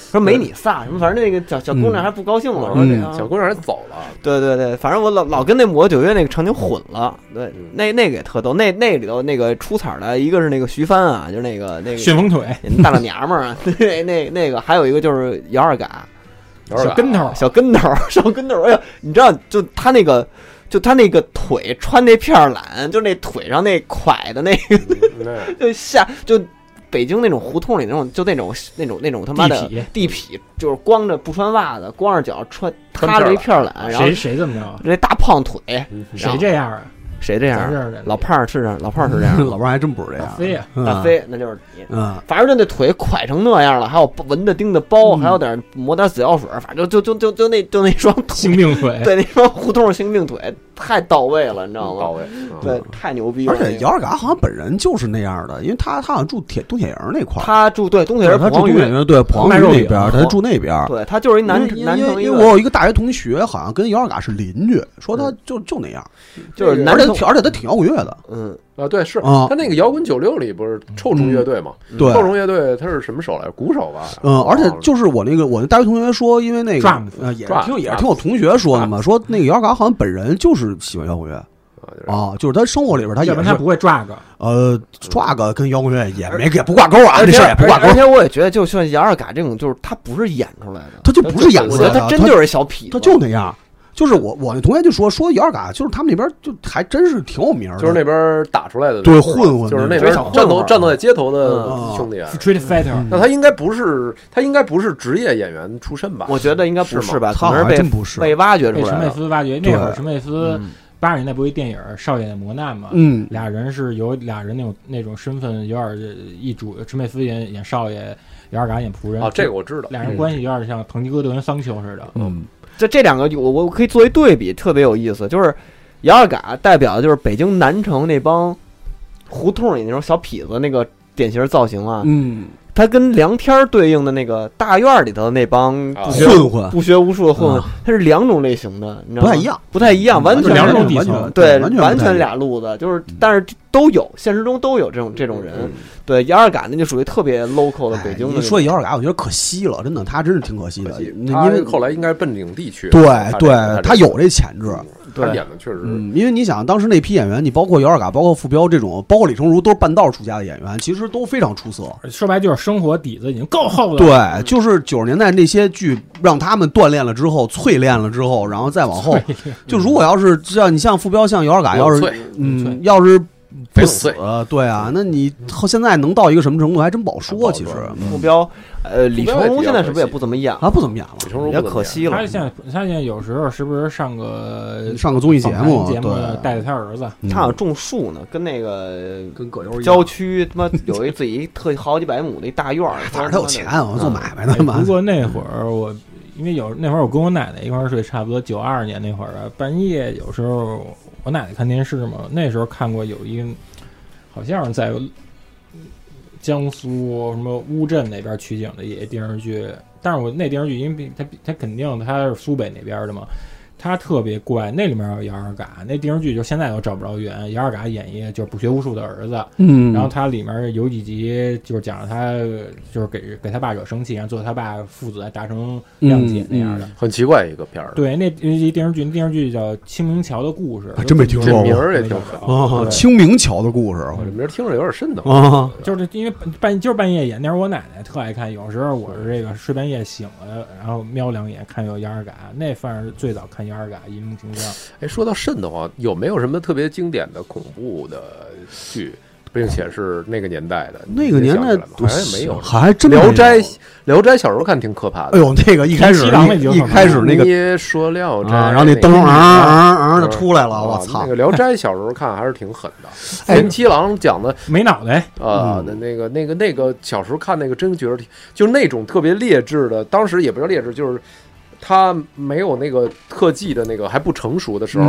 说没你仨什么，反正那个小小姑娘还不高兴了， 嗯、 说小姑娘还走了。 对对对，反正我老老跟那抹九月那个场景混了。对，那那个也特逗，那那里头那个出彩的一个是那个徐帆啊，就是那个那个旋风腿大老娘们儿啊，对，那那个还有一个就是姚二嘎， 小跟头小跟头小跟头，哎呀，你知道就他那个。就他那个腿穿那片懒，就那腿上那蒯的那个，嗯、就下就北京那种胡同里那种，就那种那种那种他妈的地痞，就是光着不穿袜子，光着脚穿踏着一片懒，然后谁谁这么着？ 这大胖腿， 谁这样啊？ 谁这样？老胖是这样，老胖是这样， 老胖还真不是这样。 大飞呀， 大飞那就是你。 嗯， 反正就那腿蒯成那样了，还有纹的钉的包，还有点抹点紫药水，反正就就就就就那就那双性病腿， 对，那双胡同性病腿太到位了，你知道吗？ 到位， 对，太牛逼了。 而且姚二嘎好像本人就是那样的，因为他他好像住铁东铁营那块儿， 他住对东铁营， 他住东铁营，对濮阳鱼那边，他住那边。 对他就是一南南城， 因为我有一个大学同学，好像跟姚二嘎是邻居，说他就就那样， 就是而且而且他挺摇滚乐的， 嗯。 啊，对，是他那个摇滚九六里不是臭虫乐队嘛？ 对， 臭虫乐队他是什么手来着？鼓手吧？ 嗯，而且就是我那个我那大学同学说，因为那个呃也是听也是听我同学说的嘛，说那个姚二嘎好像本人就是喜欢摇滚乐啊，就是他生活里边他也他不会抓个呃抓个跟摇滚乐也没也不挂钩啊，这事儿也不挂钩。 而且我也觉得，就像姚二嘎这种，就是他不是演出来的， 他就不是演出来的， 他真就是小痞子， 他就那样。就是我我那同学就说说姚二嘎，就是他们那边就还真是挺有名的， 就是那边打出来的， 对混混， 就是那边战斗战斗在街头的兄弟啊 ，Street Fighter。 那他应该不是他应该不是职业演员出身吧？ 我觉得应该不是吧？ 他好像真不是被挖掘出来， 被陈佩斯挖掘。那会儿陈佩斯八十年代不是一电影《少爷的磨难》嘛？ 嗯， 俩人是有俩人那种那种身份有点一主，陈佩斯演演少爷，姚二嘎演仆人。 啊，这个我知道。 俩人关系有点像腾吉诃德跟桑丘似的。 嗯。 这这两个我我可以作为对比，特别有意思。就是姚二嘎代表的就是北京南城那帮胡同里那种小痞子那个典型造型啊， 嗯， 他跟梁天对应的那个大院里头的那帮不学混混、 不学无术的混混，他是两种类型的，你知道吗？ 不太一样， 不太一样，完全两种底层， 对， 完全俩路子，就是但是都有，现实中都有这种这种人。对，姚二嘎那就属于特别 local 的北京的。 你说姚二嘎，我觉得可惜了，真的，他真是挺可惜的，因为后来应该奔领地去。 对对，他有这潜质。 他演的确实， 嗯，因为你想，当时那批演员，你包括姚二嘎，包括傅彪这种，包括李成儒，都是半道出家的演员，其实都非常出色。 说白就是生活底子已经够厚了。 对，就是九十年代那些剧，让他们锻炼了之后，淬炼了之后，然后再往后，就如果要是像你像傅彪，像姚二嘎，要是嗯，要是不死，对啊，那你现在能到一个什么程度，还真不好说。其实傅彪。呃，李成儒现在是不是也不怎么演了？ 啊，不怎么演了， 李成儒也可惜了。 他现在他现在有时候时不时上个上个综艺节目， 节目带着他儿子， 他好像种树呢，跟那个跟葛优郊区他妈有一自己特好几百亩的一大院儿， 反正他有钱，我做买卖的嘛。 不过那会儿我因为有那会儿我跟我奶奶一块儿睡，差不多九二年那会儿啊，半夜有时候我奶奶看电视嘛，那时候看过有一个好像是在。江苏什么乌镇那边取景的一电视剧，但是我那电视剧因为它它肯定它是苏北那边的嘛，它特别怪。那里面有姚二嘎，那电视剧就现在都找不着源。姚二嘎演一个就是不学无术的儿子， 嗯， 然后他里面有几集就是讲他就是给给他爸惹生气，然后最后他爸父子达成谅解那样的， 嗯嗯、 很奇怪一个片儿。 对，那一电视剧，电视剧叫《清明桥的故事》， 还真没听说过， 名儿也挺好。 清明桥的故事， 我这名儿听着有点瘆得慌。 就是因为半就是半夜演，那时候我奶奶特爱看，有时候我是这个睡半夜醒了，然后瞄两眼看有姚二嘎，那算是最早看姚二嘎一梦情香。 哎，说到瘆得慌，有没有什么特别经典的恐怖的剧？并且是那个年代的， 那个年代好像也没有， 还真聊斋，聊斋小时候看挺可怕的。 哎呦，那个一开始一开始那个你说聊斋， 然后那灯啊啊啊的出来了，我操！ 那个聊斋小时候看还是挺狠的。贤七郎讲的没脑袋啊，那那个那个那个小时候看那个真觉得就那种特别劣质的，当时也不叫劣质，就是。他没有那个特技的那个还不成熟的时候，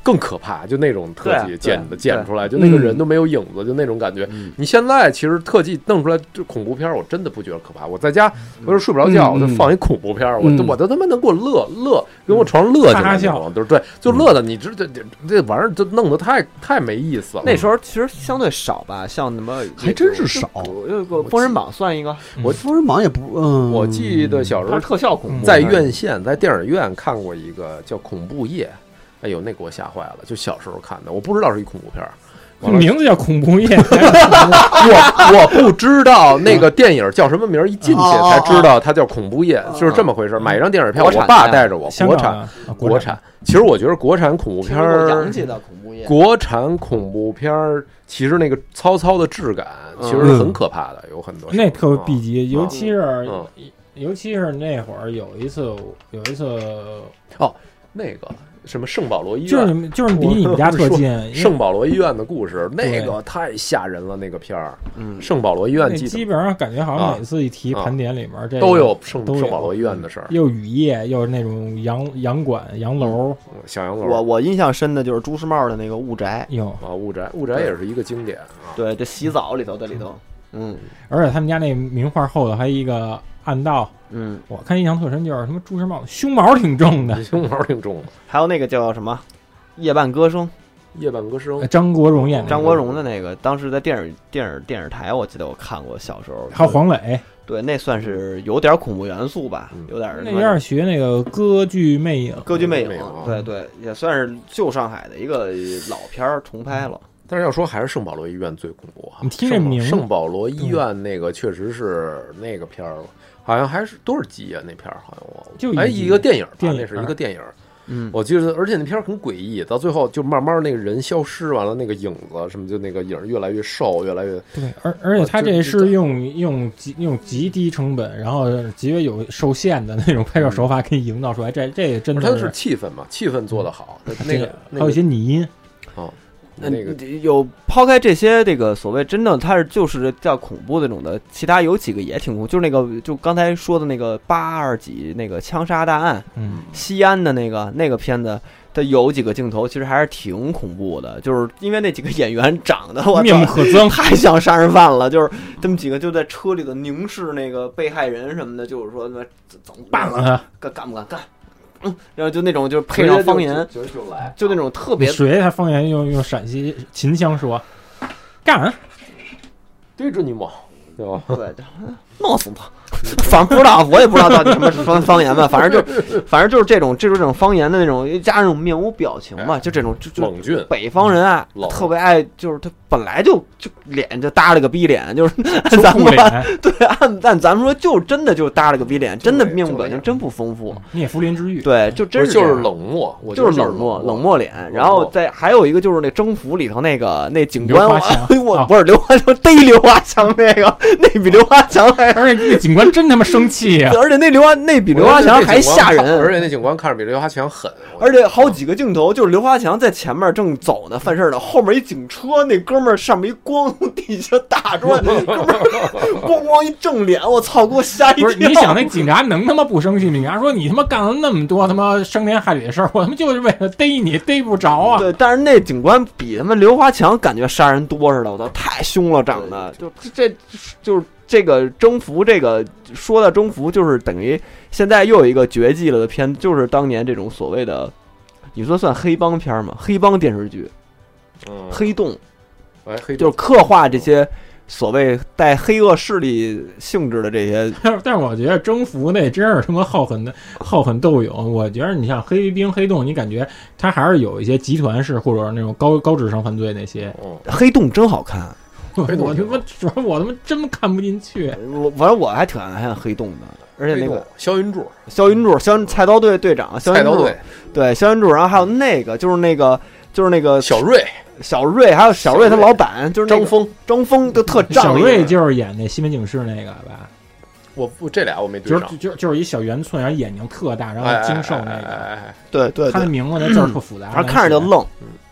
更可怕，就那种特技剪的剪出来，就那个人都没有影子，就那种感觉。你现在其实特技弄出来就恐怖片，我真的不觉得可怕。我在家我说睡不着觉，我就放一恐怖片，我我都他妈能给我乐乐，跟我床上乐起来那种，就是对，就乐的你这这这这玩意儿就弄得太太没意思了。 那时候其实相对少吧，像什么还真是少。 有个《封神榜》算一个， 我《 封神榜》也不，嗯， 我记得小时候特效恐怖， 在院线在电影院看过一个叫《恐怖夜》。哎呦，那给我吓坏了！就小时候看的，我不知道是一恐怖片儿， 名字叫恐怖夜。 我我不知道那个电影叫什么名，一进去才知道它叫恐怖夜，就是这么回事。买一张电影票，我爸带着我，国产国产。其实我觉得国产恐怖片儿， 洋气的恐怖夜， 国产恐怖片儿，其实那个糙糙的质感其实是很可怕的，有很多那特 B 级，尤其是尤其是那会儿有一次有一次哦，那个。什么圣保罗医院， 就是就是离你们家特近。 圣保罗医院的故事，那个太吓人了，那个片儿。嗯，圣保罗医院基本上感觉好像每次一提盘点里面，这都有圣圣保罗医院的事儿， 又雨夜，又是那种洋洋馆、洋楼、 小洋楼。 我我印象深的就是朱时茂的那个雾宅， 有啊，雾宅，雾宅也是一个经典啊。 对，这洗澡里头在里头，嗯， 而且他们家那名画后头还一个暗道。 嗯， 我看印象特深，就是什么朱时茂胸毛挺重的， 胸毛挺重的， 还有那个叫什么夜半歌声， 夜半歌声， 张国荣演的， 张国荣的那个，当时在电影电影电视台，我记得我看过，小时候。 还有黄磊， 对，那算是有点恐怖元素吧，有点那有点学那个歌剧魅影， 歌剧魅影，对对，也算是旧上海的一个老片儿重拍了。 但是要说还是圣保罗医院最恐怖啊！ 你听这名， 圣保罗医院那个确实是那个片儿。好像还是多少集啊？那片儿好像我就哎一个电影， 电影那是一个电影。 嗯， 我记得，而且那片儿很诡异，到最后就慢慢那个人消失，完了那个影子什么，就那个影越来越瘦，越来越对。而而且他这是用用极用极低成本，然后极为有受限的那种拍摄手法给你营造出来，这这真的它是气氛嘛，气氛做得好。那个还有一些拟音哦。 那个有抛开这些，这个所谓真正它是就是叫恐怖那种的，其他有几个也挺恐怖，就是那个就刚才说的那个八二几那个枪杀大案， 嗯， 西安的那个那个片子，它有几个镜头其实还是挺恐怖的，就是因为那几个演员长得我面目可憎， 太像杀人犯了，就是他们几个就在车里头凝视那个被害人什么的，就是说那怎么办了，干干不干干。嗯，然后就那种就是配上方言， 就就来， 就那种特别。 谁他方言用用陕西秦腔说，干， 对着你嘛，对吧？ 对，弄死他。反正不知道，我也不知道到底什么什么方言吧，反正就，反正就是这种这种这种方言的那种，加上那种面无表情嘛，就这种就就冷峻。 北方人啊，特别爱，就是他本来就就脸就耷了个逼脸，就是咱们对按按咱们说，就真的就耷了个逼脸，真的面部表情真不丰富。 聂福林之玉， 对，就真是就是冷漠， 就是冷漠冷漠脸。然后再还有一个就是那征服里头那个那警官，我不是刘华强逮刘华强那个，那比刘华强还， 而且那警官真他妈生气呀！ 而且那刘华那比刘华强还吓人， 而且那警官看着比刘华强狠， 而且好几个镜头就是刘华强在前面正走呢，犯事呢，后面一警车，那哥们儿上面一光从底下打出来，哥们儿咣咣一正脸，我操，给我吓一跳！ 不是，你想那警察能他妈不生气吗？警察说你他妈干了那么多他妈伤天害理的事儿，我他妈就是为了逮你，逮不着啊！ 对，但是那警官比他妈刘华强感觉杀人多似的，我操，太凶了，长得就这就是。这个征服，这个说到征服，就是等于现在又有一个绝迹了的片，就是当年这种所谓的，你说算黑帮片吗？黑帮电视剧， 嗯， 黑洞， 哎，黑洞就是刻画这些所谓带黑恶势力性质的这些。 但是我觉得征服那真是他妈好狠的好狠斗勇。我觉得你像黑冰、黑洞，你感觉它还是有一些集团式或者那种高高智商犯罪那些。 嗯，黑洞真好看。 我他妈主要我他妈真看不进去， 我反正我还挺爱看黑洞的，而且那个肖云柱， 肖云柱，肖菜刀队队长，肖云柱，对，肖云柱，然后还有那个就是那个就是那个小瑞， 小瑞，还有小瑞他老板就是张峰， 张峰就特仗义。 小瑞就是演那西门警视那个吧？ 我不这俩我没对上， 就就就是一小圆寸，然后眼睛特大，然后精瘦那个， 哎哎哎哎对对， 他的名字那字儿特复杂， 反正看着就愣。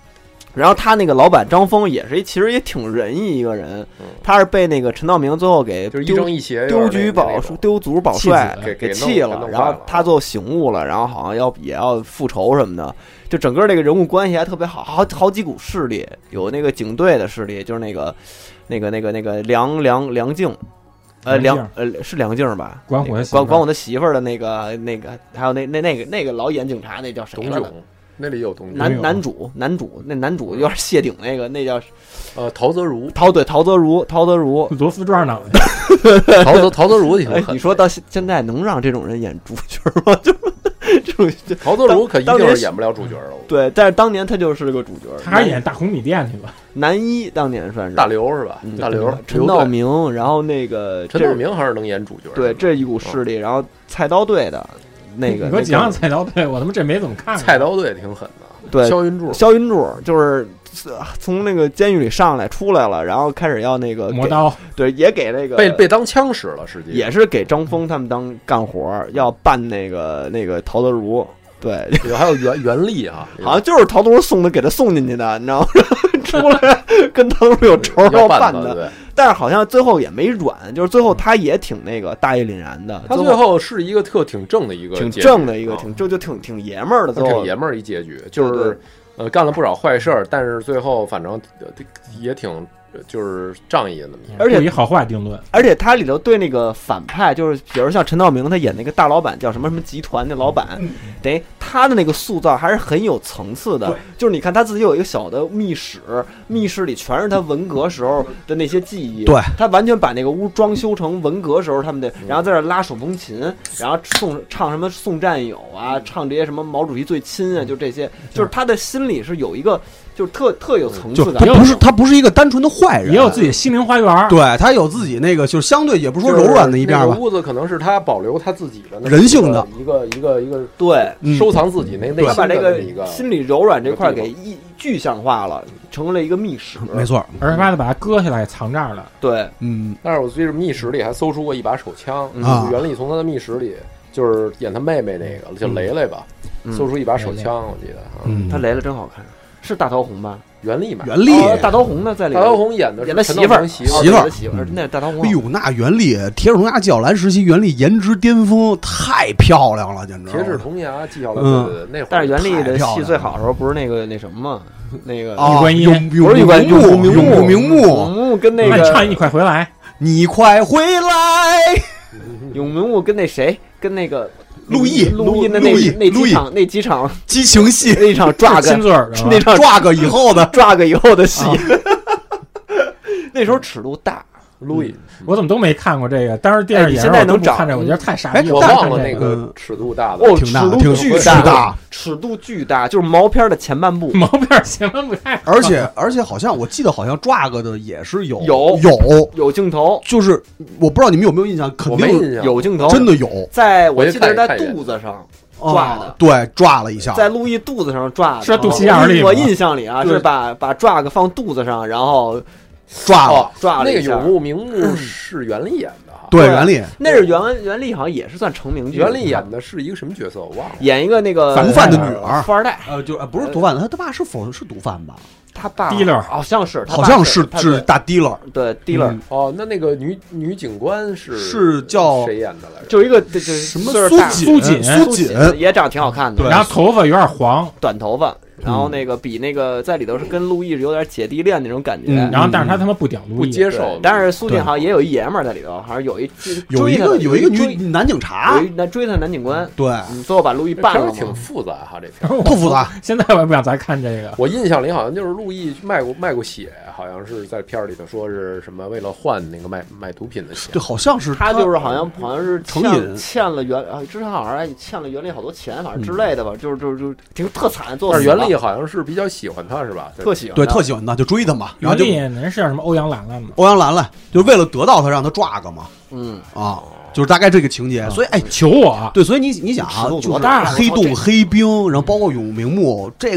然后他那个老板张峰也是一，其实也挺仁义一个人，他是被那个陈道明最后给就是一正一邪丢局保丢卒保帅给给气了，然后他最后醒悟了，然后好像要也要复仇什么的，就整个这个人物关系还特别好，好好几股势力，有那个警队的势力，就是那个那个那个那个梁梁梁静。呃，梁呃是梁静吧？ 管我管管我的媳妇儿的那个那个，还有那那那个那个老演警察那叫谁来着？ 那里有东男男主男主那男主有点谢顶那个那叫呃陶泽如陶对陶泽如陶泽如罗斯传呢？ 陶泽陶泽如挺狠。 你说到现在能让这种人演主角吗？就这种陶泽如可一定是演不了主角了。 对，但是当年他就是个主角， 他还演大红米店去吧？ 男一当年算是大刘是吧？大刘陈道明，然后那个陈道明还是能演主角。 对，这一股势力，然后菜刀队的。那个， 你给我讲讲菜刀队，我他妈这没怎么看过。 菜刀队挺狠的， 对， 肖云柱， 肖云柱就是从那个监狱里上来出来了，然后开始要那个磨刀， 对，也给那个被被当枪使了，实际也是给张峰他们当干活，要办那个那个陶德如，对， 还有袁袁立啊， 好像就是陶德如送的，给他送进去的，你知道吗？出来跟陶德如有仇要办的。但是好像最后也没软，就是最后他也挺那个大义凛然的。 他最后是一个特挺正的一个， 挺正的一个，挺就就挺挺爷们儿的， 挺爷们儿一结局，就是呃干了不少坏事儿，但是最后反正也挺就是仗义的那么一个， 而且以好坏定论。 而且他里头对那个反派，就是比如像陈道明他演那个大老板叫什么什么集团的老板，等于他的那个塑造还是很有层次的。就是你看他自己有一个小的密室，密室里全是他文革时候的那些记忆。 对， 他完全把那个屋装修成文革时候他们的，然后在这拉手风琴，然后送唱什么送战友啊，唱这些什么毛主席最亲啊，就这些，就是他的心里是有一个。就是特特有层次感， 他不是他不是一个单纯的坏人， 也有自己的心灵花园。 对，他有自己那个，就是相对也不是说柔软的一面吧。 屋子可能是他保留他自己的人性的一个一个一个对收藏自己那那他把这个心理柔软这块给一具象化了，成为了一个密室。 没错， 而且他把它割下来藏这儿了。 对， 嗯。 但是我记得密室里还搜出过一把手枪，袁立从他的密室里就是演他妹妹那个叫雷雷吧，搜出一把手枪，我记得嗯，他雷雷真好看，是大桃红吧？ 袁立嘛， 袁立、 哦，大桃红呢，在里大桃红演的演他媳妇儿， 媳妇儿， 媳妇儿，那大桃红。 哎呦，那袁立，铁齿铜牙纪晓岚时期，袁立颜值巅峰，太漂亮了，简直。 铁齿铜牙纪晓岚，对对对，那会儿。 但是袁立的戏最好的时候，不是那个那什么吗？那个啊， 观音， 不是永永永明目，永明目， 永目跟那个唱你快回来， 你快回来， 永明目跟那谁，跟那个。 陆毅， 陆毅的那那几场那几场激情戏， 那场抓个那场抓个以后的抓个以后的戏，那时候尺度大。 路易， 我怎么都没看过这个？但是电视演现在能找看着，我觉得太傻逼了。 我忘了那个尺度大的， 哦， 挺大， 尺度巨大， 尺度巨大，就是毛片的前半部， 毛片前半部太。 而且而且好像我记得好像抓个的也是有有有有镜头， 就是我不知道你们有没有印象，肯定有镜头， 真的有， 在我记得是在肚子上。抓的、 哦、对，抓了一下， 在路易肚子上抓的， 是肚脐眼里。 我印象里啊，是把把抓个放肚子上，然后抓了、哦、 抓了一下。 那个永目明目是袁立演的， 对，袁立， 那是袁袁立，好像也是算成名剧。 袁立演的是一个什么角色？我忘了， 演一个那个毒贩的女儿， 富二代。 呃，就不是毒贩的，他他爸是否是毒贩吧？ 他爸 dealer 好像是， 好像是是大 dealer， 对 dealer。 哦，那那个女女警官是是叫谁演的来着？ 就一个这这什么苏苏锦， 苏锦也长得挺好看的， 然后头发有点黄， 短头发。然后那个比那个在里头是跟路易有点姐弟恋那种感觉， 嗯、 然后但是他他妈不屌路易， 不接受。 但是苏锦好像也有一爷们儿在里头，好像有一有一个有一个女男警察， 有一男追他男警官， 对， 嗯、最后把路易办了， 挺复杂哈，这片特复杂。 现在我也不想再看这个。 我印象里好像就是路易卖过卖过血，好像是在片里头说是什么为了换那个卖卖毒品的血， 对，好像是他就是好像好像是成瘾欠了袁啊，之前好像还欠了袁立好多钱，反正之类的吧，就是就是就挺特惨，做但是袁立好像是比较。喜欢他是吧？ 特喜欢， 对，特喜欢他，就追他嘛。然后就人是什么欧阳兰兰嘛？ 欧阳兰兰就是为了得到他，让他抓个嘛。 嗯啊，就是大概这个情节。所以哎， 求我对，所以你你想啊，就是大黑洞、黑冰，然后包括永明目，这个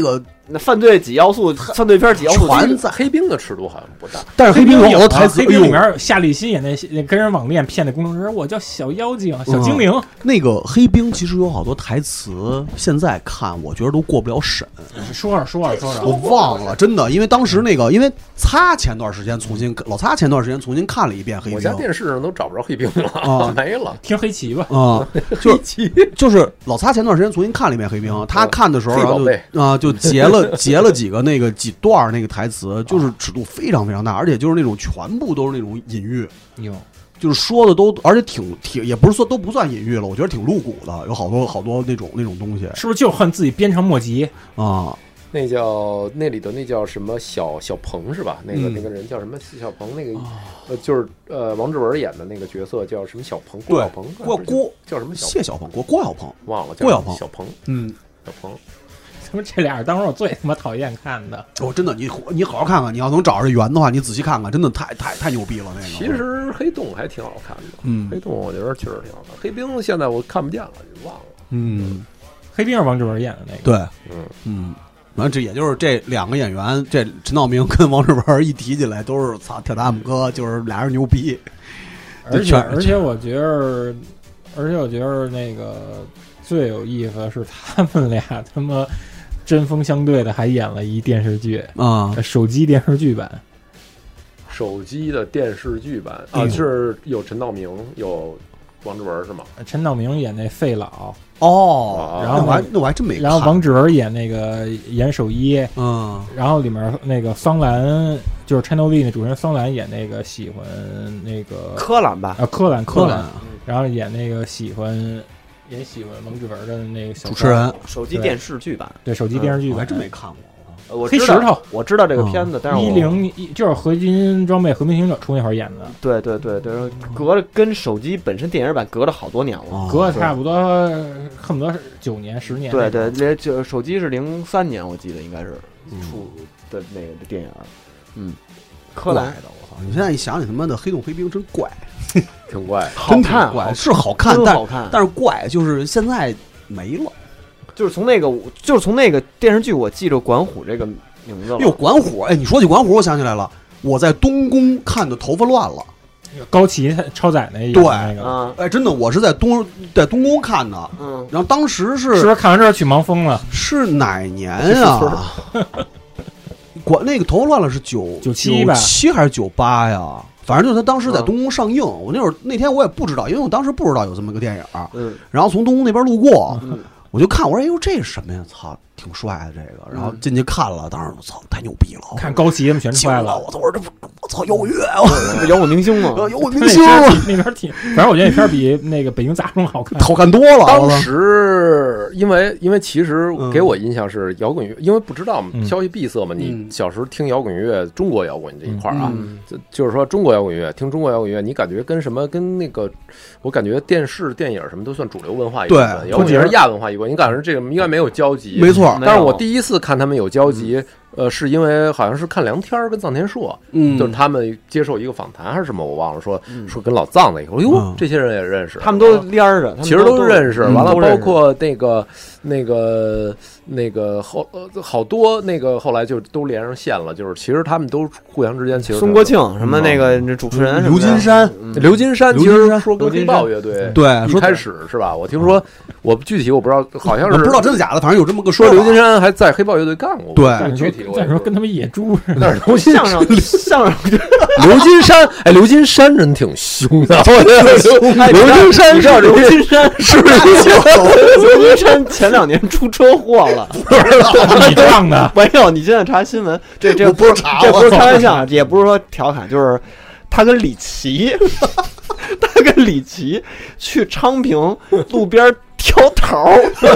那犯罪几要素，犯罪片几要素， 全在黑冰的尺度好像不大， 但是黑冰有好多台词， 黑冰里面夏利辛演那那跟人网恋骗那工程师，我叫小妖精、小精灵。 嗯、那个黑冰其实有好多台词，现在看我觉得都过不了审。 说着说着说着， 我忘了，真的，因为当时那个，因为擦前段时间重新老擦前段时间重新看了一遍黑冰， 我家电视上都找不着黑冰了，啊、没了， 听黑旗吧， 啊、嗯，就就是老擦前段时间重新看了一遍黑冰，他看的时候然后就啊、呃、就截了截了几个那个几段那个台词，就是尺度非常非常大，而且就是那种全部都是那种隐喻， 有就是说的都，而且挺挺也不是说都不算隐喻了，我觉得挺露骨的，有好多好多那种那种东西， 是不是就恨自己鞭长莫及啊？ 那叫那里头那叫什么小小鹏是吧？那个、嗯、那个人叫什么小鹏？那个、哦、呃就是呃王志文演的那个角色叫什么小鹏？郭小鹏？ 郭郭叫什么？ 谢小鹏？郭郭小鹏？ 忘了。 郭小鹏？ 小鹏？ 嗯， 小鹏。 他们这俩人当时我最他妈讨厌看的。 哦，真的，你你好好看看，你要能找着缘的话，你仔细看看，真的太太太牛逼了。那个其实黑洞还挺好看的， 嗯， 黑洞我觉得确实挺好看。黑冰现在我看不见了，就忘了。 嗯， 黑冰是王志文演的那个。 对， 嗯嗯。完，这也就是这两个演员，这陈道明跟王志文一提起来，都是操跳大拇哥，就是俩人牛逼。 而且而且我觉得，而且我觉得那个最有意思的是，他们俩他妈针锋相对的，还演了一电视剧啊、 嗯，手机电视剧版。 手机的电视剧版啊，是有陈道明有王志文是吗？ 陈道明演那费老。 哦， 然后那我还那我还真没看。 然后王志文演那个严守一， 嗯， 然后里面那个桑兰就是 Channel V 那主持人桑兰演那个喜欢那个柯蓝吧， 啊柯蓝柯蓝，然后演那个喜欢也喜欢王志文的那个小主持人， 手机电视剧版， 对手机电视剧版， 我还真没看过。 我黑石头， 我知道这个片子， 嗯、 但是一零就是合金装备和平行者出那会儿演的。 对对对对，隔了跟手机本身电影版隔了好多年了， 哦、 隔了差不多恨不得九年十年。 对对，这就手机是零三年，我记得应该是出的那个电影。嗯，柯蓝的，我操！你现在一想起他妈的黑洞黑冰真怪， 挺怪， 真挺怪，是好看， 真好看， 但是怪就是现在没了。 就是从那个，就是从那个电视剧，我记着管虎这个名字了。 哟，管虎！哎，你说起管虎，我想起来了，我在东宫看的头发乱了。 高旗超载那对那个， 啊、 哎，真的，我是在东在东宫看的。 嗯， 然后当时是是不是看完这去盲疯了？ 是哪年啊？管那个头发乱了是九九七吧？ 七还是九八呀？反正就是他当时在东宫上映，嗯、我那会儿那天我也不知道，因为我当时不知道有这么个电影。 嗯， 然后从东宫那边路过。 嗯， 我就看，我说：“哎呦，这是什么呀？操，挺帅的这个。”然后进去看了，当时我操，太牛逼了！ 看高旗他们全出来了， 我操，我说这我操摇滚乐， 摇滚明星嘛， 摇滚明星那边挺，反正我觉得那片比那个北京杂种好看， 好看多了。 当时因为因为其实给我印象是摇滚乐，因为不知道嘛，消息闭塞嘛，你小时候听摇滚乐，中国摇滚这一块啊，就是说中国摇滚乐，听中国摇滚乐，你感觉跟什么跟那个，我感觉电视、电影什么都算主流文化一部分，摇滚乐是亚文化一部分，你感觉这个应该没有交集， 没错。 但是我第一次看他们有交集。呃，是因为好像是看梁天跟臧天朔， 嗯， 就是他们接受一个访谈还是什么，我忘了说、嗯、说跟老臧那个，哎呦、嗯，这些人也认识， 他们都连着， 其实都认识。完了，包括那个那个那个后呃好多那个后来就都连上线了，就是其实他们都互相之间其实。 孙国庆什么那个主持人刘金山， 刘金山其实说跟黑豹乐队对一开始是吧？我听说我具体我不知道，好像是不知道真的假的，反正有这么个说。刘金山还在黑豹乐队干过， 对， 具体。 再说跟他们野猪似的， 那是刘金相声相声。 刘金山，哎，刘金山人挺凶的。刘金山， 你知道刘金山是不是？ 刘金山前两年出车祸了， 你撞的？ 没有，你现在查新闻，这这不是这不是开玩笑，也不是说调侃，就是他跟李琦，他跟李琦去昌平路边挑桃，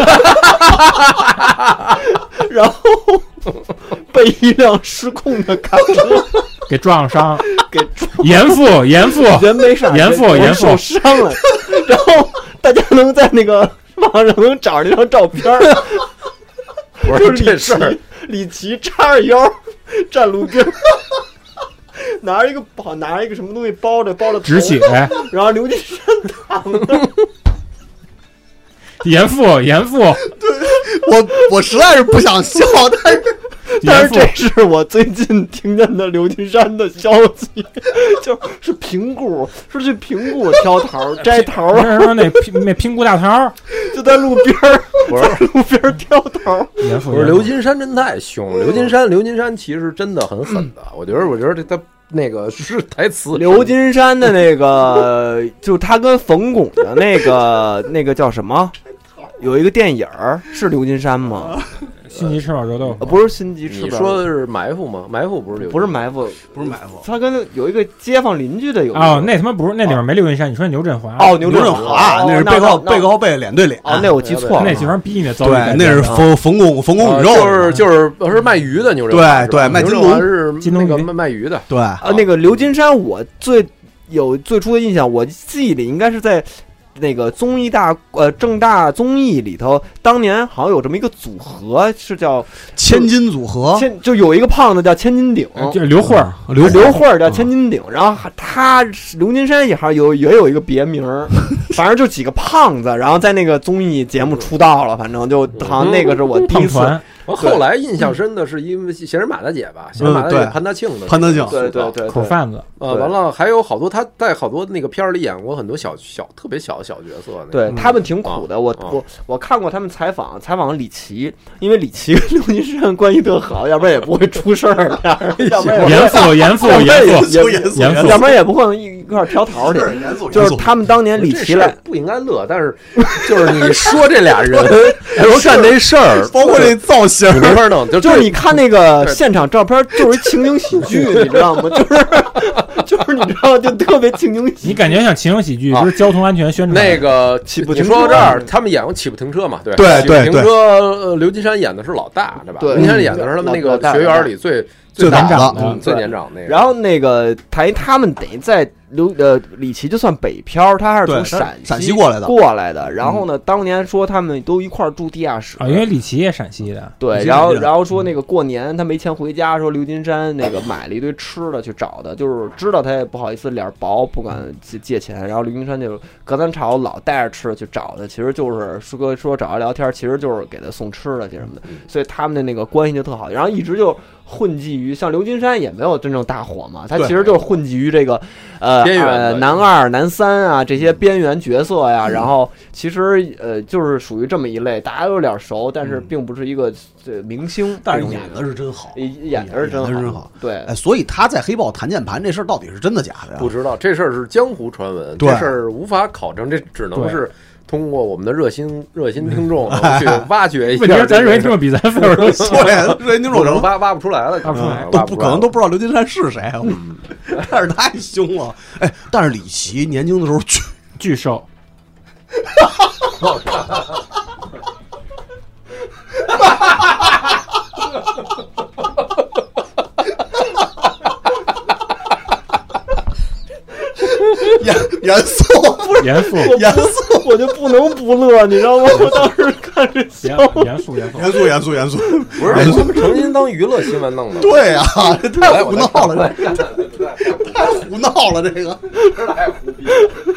然后被一辆失控的卡车给撞伤， 给严父严父人没啥， 严父严父受伤了。然后大家能在那个网上能找着那张照片， 不是这事儿， 李琦叉着腰站路边。拿着一个包，拿着一个什么东西包着包着止血， 然后刘金山躺着。 严父严父， 对我我实在是不想笑，但是但是这是我最近听见的刘金山的消息，就是评估，是去评估挑桃摘桃， 说那那评估大桃就在路边儿，不是路边儿挑桃。 不是刘金山真太凶，刘金山刘金山其实真的很狠的，我觉得我觉得这他。那个是台词， 刘金山的那个，就他跟冯巩的那个那个叫什么？有一个电影是刘金山吗？ 心急吃饱热豆腐， 不是心急吃饱。 你说的是埋伏吗？埋伏不是刘， 不是埋伏， 不是埋伏。 他跟有一个街坊邻居的有哦，那他妈不是，那里面没刘金山，你说牛振华哦， 牛振华那是背靠背靠背脸对脸哦，那我记错了， 那地方逼你的， 对，那是冯冯巩冯巩宇宙， 就是就是是卖鱼的牛振华， 对对，卖金龙是那个卖卖鱼的， 对啊，那个刘金山我最有最初的印象，我记忆里应该是在。那个综艺大呃正大综艺里头，当年好像有这么一个组合，是叫千金组合， 千就有一个胖子叫千金顶， 就是刘慧儿， 刘刘慧儿叫千金顶，然后他刘金山也好像有也有一个别名，反正就几个胖子，然后在那个综艺节目出道了，反正就好像那个是我第一次。 我后来印象深的是因为闲人马大姐吧，闲人马大姐潘大庆的， 潘大庆， 对对对， 口贩子。 呃，完了还有好多他在好多那个片儿里演过很多小小特别小的小角色， 对他们挺苦的。我我我看过他们采访，采访李琦，因为李琦跟刘金山关系特好，要不然也不会出事儿。 严肃严肃严肃严肃， 要不然也不会一块挑桃去。就是他们当年李琦来不应该乐，但是就是你说这俩人我干那事儿， 包括这造型。 你没法弄，就就是你看那个现场照片，就是情景喜剧，你知道吗？就是就是你知道，就特别情景喜剧。 你感觉像情景喜剧，不是交通安全宣传？ 那个起步，你说到这儿，他们演过《起步停车》嘛？对对对， 起步停车，刘金山演的是老大，对吧？刘金山演的是他们那个学员里最最年长的、 最年长那个。 然后那个台他们等于在。刘呃李琦就算北漂，他还是从陕陕西过来的过来的。然后呢，当年说他们都一块儿住地下室啊，因为李琦也陕西的。 对，然后然后说那个过年他没钱回家，说刘金山那个买了一堆吃的去找的，就是知道他也不好意思脸薄，不敢借借钱。然后刘金山就隔三差五老带着吃的去找他，其实就是说说找他聊天，其实就是给他送吃的去什么的。所以他们的那个关系就特好，然后一直就混迹于像刘金山也没有真正大火嘛，他其实就是混迹于这个呃。 边缘呃，男二、男三啊，这些边缘角色呀，嗯、然后其实呃，就是属于这么一类，大家有点熟，但是并不是一个呃明星， 但是演的是真好， 演的是真好， 真好。 对， 哎，所以他在黑豹弹键盘这事儿到底是真的假的呀？ 不知道，这事儿是江湖传闻，这事儿无法考证，这只能是。通过我们的热心热心听众去挖掘一下， 问题是咱热心听众比咱费都多， 热心听众可能挖挖不出来了， 挖不出来， 都不可能都不知道刘金山是谁，但是太凶了。哎，但是李琦年轻的时候巨巨瘦。 严严肃， 严肃， 严肃， 我就不能不乐，你知道吗？我当时看着笑。 严肃，严肃， 严肃，严肃，严肃， 不是他们诚心当娱乐新闻弄的。 对呀、啊，这太胡闹了，这太胡闹了，这个太胡逼。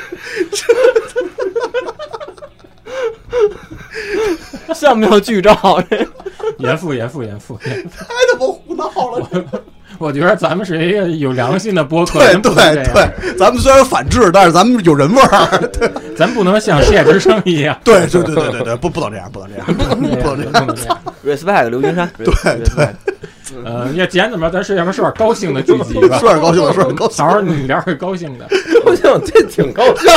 像不像剧照？这严肃，严肃，严肃，太他妈胡闹了。 我, 我觉得咱们是一个有良心的播客， 对对对，咱们虽然反制，但是咱们有人味儿。对， 咱不能像谢之声一样。 对对对对对对，不不能这样，不能这样，不能这样。 respect 刘金山。 对对。 呃，也既然怎么，咱是要不说点高兴的剧集吧？ 说点高兴的，说点高兴。 好好你聊点高兴的。 高兴，这挺高兴。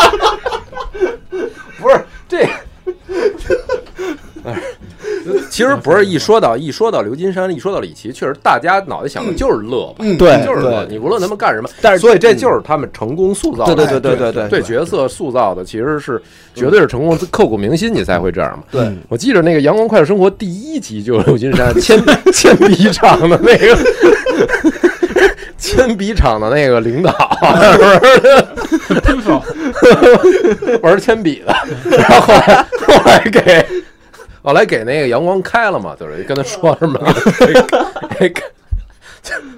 不是这。其实不是一说到一说到刘金山，一说到李琦，确实大家脑袋想的就是乐吧， 嗯， 对， 就是乐。你无论他们干什么， 但是所以这就是他们成功塑造的， 对对对对对对角色塑造的，其实是绝对是成功，刻骨铭心，你才会这样嘛。 对， 我记得那个《阳光快乐生活》第一集就是刘金山铅铅笔厂的那个铅笔厂的那个领导，是不是？玩铅笔的，然后后来后来给。后来给那个阳光开了嘛，就是跟他说什么，给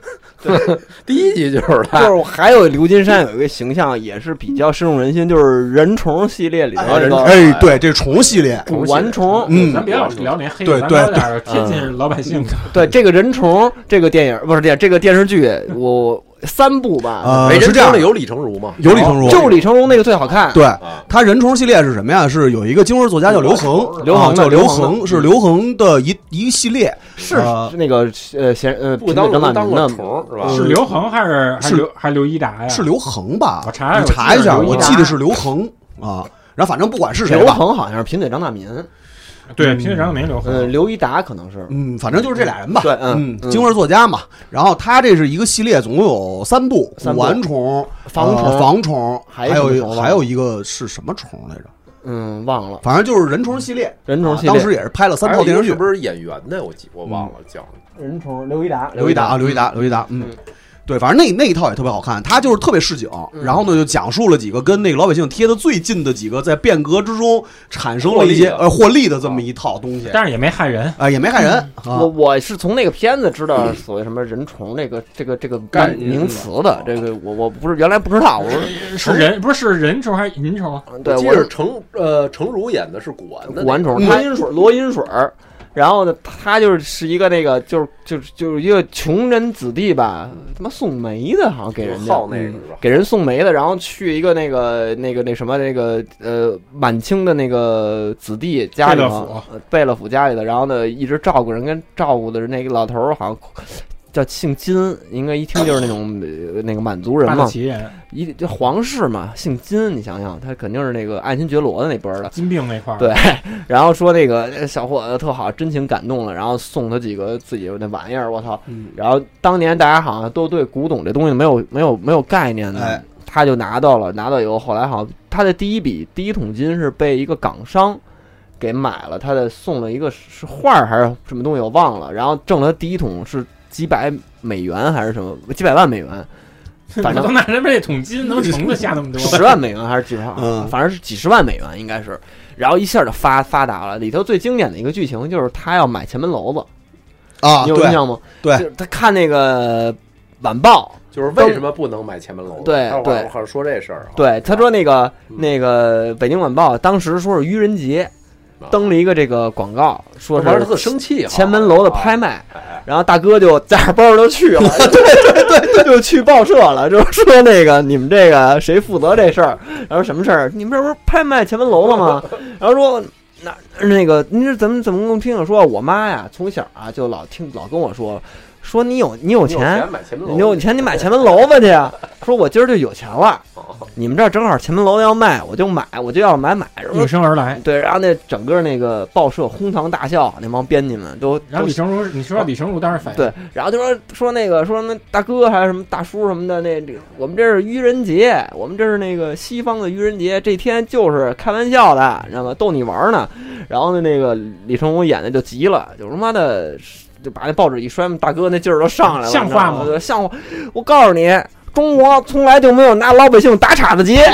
第一集就是他。 就是还有刘金山有一个形象也是比较深入人心，就是人虫系列里头人哎，对，这虫系列， 古玩虫， 嗯， 咱别老聊那黑， 对对， 聊点贴近老百姓的。 对，这个人虫这个电影不是电这个电视剧，我。三部吧， 呃，是这样的， 有李成儒吗？ 有李成儒， 就李成儒那个最好看。 对，他人虫系列是什么呀？是有一个京味作家叫刘恒， 刘恒叫刘恒，是刘恒的一一个系列， 是那个呃闲呃不当当过虫是吧？ 是刘恒还是还是刘还是刘一达呀？ 是刘恒吧？ 我查你查一下，我记得是刘恒啊。然后反正不管是谁， 刘恒好像是贫嘴张大民。 对，贫嘴张大民刘恒， 呃，刘一达可能是， 嗯，反正就是这俩人吧。 对， 嗯，京味作家嘛。然后他这是一个系列，总共有三部：古玩虫、 防虫、 防虫，还有还有一个是什么虫来着？ 嗯，忘了。 反正就是人虫系列， 人虫系列，当时也是拍了三套电视剧， 是不是演员呢？我记我忘了叫人虫刘一达， 刘一达啊，刘一达，刘一达，嗯。对，反正那那一套也特别好看，他就是特别市井，嗯、然后呢就讲述了几个跟那个老百姓贴的最近的几个在变革之中产生了一些呃获利的这么一套东西， 但是也没害人啊、呃，也没害人。 嗯啊、我我是从那个片子知道所谓什么人虫这个这个这个概名词的，这个我我不是原来不知道，我说是人不是是人虫还是银虫？ 对， 我是程呃程儒演的是古玩的古玩虫，罗银水罗银水。然后呢，他就是是一个那个，就是就是就是一个穷人子弟吧，他妈送煤的，好像给人家， 好那个是吧？ 给人送煤的，然后去一个那个那个那什么那个呃满清的那个子弟家里头，贝勒府家里的，然后呢一直照顾人，跟照顾的那个老头儿好像。叫姓金，应该一听就是那种、呃、那个满族人嘛，一就皇室嘛，姓金，你想想，他肯定是那个爱新觉罗的那波的金病那块儿。 对，然后说那个小伙子特好，真情感动了，然后送他几个自己的那玩意儿，我操！ 嗯、 然后当年大家好像都对古董这东西没有没有没有概念的， 哎、 他就拿到了，拿到以后，后来好像他的第一笔第一桶金是被一个港商给买了，他的送了一个是画还是什么东西我忘了，然后挣了第一桶是。几百美元还是什么？几百万美元，反正都拿人家这桶金，能虫子下那么多？ 十万美元还是几十万？ 嗯， 反正是几十万美元应该是。然后一下就发发达了。里头最经典的一个剧情就是他要买前门楼子啊， 你有印象吗？ 对， 就是他看那个晚报， 就是为什么不能买前门楼子？ 对对， 好像说这事儿。 对，他说那个那个北京晚报当时说是愚人节。登了一个这个广告，说是特生气， 前门楼的拍卖，然后大哥就带着包就去了，对对对，就去报社了，就说那个你们这个谁负责这事儿？然后什么事儿？你们这不是拍卖前门楼了吗？然后说那那个您是怎么怎么跟我听着说，我妈呀从小啊就老听老跟我说。说你有你有钱，你有钱你买前门楼子去呀。说我今儿就有钱了，你们这儿正好前门楼要卖，我就买，我就要买买。 应声而来。 对，然后那整个那个报社哄堂大笑，那帮编辑们都。 然后李成儒，你说李成儒当时反应对，然后就说说那个说那大哥还是什么大叔什么的，那我们这是愚人节，我们这是那个西方的愚人节，这天就是开玩笑的，知道吗？逗你玩呢。然后呢，那个李成儒演的就急了，就他妈的。就把那报纸一摔，大哥那劲儿都上来了， 像话吗？ 像话！我告诉你，中国从来就没有拿老百姓打岔子节，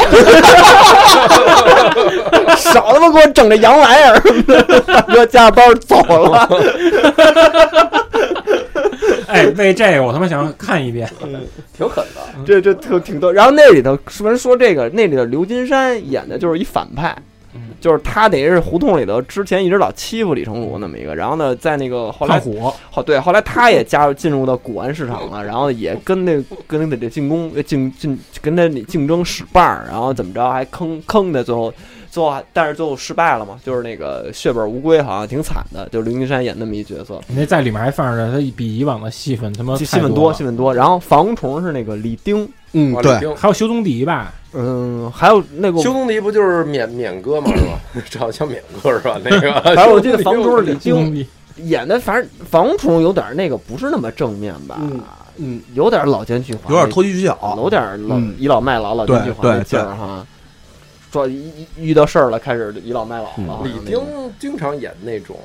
少他妈给我整这洋玩意儿！大哥夹着包走了。 哎，为这个我他妈想看一遍， 嗯、挺狠的， 这这挺挺逗。然后那里头说说这个，那里头刘金山演的就是一反派。就是他得是胡同里头之前一直老欺负李成儒那么一个，然后呢，在那个后来火， 好对，后来他也加入进入到古玩市场了，然后也跟那跟那个进攻竞竞跟那竞争使绊儿，然后怎么着还坑坑的，最后最后但是最后失败了嘛，就是那个血本无归，好像挺惨的，就是刘金山演那么一角色。 那在里面还放着他比以往的戏份他妈戏份多，戏份多。然后防虫是那个李丁， 嗯，对， 还有修宗迪吧。 嗯，还有那个修宗迪不就是缅缅哥嘛，是吧？这好像缅哥是吧？那个， 反正我记得防虫是李丁演的，反正防虫有点那个不是那么正面吧， 嗯，嗯有点老奸巨猾， 有点投机取巧， 有点老倚老卖老、老奸巨猾的劲儿哈。说遇到事儿了，开始倚老卖老了。 李丁经常演那种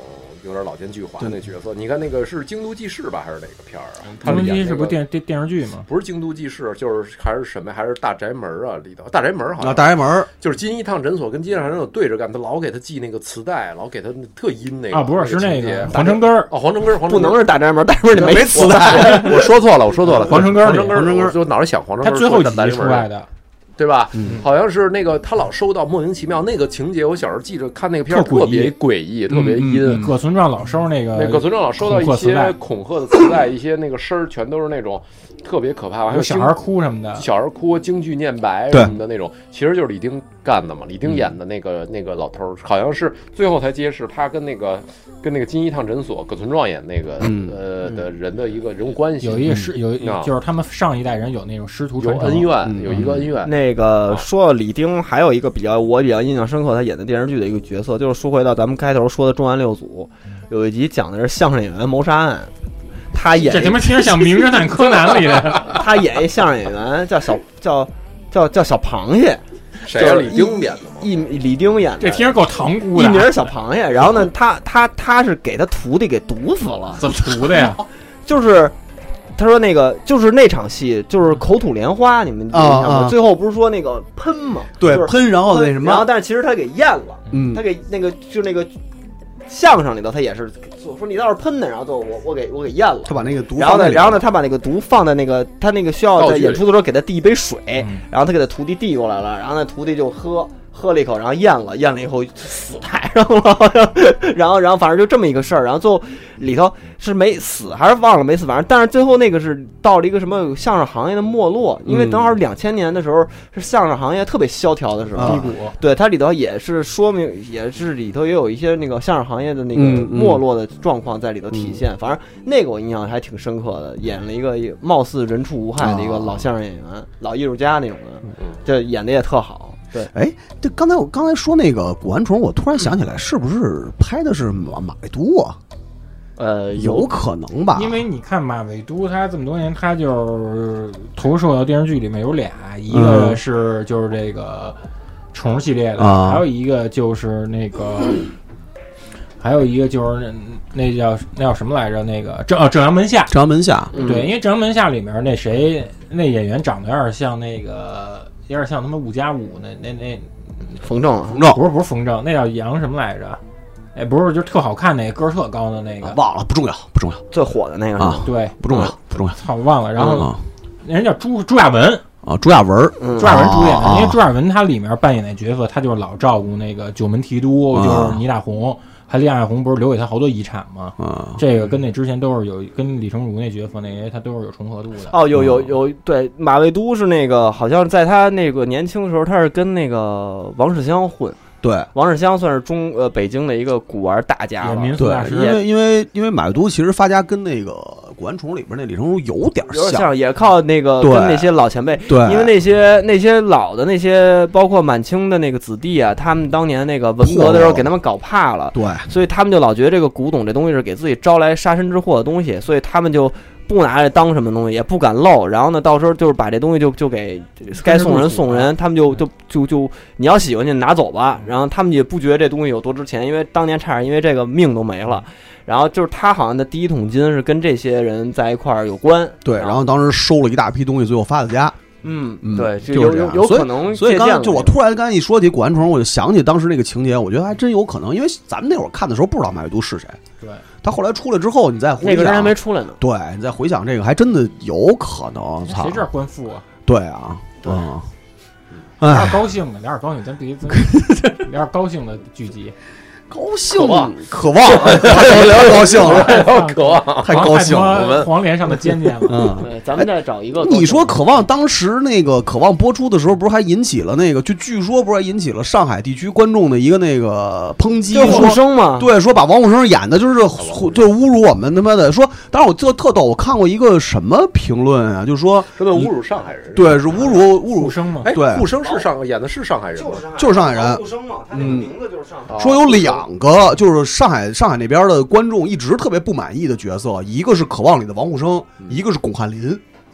有点老奸巨猾那角色。你看那个是《京都纪事》吧，还是哪个片儿啊？ 京都纪事不电电电视剧吗？ 不是《京都纪事》，就是还是什么？还是大宅门啊里头？大宅门好像。 啊，大宅门就是金一趟诊所跟金一趟诊所对着干，他老给他寄那个磁带，老给他特阴那个啊，不是是那个黄城根儿哦，黄城根儿， 不能是大宅门，大宅门里没磁带，我说错了，我说错了， 黄城根儿， 黄城根儿，我就脑袋想黄城根儿， 他最后一集出来的。 对吧？嗯，好像是那个他老收到莫名其妙那个情节，我小时候记着看那个片儿特别诡异，特别阴。 葛存壮老收那个， 那葛存壮老收到一些恐吓的磁带，一些那个声儿全都是那种特别可怕，还有小孩哭什么的， 小孩哭、京剧念白什么的那种，其实就是李丁干的嘛。李丁演的那个那个老头，好像是最后才揭示他跟那个跟那个金一趟诊所葛存壮演那个呃的人的一个人物关系。 有一个师有就是他们上一代人有那种师徒传承有恩怨，有一个恩怨。 那个说到李丁，还有一个比较我比较印象深刻，他演的电视剧的一个角色，就是说回到咱们开头说的重案六组，有一集讲的是相声演员谋杀案，他演这他妈听着像《名侦探柯南》里的， 他演一相声演员叫小叫叫叫小螃蟹， 谁呀？李丁演的吗？ 一李丁演的， 这听着够唐姑的， 艺名小螃蟹。然后呢，他他他是给他徒弟给毒死了， 怎么毒的呀？ 就是。他说那个就是那场戏，就是口吐莲花，你们印象吗？最后不是说那个喷吗？ 对，喷，然后那什么， 然后但是其实他给咽了， 嗯， 他给那个就那个相声里头，他也是说你倒是喷的，然后就我我给我给咽了， 他把那个毒， 然后呢，然后呢，他把那个毒放在那个他那个需要在演出的时候给他递一杯水，然后他给他徒弟递过来了，然后那徒弟就喝。喝了一口，然后咽了，咽了以后死台上了，然后，然后反正就这么一个事儿，然后最后里头是没死还是忘了没死，反正但是最后那个是到了一个什么相声行业的没落，因为正好两千年的时候是相声行业特别萧条的时候，低谷，对，它里头也是说明，也是里头也有一些那个相声行业的那个没落的状况在里头体现，反正那个我印象还挺深刻的，演了一个貌似人畜无害的一个老相声演员、老艺术家那种的，这演的也特好。对， 哎，这刚才我刚才说那个古玩虫，我突然想起来，是不是拍的是马马未都啊？ 呃， 有可能吧， 因为你看马未都，他这么多年，他就是投射到电视剧里面有俩，一个是就是这个虫系列的， 嗯、 还有一个就是那个，还有一个就是那那叫那叫什么来着？那个正哦正阳门下， 正阳门下， 对，因为正阳门下里面那谁那演员长得有点像那个。有点像他们五加五那那那冯正， 冯正不是不是冯正，那叫杨什么来着？哎，不是，就特好看那个，个儿特高的那个， 啊、忘了，不重要，不重要， 最火的那个啊， 对， 不重要，不重要， 操，忘了。然后、嗯、人叫朱朱亚文啊，朱亚文， 嗯、朱亚文主演的，因为朱亚文他里面扮演那角色，他就是老照顾那个九门提督， 啊、 就是倪大红。还李亚红不是留给他好多遗产吗？ 嗯， 这个跟那之前都是有，跟李成儒那角色那些他都是有重合度的。 哦，有有有，对，马未都是那个，好像在他那个年轻的时候，他是跟那个王世襄混。 对， 王世襄算是中呃北京的一个古玩大家了。 对，因为因为因为马未都其实发家跟那个古玩虫里边那李成儒有点像， 有点像，也靠那个跟那些老前辈。 对， 因为那些那些老的那些，包括满清的那个子弟啊，他们当年那个文革的时候给他们搞怕了， 对， 所以他们就老觉得这个古董这东西是给自己招来杀身之祸的东西，所以他们就。不拿来当什么东西，也不敢露，然后呢，到时候就是把这东西就就给该送人送人，他们就就就就你要喜欢就拿走吧，然后他们也不觉得这东西有多值钱，因为当年差点因为这个命都没了，然后就是他好像的第一桶金是跟这些人在一块儿有关， 对，然后当时收了一大批东西，最后发的家。 嗯嗯，对， 就有有有可能， 所以刚才就我突然刚才一说起古玩虫，我就想起当时那个情节，我觉得还真有可能，因为咱们那会儿看的时候不知道马未都是谁， 对， 他后来出来之后，你再回想那个人还没出来呢， 对你再回想这个，还真的有可能，操， 谁这官复啊？ 对啊，嗯， 聊点高兴的，聊点高兴，咱别聊点高兴的剧集。 高兴，渴望，太聊高兴了， 渴望， 太高兴了。 我们黄连上的尖尖了。 嗯，咱们再找一个。 你说渴望当时那个渴望播出的时候，不是还引起了那个，就据说不是还引起了上海地区观众的一个那个抨击， 王虎生嘛？ 对，说把王虎生演的就是就侮辱我们他妈的。说，当然我记得特逗，我看过一个什么评论啊，就说说的侮辱上海人， 对，是侮辱侮辱生嘛？ 哎， 对， 顾生是上演的是上海人吗？ 就是上海人， 顾生嘛，他那个名字就是上海。 说有两。两个就是上海上海那边的观众一直特别不满意的角色，一个是《渴望》里的王沪生，一个是巩汉林。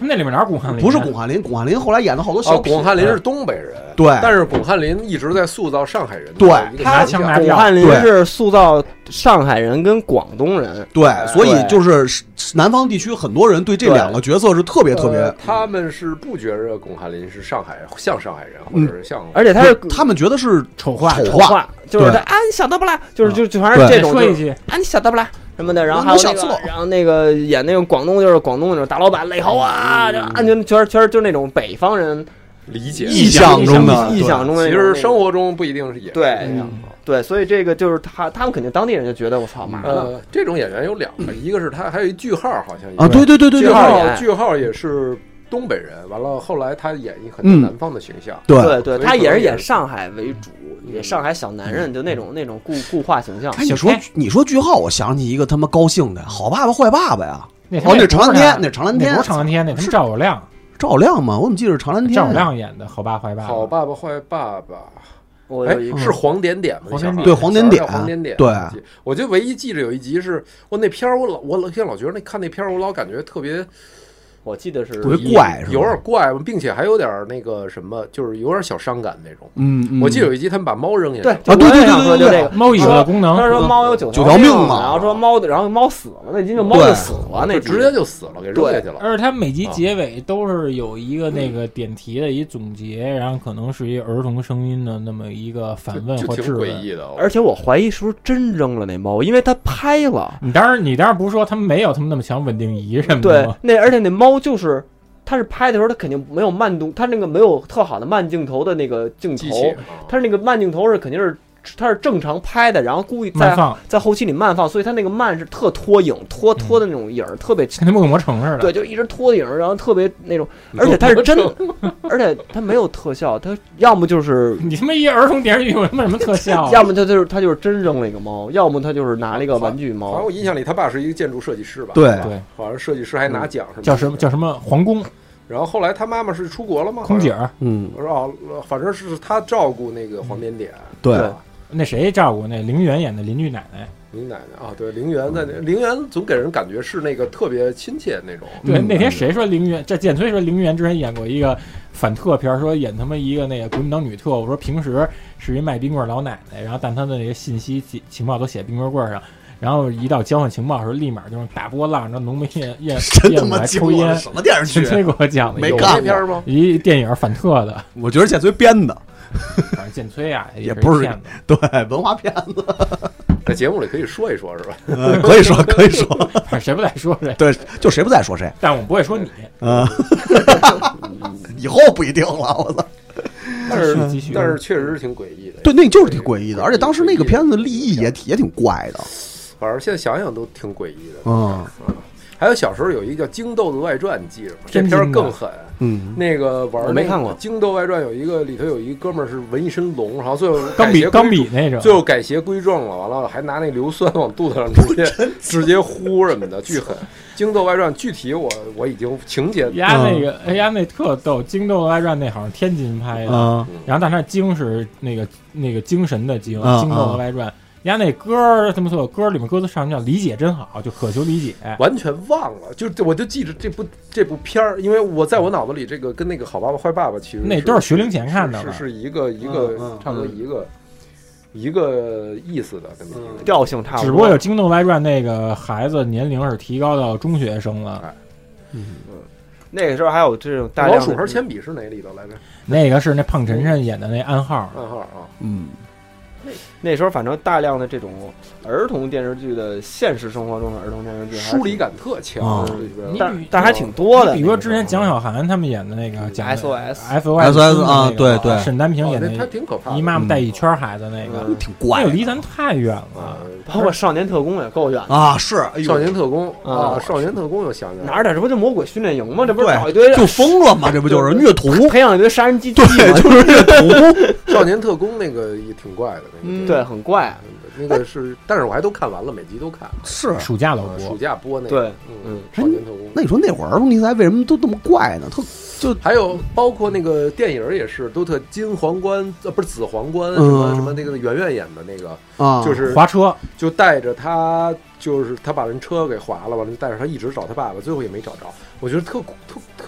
他们那里面哪有巩汉林？ 不是巩汉林，巩汉林后来演的好多小品。 巩汉林是东北人， 对， 但是巩汉林一直在塑造上海人。 对， 拿枪拿巩汉林是塑造上海人跟广东人。 对，所以就是南方地区很多人对这两个角色是特别特别。 呃、他们是不觉着巩汉林是上海像上海人，或者是像， 而且他是他们觉得是丑化丑化，就是他啊，你晓得不啦？就是就就反正这种说一句啊，你晓得不啦？什么的，然后还有那个，然后那个演那种广东就是广东那种大老板雷猴啊，就安全全全是就是那种北方人理解臆想中的臆想中的， 其实生活中不一定是演对对，所以这个就是他他们肯定当地人就觉得我操妈的。 呃，这种演员有两个，一个是他，还有一句号好像啊，对对对对， 句号句号也是东北人，完了后来他演一很多南方的形象， 对对，他也是演上海为主。也上海小男人就那种那种固固化形象。 哎，你说你说句号，我想起一个他妈高兴的好爸爸坏爸爸呀！ 哦， 那长蓝天，那长蓝天不是长蓝天，那他妈赵有亮， 赵有亮吗？我怎么记得是长蓝天？ 赵有亮演的好爸坏爸爸。 好爸爸坏爸爸， 我哎，是黄点点吗？ 黄点点对黄点点， 黄点点。 对， 我就唯一记着有一集是我那片儿，我老我老老觉得那看那片儿，我老感觉特别。 我记得是特别怪， 有点怪，并且还有点那个什么，就是有点小伤感那种。 嗯，嗯我记得有一集他们把猫扔下去， 对， 啊，对对对对对， 猫有的功能。 他说猫有九九条命嘛， 然后说猫的，然后猫死了，那集就猫就死了，那直接就死了，给扔下去了。 而且他每集结尾都是有一个那个点题的一总结，然后可能是一儿童声音的那么一个反问或质问。 挺诡异的， 而且我怀疑是不是真扔了那猫，因为他拍了。 你当然你当然不是说他们没有他们那么强稳定仪什么的吗？对，那而且那猫就是。他是拍的时候，他肯定没有慢动，他那个没有特好的慢镜头的那个镜头，他那个慢镜头是肯定是他是正常拍的，然后故意在在后期里慢放，所以他那个慢是特拖影，拖拖的那种影儿，特别跟那恶魔城似的。 对，就一直拖影，然后特别那种，而且他是真，而且他没有特效，他要么就是你他妈一儿童电视剧有他妈什么特效、啊？ 要么他就是他就是真扔了一个猫，要么他就是拿了一个玩具猫。 反正我印象里，他爸是一个建筑设计师吧？ 对对， 好像设计师还拿奖什么， 叫什么叫什么皇宫。 然后后来他妈妈是出国了吗？ 空姐， 嗯， 我说哦，反正是他照顾那个黄点点， 对， 那谁照顾那陵园演的邻居奶奶， 林奶奶啊，对，陵园在那，陵园总给人感觉是那个特别亲切那种。 对，那天谁说陵园？这建崔说陵园之前演过一个反特片，说演他妈一个那个国民党女特，我说平时是一卖冰棍老奶奶，然后但她的那个信息情报都写冰棍棍上。然后一到交换情报的时候，立马就用大波浪，让浓眉艳艳艳舞来抽烟。 什么电视剧？ 这给我讲的， 没看片吗？ 一电影反特的， 我觉得建崔编的。 反正建崔啊， 也不是对文化骗子。 在节目里可以说一说，是吧？ 呃、可以说，可以说， 反正谁不在说谁。 对，就谁不在说谁。 但我们不会说你。 嗯，以后不一定了，我操。 但是但是确实是挺诡异的。 对，那就是挺诡异的，而且当时那个片子立意也也挺怪的。 反正现在想想都挺诡异的。 嗯， 还有小时候有一个叫《京豆子外传》，你记着吗？这片儿更狠。 嗯， 那个玩我没看过 《京豆外传》，有一个里头有一哥们儿是纹一身龙，然后最后钢笔钢笔那种， 最后改邪归正了，完了还拿那硫酸往肚子上直接直接呼什么的，巨狠。《京豆外传》具体我我已经情节丫那个哎丫那特逗，《京豆外传》那好像天津拍的， 嗯、 然后但是京是那个那个精神的精，《京豆外传》。人家那歌儿，他们说歌里面歌词上叫理解真好，就渴求理解。 完全忘了，就我就记着这部这部片儿，因为我在我脑子里这个跟那个好爸爸坏爸爸其实那都是学龄前看的， 是是一个一个、嗯、差不多一个、嗯、一个意思的这么一个调性差不多。 只不过有《京豆外传》那个孩子年龄是提高到中学生了。 哎、 嗯，那个时候还有这种大量老鼠和铅笔是哪里头来着？ 那个是那胖晨晨演的那暗号。 暗号啊， 嗯。 那时候反正大量的这种儿童电视剧的现实生活中的儿童电视剧疏离感特强， 嗯、但但还挺多的。 比如说之前蒋小涵他们演的那个讲 S O S S O S 啊，对对， 沈丹平演的他挺可怕， 姨妈妈带一圈孩子那个， 挺怪， 那离咱太远了。 包括少年特工也够远啊，是少年特工啊，少年特工又想起来哪儿点，这不就魔鬼训练营吗？这不是搞一堆就疯了吗？这不就是虐童， 培养一堆杀人机器吗？ 对，就是虐童。 少年特工那个也挺怪的，那个对，很怪。 那个是，但是我还都看完了，每集都看。 是暑假老播， 暑假播那个。对， 嗯，少年特工。 那你说那会儿儿童题材为什么都这么怪呢？特就还有包括那个电影也是，都特金皇冠呃不是紫皇冠，什么什么那个圆圆演的那个啊， 就是滑车， 就带着他，就是他把人车给划了，完了就带着他一直找他爸爸，最后也没找着。我觉得特特特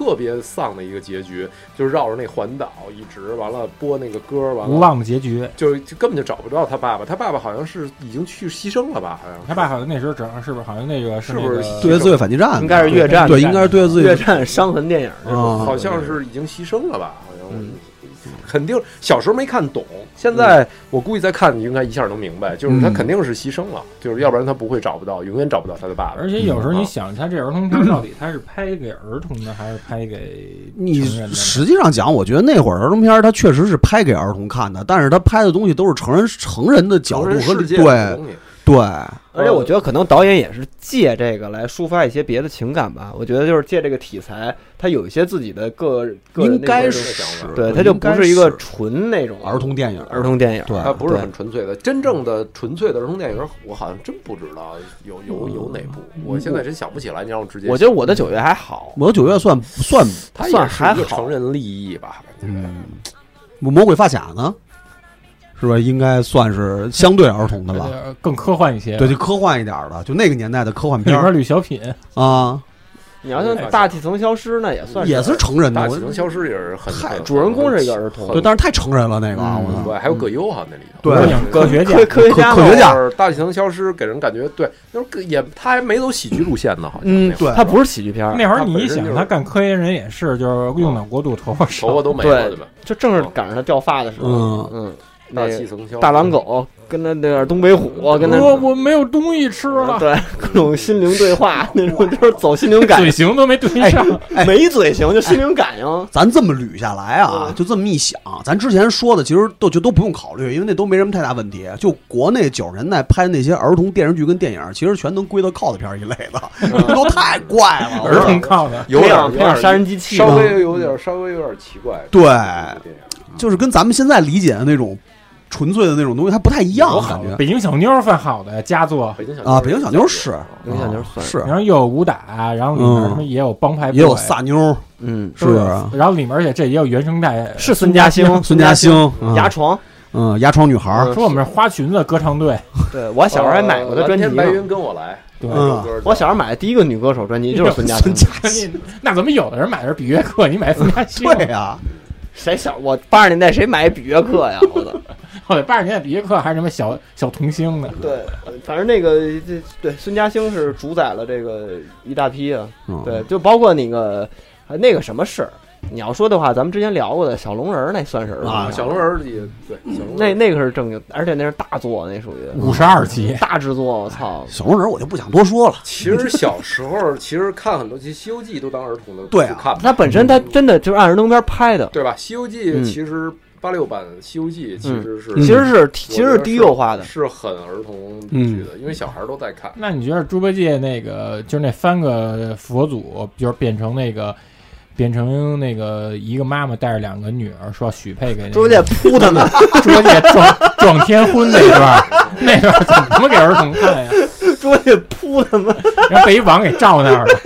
特别丧的一个结局，就是绕着那环岛一直完了播那个歌，完了无望的结局， 就就根本就找不到他爸爸，他爸爸好像是已经去牺牲了吧？好像他爸好像那时候正是不是好像那个是不是对越自卫反击战？ 应该是越战， 对，应该是对越自卫越战伤痕电影， 好像是已经牺牲了吧？好像。肯定小时候没看懂，现在我估计再看，你应该一下能明白，就是他肯定是牺牲了，就是要不然他不会找不到，永远找不到他的爸爸。 而且有时候你想，他这儿童片到底他是拍给儿童的，还是拍给你？实际上讲，我觉得那会儿儿童片他确实是拍给儿童看的，但是他拍的东西都是成人成人的角度和对对。 而且我觉得可能导演也是借这个来抒发一些别的情感吧。我觉得就是借这个题材，他有一些自己的个个应该是对，他就不是一个纯那种儿童电影， 儿童电影， 对， 它不是很纯粹的。真正的纯粹的儿童电影，我好像真不知道有有有哪部，我现在真想不起来。你让我直接， 我觉得我的九月还好， 我的九月算算它也是一个成人利益吧？ 嗯，魔鬼发卡呢？是吧？应该算是相对儿童的吧， 更科幻一些。 对，就科幻一点的，就那个年代的科幻片。 里边吕小品啊， 你要像大气层消失，那也算也是成人的。 大气层消失也是很太主人公是一个儿童， 对，但是太成人了那个。 对，还有葛优哈那里头。 对， 科学家， 科学家， 科学家。 大气层消失给人感觉，对，那会儿也他还没走喜剧路线呢，好像。 嗯，对， 他不是喜剧片。 那会儿你一想，他干科研人也是，就是用脑过度，头发头发都没了，对吧？ 就正是赶上他掉发的时候。嗯嗯。 大气层消失， 大狼狗跟他那点东北虎，跟他我我没有东西吃了， 对，各种心灵对话那种，就是走心灵感应， 嘴型都没对上， 没嘴型就心灵感应。 咱这么捋下来啊，就这么一想，咱之前说的其实都就都不用考虑，因为那都没什么太大问题。就国内九十年代拍那些儿童电视剧跟电影，其实全能归到靠的片一类的，都太怪了。 儿童靠的， 有点有点杀人机器， 稍微有点稍微有点奇怪。 对，就是跟咱们现在理解的那种。纯粹的那种东西还不太一样，感觉。 北京小妞算好的佳作， 北京小啊，北京小妞是， 北京小妞算是。 然后又有武打，然后里面什么也有帮派， 也有撒妞， 嗯， 是。 然后里面而且这也有原声带， 是孙嘉欣， 孙嘉欣， 牙床， 嗯，牙床女孩， 说我们是花裙子歌唱队。 对我小时候还买过他专辑， 白云跟我来。 对， 我小时候买的第一个女歌手专辑就是孙嘉欣。 那怎么有的人买的是比约克，你买孙嘉欣？ 对呀， 谁小我八十年代谁买比约克呀？我操！ 哦，对，八十年代比约克还是什么小小童星的？ 对，反正那个这对孙嘉欣是主宰了这个一大批啊。 嗯、 对，就包括那个那个什么事，你要说的话，咱们之前聊过的小龙人那算是啊，小龙人也对， 那那个是正经，而且那是大作，那属于五十二集大制作。我操， 小龙人我就不想多说了。 其实小时候其实看很多，其实《西游记》都当儿童的对啊看， 它本身它真的就是按儿童片拍的， 对吧？《西游记》其实。八六版《西游记》其实是、 嗯、其实是其实是低幼化的， 是很儿童剧的、嗯，因为小孩都在看。 那你觉得猪八戒那个就是那三个佛祖，就是变成那个变成那个一个妈妈带着两个女儿，说要许配给、那个、 猪八戒扑他们， 猪八戒撞撞天婚那段，那段怎么他妈给儿童看呀？ 猪八戒扑他们， 然后被一网给罩那儿了。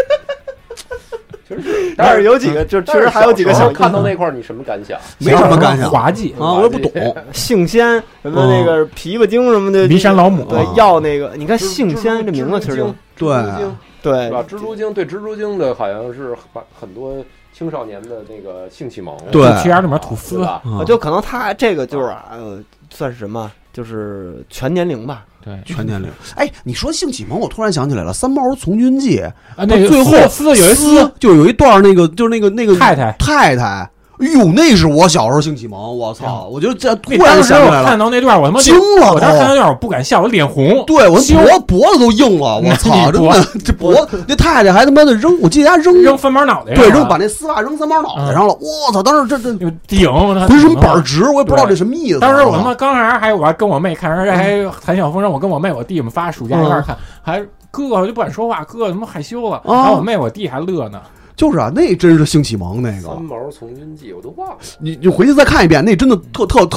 但是有几个，就确实还有几个小看到那块儿，你什么感想？ 没什么感想， 滑稽啊，我也不懂。 杏仙什么那个琵琶精什么的， 骊山老母对，要那个，你看杏仙这名字其实就对对， 是吧？蜘蛛精对蜘蛛精的好像是很多青少年的那个性启蒙， 对， 去眼里面吐丝吧， 就可能他这个就是呃，算是什么？就是全年龄吧。 对， 全年龄。哎，你说性启蒙，我突然想起来了，《三毛从军记》 啊，那个最后丝有一丝， 就有一段那个，就是那个那个太太太太。哎呦，那是我小时候性启蒙，我操！我就这突然想起来了， 看到那段我他妈惊了， 我当时看到那段我不敢笑，我脸红， 对我脖脖子都硬了，我操！真的，这脖那太太还他妈的扔，我记得他扔扔三毛脑袋上， 对，扔把那丝袜扔三毛脑袋上了，我操！当时这这顶， 浑身板直，我也不知道这什么意思。 当时我他妈刚还还我还跟我妹看，还谈笑风生，我跟我妹我弟们发暑假一块看，还哥我就不敢说话，哥他妈害羞了，然后我妹我弟还乐呢。 就是啊，那真是性启蒙那个。 三毛从军记我都忘了， 你你回去再看一遍，那真的特特特好。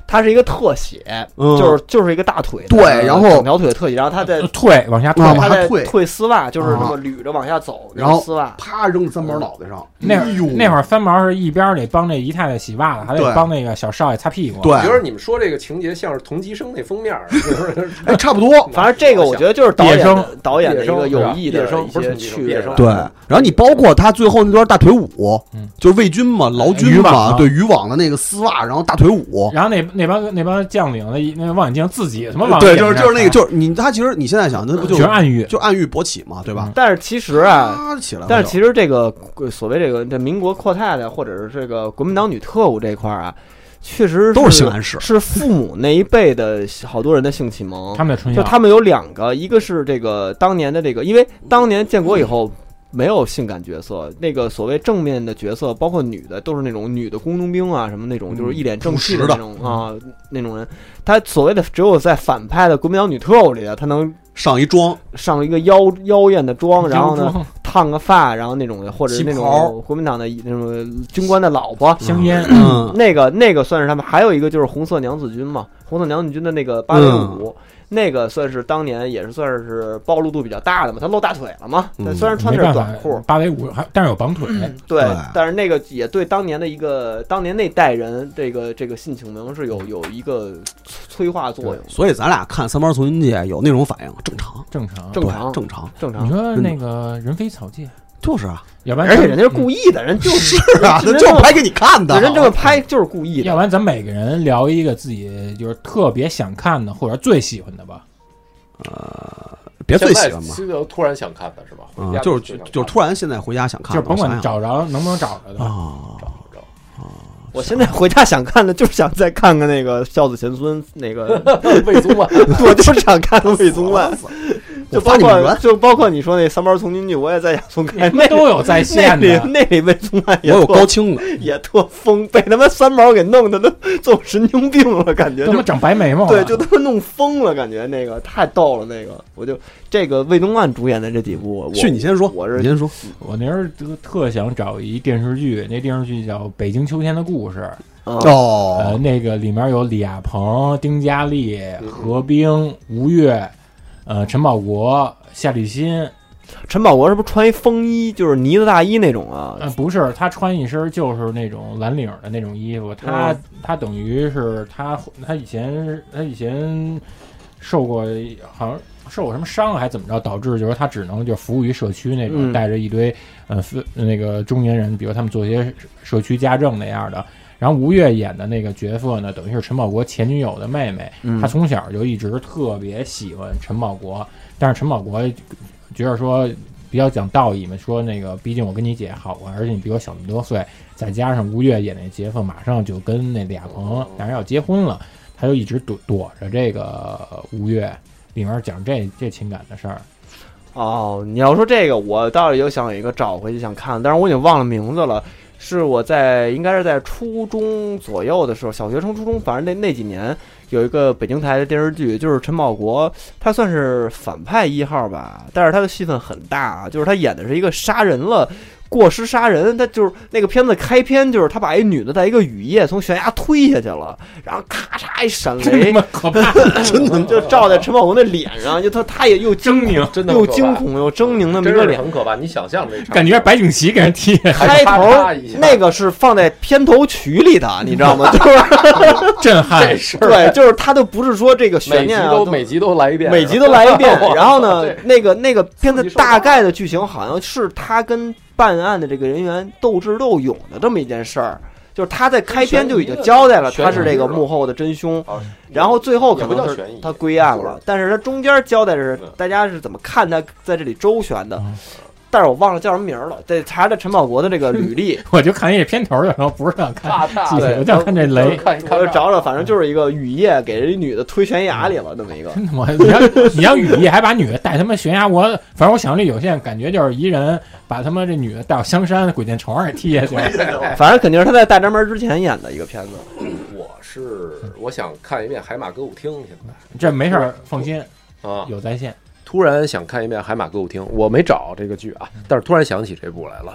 它是一个特写， 嗯、 就是就是一个大腿， 对，然后整条腿的特写，然后他在退往下退， 往下退， 退丝袜，就是这么捋着往下走， 然后丝袜啪扔三毛脑袋上。 那会儿那会儿三毛是一边得帮那姨太太洗袜子，还得帮那个小少爷擦屁股。 对， 我觉得你们说这个情节像是同级生那封面， 哎，差不多。 反正这个我觉得就是导演导演的一个有意的一些趣味。 对，然后你包括他最后那段大腿舞，嗯，就是魏军嘛，劳军嘛，对渔网的那个丝袜，然后大腿舞， 然后那那帮那帮将领的那望远镜自己什么望对，就是就是那个就是你他其实你现在想，那不就是暗喻， 就暗喻勃起嘛，对吧？ 但是其实啊， 起来， 但是其实这个所谓这个这民国阔太太或者是这个国民党女特务这块啊。确实都是性暗示， 是父母那一辈的好多人的性启蒙。 他们的就他们有两个，一个是这个当年的这个，因为当年建国以后没有性感角色，那个所谓正面的角色，包括女的，都是那种女的工农兵啊，什么那种，就是一脸正气的那种、嗯、啊那种人。他所谓的只有在反派的国民党女特务里啊，他能上一妆， 上一个妖妖艳的妆，然后呢烫个发，然后那种的，或者是那种国民党的那种军官的老婆香烟， 嗯，那个那个算是他们。还有一个就是红色娘子军嘛，红色娘子军的那个芭蕾舞。嗯，那个算是当年也是算是暴露度比较大的嘛，他露大腿了嘛。嗯、虽然穿着短裤， 芭蕾舞还但是有绑腿、 嗯对。对，但是那个也对当年的一个当年那代人这个这个性启蒙是有有一个催化作用。 所以咱俩看《三毛从军记》有那种反应，正常， 正常， 正常， 正常， 正常。 你说那个人非草芥。 就是啊， 要不然而且人家是故意的，人就是啊，人就拍给你看的， 人这么拍就是故意的。 要不然咱每个人聊一个自己就是特别想看的或者最喜欢的吧。 呃，别最喜欢吧， 突然想看的是吧？ 嗯，就是就是突然现在回家想看， 就是甭管找着能不能找着的啊， 找着啊。 我现在回家想看的，就是想再看看那个孝子贤孙那个魏宗万， 我就是想看魏宗万。就包括就包括你说那三毛从军记，我也在想重看， 那都有在线的。 那里魏宗万也我有高清的， 也特疯，被他妈三毛给弄的都做神经病了，感觉他妈长白眉毛， 对，就他妈弄疯了，感觉那个太逗了。那个我就这个魏宗万主演的这几部， 去你先说， 我是你先说， 我那时候特想找一电视剧，那电视剧叫《北京秋天的故事》。 哦， 呃，那个里面有李亚鹏、丁嘉丽、何冰、吴越，呃，陈宝国、夏立新。 陈宝国是不是穿一风衣，就是呢子大衣那种啊？ 呃，不是，他穿一身就是那种蓝领的那种衣服。他、嗯、他等于是他他以前他以前受过好像受过什么伤还怎么着，导致就是他只能就服务于社区那种，带着一堆呃那个中年人，比如他们做一些社区家政那样的。然后吴越演的那个角色呢，等于是陈宝国前女友的妹妹，嗯、他从小就一直特别喜欢陈宝国，但是陈宝国觉得说比较讲道义嘛，说那个毕竟我跟你姐好过，而且你比我小那么多岁，再加上吴越演那角色马上就跟那李亚鹏两人要结婚了，他就一直躲躲着这个吴越，里面讲这这情感的事儿。 哦，你要说这个，我倒是有想有一个找回去想看，但是我已经忘了名字了。是我在应该是在初中左右的时候，小学升初中，反正那那几年有一个北京台的电视剧，就是陈宝国，他算是反派一号吧，但是他的戏份很大，就是他演的是一个杀人了。过失杀人，他就是那个片子开篇就是他把一女的在一个雨夜从悬崖推下去了，然后咔嚓一闪雷， 可怕， 真的就照在陈宝国那脸上，就他他也又狰狞， 真的又惊恐又狰狞的一个脸， 很可怕。你想象这感觉白景琦给人踢， 开头那个是放在片头曲里的，你知道吗？就是震撼， 对，就是他都不是说这个悬念啊， 都每集都来一遍， 每集都来一遍。然后呢，那个那个片子大概的剧情好像是他跟办案的这个人员斗智斗勇的这么一件事儿，就是他在开篇就已经交代了他是这个幕后的真凶，然后最后可能是他归案了，但是他中间交代的是大家是怎么看他在这里周旋的。但是我忘了叫什么名了，得查查陈宝国的这个履历。 我就看一片头的时候，不是想看具体，我就看这雷， 我就找找，反正就是一个雨夜给人一女的推悬崖里了，那么一个。 真的吗？你要你要雨夜还把女的带他妈悬崖，我反正我想象力有限，感觉就是一人把他妈这女的带到香山鬼见虫儿给踢下去。 反正肯定是他在大宅门之前演的一个片子。 我是我想看一遍海马歌舞厅，现在这没事儿，放心啊， 有在线。 突然想看一遍海马歌舞厅，我没找这个剧啊，但是突然想起这部来了。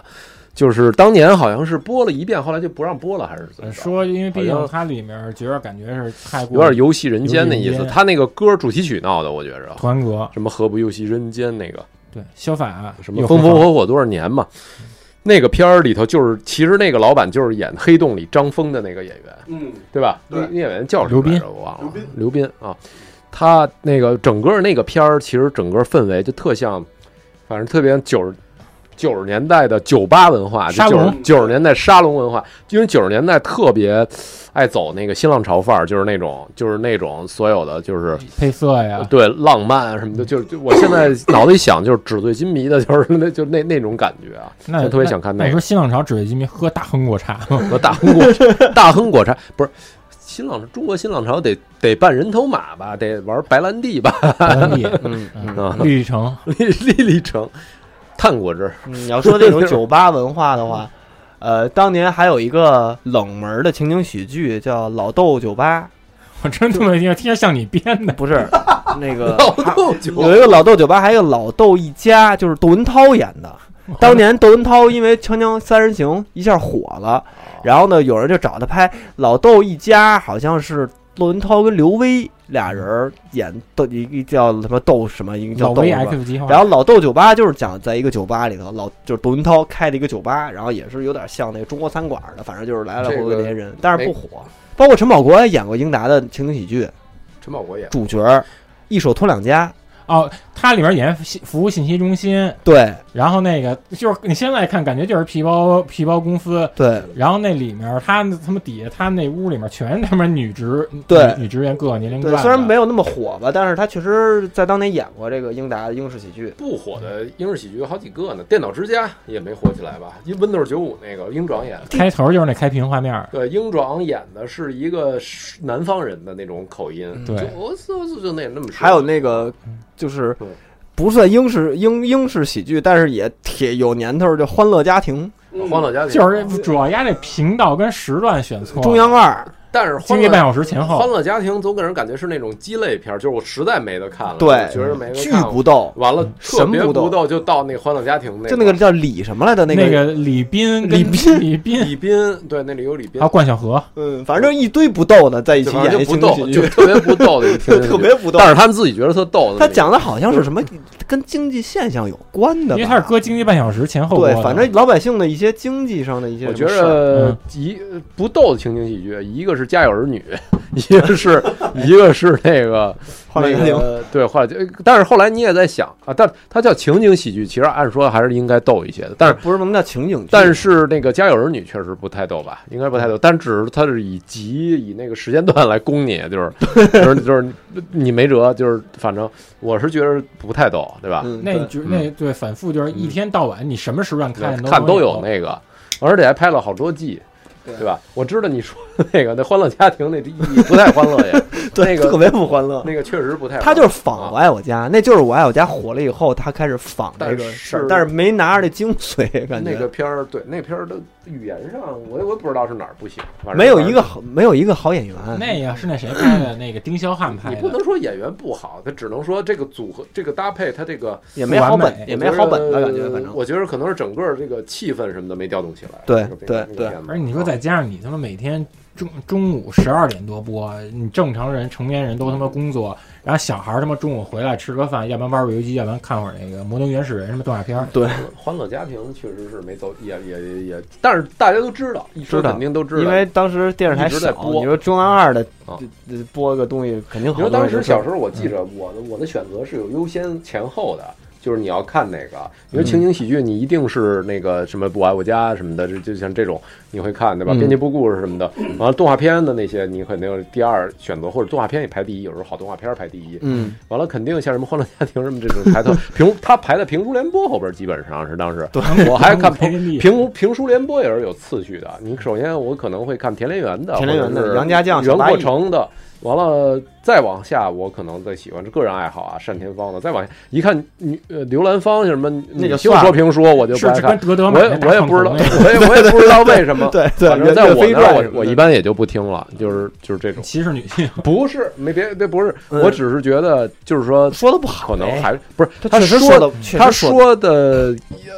就是当年好像是播了一遍，后来就不让播了，还是怎么着？ 说因为毕竟它里面觉得感觉是太过有点游戏人间的意思。他那个歌主题曲闹的，我觉着团歌什么何不游戏人间那个， 对，消法什么风风火火多少年嘛。那个片儿里头就是，其实那个老板就是演《黑洞》里张峰的那个演员， 嗯， 对吧？ 对， 那演员叫什么来着？我忘了。 刘斌， 刘斌啊，他那个整个那个片儿，其实整个氛围就特像，反正特别九十九十年代的酒吧文化， 沙龙九十年代沙龙文化，因为九十年代特别爱走那个新浪潮范儿，就是那种就是那种所有的就是配色呀， 对浪漫啊什么的，就就我现在脑子里想就是纸醉金迷的，就是那就那那种感觉啊， 那特别想看那个。 你说新浪潮纸醉金迷喝大亨果茶， 喝大亨果大亨果茶不是。新浪潮，中国新浪潮得得办人头马吧，得玩白兰地吧， 白兰地， 嗯嗯，绿绿城， 绿绿绿城，碳果汁。 你要说这种酒吧文化的话，呃，当年还有一个冷门的情景喜剧叫《老豆酒吧》， 我真他妈听听着像你编的， 不是那个老豆酒吧， 有一个老豆酒吧，还有一个老豆一家，就是窦文涛演的。当年窦文涛因为《锵锵三人行》一下火了，然后呢，有人就找他拍《老豆一家》，好像是窦文涛跟刘威俩人演豆，一个叫什么豆什么，一个叫豆什么。然后老豆酒吧就是讲在一个酒吧里头，老就是窦文涛开的一个酒吧，然后也是有点像那个中国餐馆的，反正就是来来回回那些人，但是不火。包括陈宝国也演过英达的情景喜剧， 陈宝国演主角，一手托两家。 哦，他里面演服务信息中心， 对， 然后那个就是你现在看感觉就是皮包皮包公司， 对， 然后那里面他他们底下他们那屋里面全他们女职对女职员各个年龄段， 对，虽然没有那么火吧，但是他确实在当年演过这个英达的英式喜剧。 不火的英式喜剧有好几个呢，电脑之家也没火起来吧？因 Windows 九五那个鹰壮演的， 开头就是那开屏画面， 对，鹰壮演的是一个南方人的那种口音， 对， 就我就就那那么说， 还有那个就是。不算英式英英式喜剧，但是也铁有年头，叫《欢乐家庭》。 欢乐家庭就是主要压这频道跟时段选错， 中央二。 但是经历半小时前后， 欢乐家庭总给人感觉是那种鸡肋片，就是我实在没得看了， 对， 觉得没得看， 巨不逗， 完了特别不逗，就到那个欢乐家庭那， 就那个叫李什么来的那个那个李斌， 李斌， 李斌， 李斌，对，那里有李斌， 还有冠晓荷， 嗯，反正就一堆不逗的在一起演， 就不逗，就特别不逗的， 特别不逗， 但是他们自己觉得特逗的。 他讲的好像是什么跟经济现象有关的， 因为他是搁经济半小时前后， 对，反正老百姓的一些经济上的一些， 我觉得一不逗的情景喜剧，一个是《家有儿女》。一个是一个是那个欢乐家庭， 对欢乐家庭，但是后来你也在想啊，但它叫情景喜剧，其实按说还是应该逗一些的，但是不是什么叫情景剧， 但是那个《家有儿女》确实不太逗吧，应该不太逗，但只是它是以集以那个时间段来供你，就是就是就是你没辙，就是反正我是觉得不太逗，对吧？ 嗯、那就那对反复就是一天到晚，你什么时段看都看都有那个，而且还拍了好多季。对吧？我知道你说那个那欢乐家庭那意义不太欢乐呀， 对， 那个特别不欢乐， 那个确实不太欢乐。 他就是仿我爱我家，那就是我爱我家火了以后，他开始仿这个事儿，但是没拿着这精髓，感觉那个片儿对那片儿的语言上，我我也不知道是哪儿不行， 没有一个好没有一个好演员。 那个是那谁拍的？那个丁肖汉拍的。 你不能说演员不好，他只能说这个组合这个搭配，他这个也没好本，也没好本的感觉。反正我觉得可能是整个这个气氛什么的没调动起来。 对对对， 而你说再加上你他妈每天中中午十二点多播，你正常人成年人都他妈工作，然后小孩他妈中午回来吃个饭，要不然玩玩游戏，要不然看会儿那个《摩登原始人》什么动画片。 对， 欢乐家庭确实是没走，也也也也，但是大家都知道，一说肯定都知道， 因为当时电视台少，你说中央二的播个东西肯定好。 因为当时小时候我记着，我的我的选择是有优先前后的。就是你要看哪个，因为情景喜剧你一定是那个什么不爱我家什么的，就就像这种你会看对吧？编辑部故事什么的，完了动画片的那些你肯定第二选择，或者动画片也排第一，有时候好动画片排第一。 嗯， 完了肯定像什么欢乐家庭什么这种排头评，他排在评书联播后边，基本上是当时。 对， 我还看评评评书联播也是有次序的。你首先我可能会看田连元的， 田连元的杨家将、 袁阔成的。完了，再往下，我可能再喜欢这个人爱好啊，单田芳的。再往下一看，女呃刘兰芳什么， 那就听说评书，我就不爱看。 德德我也我也不知道，我也我也不知道为什么。 对对， 反正在我那儿，我我一般也就不听了，就是就是这种歧视女性。 不是，没别别不是，我只是觉得就是说说的不好， 可能还是不是他说的， 他说的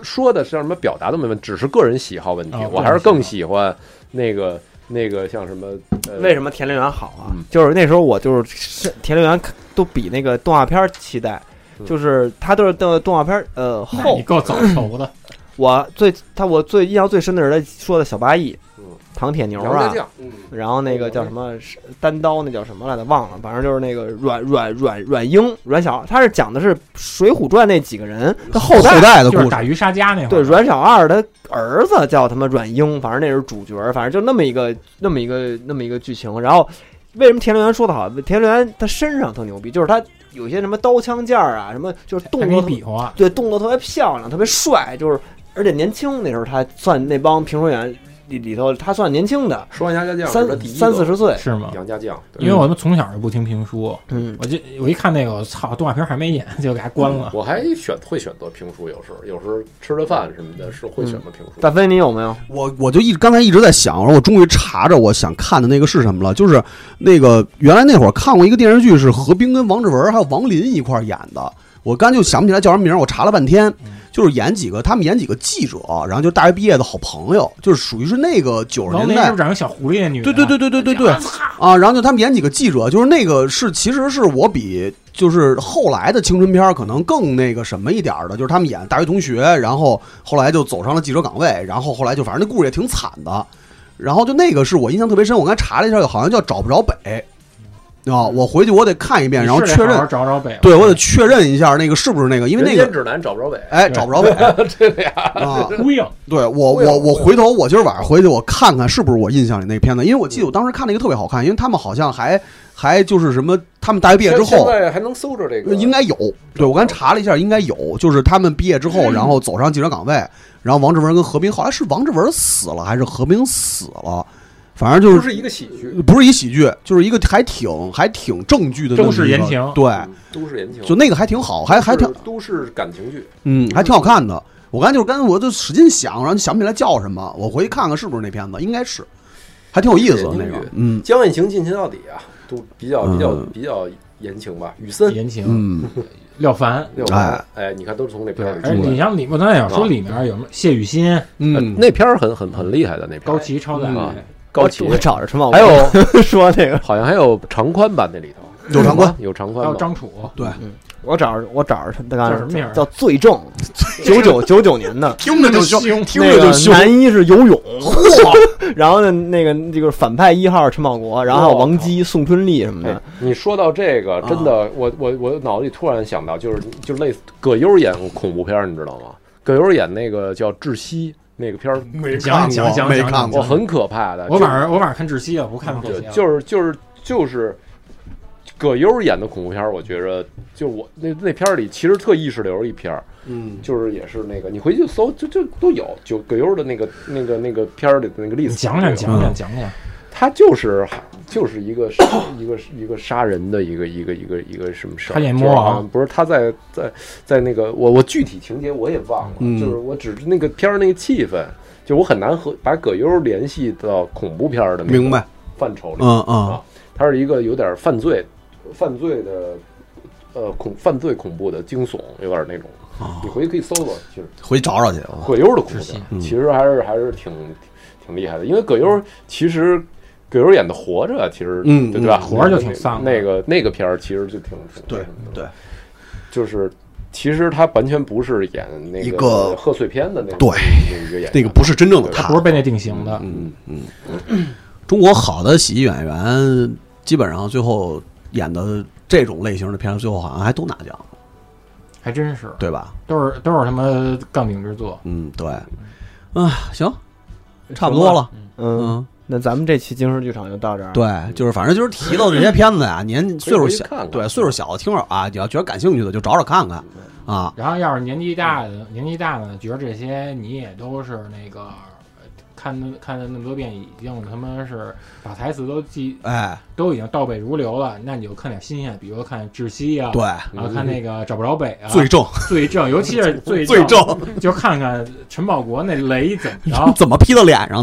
说的是什么表达都没问题，只是个人喜好问题。 哦、 我还是更喜欢那个那个像什么、呃、 为什么田连元好啊、嗯？就是那时候我就是田连元都比那个动画片期待，嗯、就是他都是动动画片呃后。 你够早熟的。 我最他我最印象最深的是他说的小八义， 嗯， 唐铁牛啊， 嗯， 然后那个叫什么单刀，那叫什么来着？忘了，反正就是那个阮阮阮阮英阮小，他是讲的是《水浒传》那几个人的后代后代的故事， 打渔杀家那会儿。 对，阮小二的儿子叫他妈阮英，反正那是主角，反正就那么一个那么一个那么一个剧情。然后为什么田连元说的好？田连元他身上特牛逼，就是他有些什么刀枪剑啊，什么就是动作比划， 对，动作特别漂亮，特别帅，就是。而且年轻，那时候他算那帮评书演里里头，他算年轻的， 说杨家将三三四十岁是吗？ 杨家将， 因为我们从小就不听评书， 嗯， 我就我一看那个，我操，动画片还没演就给它关了。 我还选会选择评书，有时候有时候吃了饭什么的，是会选择评书。 大飞，你有没有？ 我我就一刚才一直在想，我终于查着我想看的那个是什么了，就是那个原来那会儿看过一个电视剧，是何冰跟王志文还有王林一块演的，我刚就想不起来叫什么名，我查了半天。就是演几个，他们演几个记者，然后就大学毕业的好朋友，就是属于是那个九十年代长个小狐狸的女， 对对对对对对对啊，然后就他们演几个记者，就是那个是其实是我比就是后来的青春片可能更那个什么一点的，就是他们演大学同学，然后后来就走上了记者岗位，然后后来就反正那故事也挺惨的，然后就那个是我印象特别深，我刚才查了一下，好像叫找不着北。啊！我回去我得看一遍，然后确认找找北。 对，我得确认一下那个是不是那个，因为那个指南找不着北， 哎，找不着北， 这俩啊， 呼应。 对我我我回头我今儿晚上回去我看看是不是我印象里那片子，因为我记得我当时看那个特别好看，因为他们好像还还就是什么，他们大学毕业之后， 现在还能搜着这个， 应该有。对我刚查了一下，应该有，就是他们毕业之后，然后走上记者岗位，然后王志文跟何冰，后来是王志文死了还是何冰死了？反正就是不是一个喜剧， 不是一喜剧，就是一个还挺还挺正剧的都市言情， 对， 都市言情， 就那个还挺好，还还挺都市感情剧， 嗯，还挺好看的。我刚才就是刚才我就使劲想，然后想不起来叫什么，我回去看看是不是那片子，应该是，还挺有意思的那个。嗯， 江夜行进行到底啊，都比较比较比较言情吧，雨森言情， 嗯， 廖凡， 廖凡，哎，你看都是从那片儿出来。 哎，你像李莫咱要说里面有什么谢雨欣， 嗯， 那片儿很很很厉害的那片高旗超载。 高旗， 我找着陈茂， 还有说那个， 好像还有长宽吧，那里头有长宽， 有长宽， 还有张楚， 对， 我找着，我找着他， 叫什么名？ 叫罪证，九九九九年的， 听着就凶，听着就凶。 男一是游泳，然后呢，那个这个反派一号陈宝国，然后还有王姬、宋春丽什么的。 你说到这个，真的，我我我脑子里突然想到，就是就类似葛优演恐怖片，你知道吗？葛优演那个叫《窒息》。那个片儿没看过，没看过， 很可怕的。 我晚上我晚上看窒息啊，不看窒息。就是就是就是葛优演的恐怖片儿，我觉着就我那那片儿里其实特意识流一片儿， 嗯， 就是也是那个你回去搜就就都有，就葛优的那个那个那个片儿里的那个例子， 讲讲讲讲讲讲。 他就是就是一个一个一个杀人的一个一个一个一个什么事儿， 他演魔王不是他在在在那个我我具体情节我也忘了， 嗯、 就是我只是那个片儿那个气氛，就我很难和把葛优联系到恐怖片的那个范畴里， 嗯嗯啊，他是一个有点犯罪犯罪的呃恐犯罪恐怖的惊悚，有点那种， 哦、 你回去可以搜搜，就是回去找找去。 葛优的恐怖片、嗯、其实还是还是挺挺厉害的，因为葛优其实。葛优演的《活着》，其实嗯， 对吧？ 活着就挺丧。 那个那个片儿其实就挺挺对对， 就是其实他完全不是演那一个贺岁片的那个对那个演那个不是真正的他，不是被那定型的。 嗯嗯嗯。中国好的喜剧演员，基本上最后演的这种类型的片，最后好像还都拿奖， 还真是， 对吧？ 都是都是他妈杠顶之作。 嗯，对。啊，行，差不多了。 嗯。那咱们这期京视剧场就到这儿。 对，就是反正就是提到这些片子呀，年岁数小， 看看对岁数小的听友啊，你要觉得感兴趣的就找找看看啊。 然后要是年纪大的，年纪大的觉得这些你也都是那个看看了那么多遍，已经他妈是把台词都记， 哎， 都已经倒背如流了。那你就看点新鲜，比如看窒息啊， 对， 然后看那个找不着北啊， 罪证， 罪证，尤其是罪罪证， 就看看陈宝国那雷怎么着， 怎么劈到脸上的。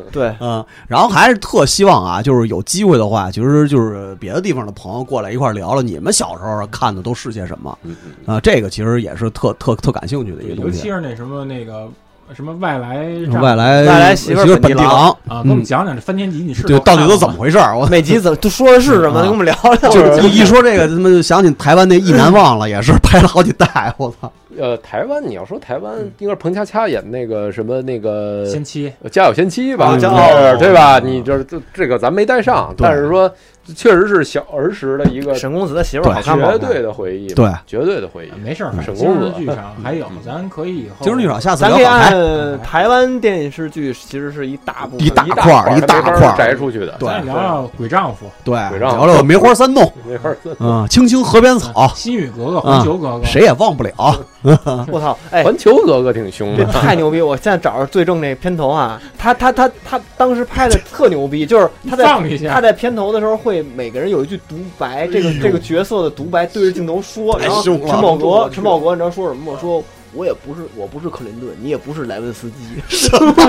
对， 嗯，然后还是特希望啊，就是有机会的话，其实就是别的地方的朋友过来一块聊聊，你们小时候看的都是些什么啊？这个其实也是特特特感兴趣的一个东西， 尤其是那什么那个。什么外来外来外来媳妇本地郎啊，给我们讲讲这翻天集，你是对到底都怎么回事？我每集怎都说的是什么？跟我们聊聊。 就一说这个，他妈想起台湾那《意难忘》了，也是拍了好几代。我操！ 呃，台湾你要说台湾，应该是彭恰恰演那个什么那个仙妻， 家有仙妻吧， 哦， 对吧？你这这个咱没带上，但是说确实是小儿时的一个沈公子的媳妇好看吗？绝对的回忆， 对， 绝对的回忆。 没事儿， 沈公子剧场还有，咱可以以后今日剧场下次咱可以按台湾电视剧，其实是一大部分一大块儿一大块摘出去的。 对， 聊聊鬼丈夫， 对， 聊聊梅花三弄， 梅花三嗯，青青河边草， 新宇格格，环球格格， 谁也忘不了。 我操！哎， 环球格格挺凶的， 太牛逼！我现在找着最正那片头啊，他他他他当时拍的特牛逼，就是他在他在片头的时候会每个人有一句独白，这个这个角色的独白对着镜头说，然后陈宝国陈宝国你知道说什么吗？说我也不是我不是克林顿，你也不是莱文斯基，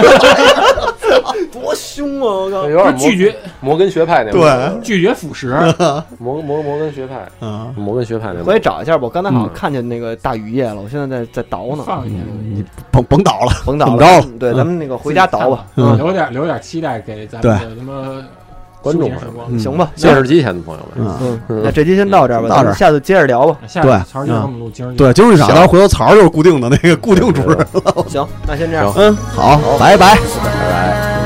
多凶啊！我靠， 有点拒绝摩根学派那对， 拒绝腐蚀摩摩摩根学派，嗯，摩根学派那回去找一下吧。我刚才好像看见那个大雨夜了，我现在在在倒呢。 放一下， 你甭甭倒了， 甭倒了。 对，咱们那个回家倒吧， 留点留点期待给咱们的什么。 观众朋友们，行吧， 电视机前的朋友们，嗯，那这期先到这儿吧， 到这儿， 下次接着聊吧。 对， 曹就给我们录今儿对，今儿剧场，然后回头曹就是固定的那个固定主持人了。 行，那先这样， 嗯，好，拜拜， 拜拜。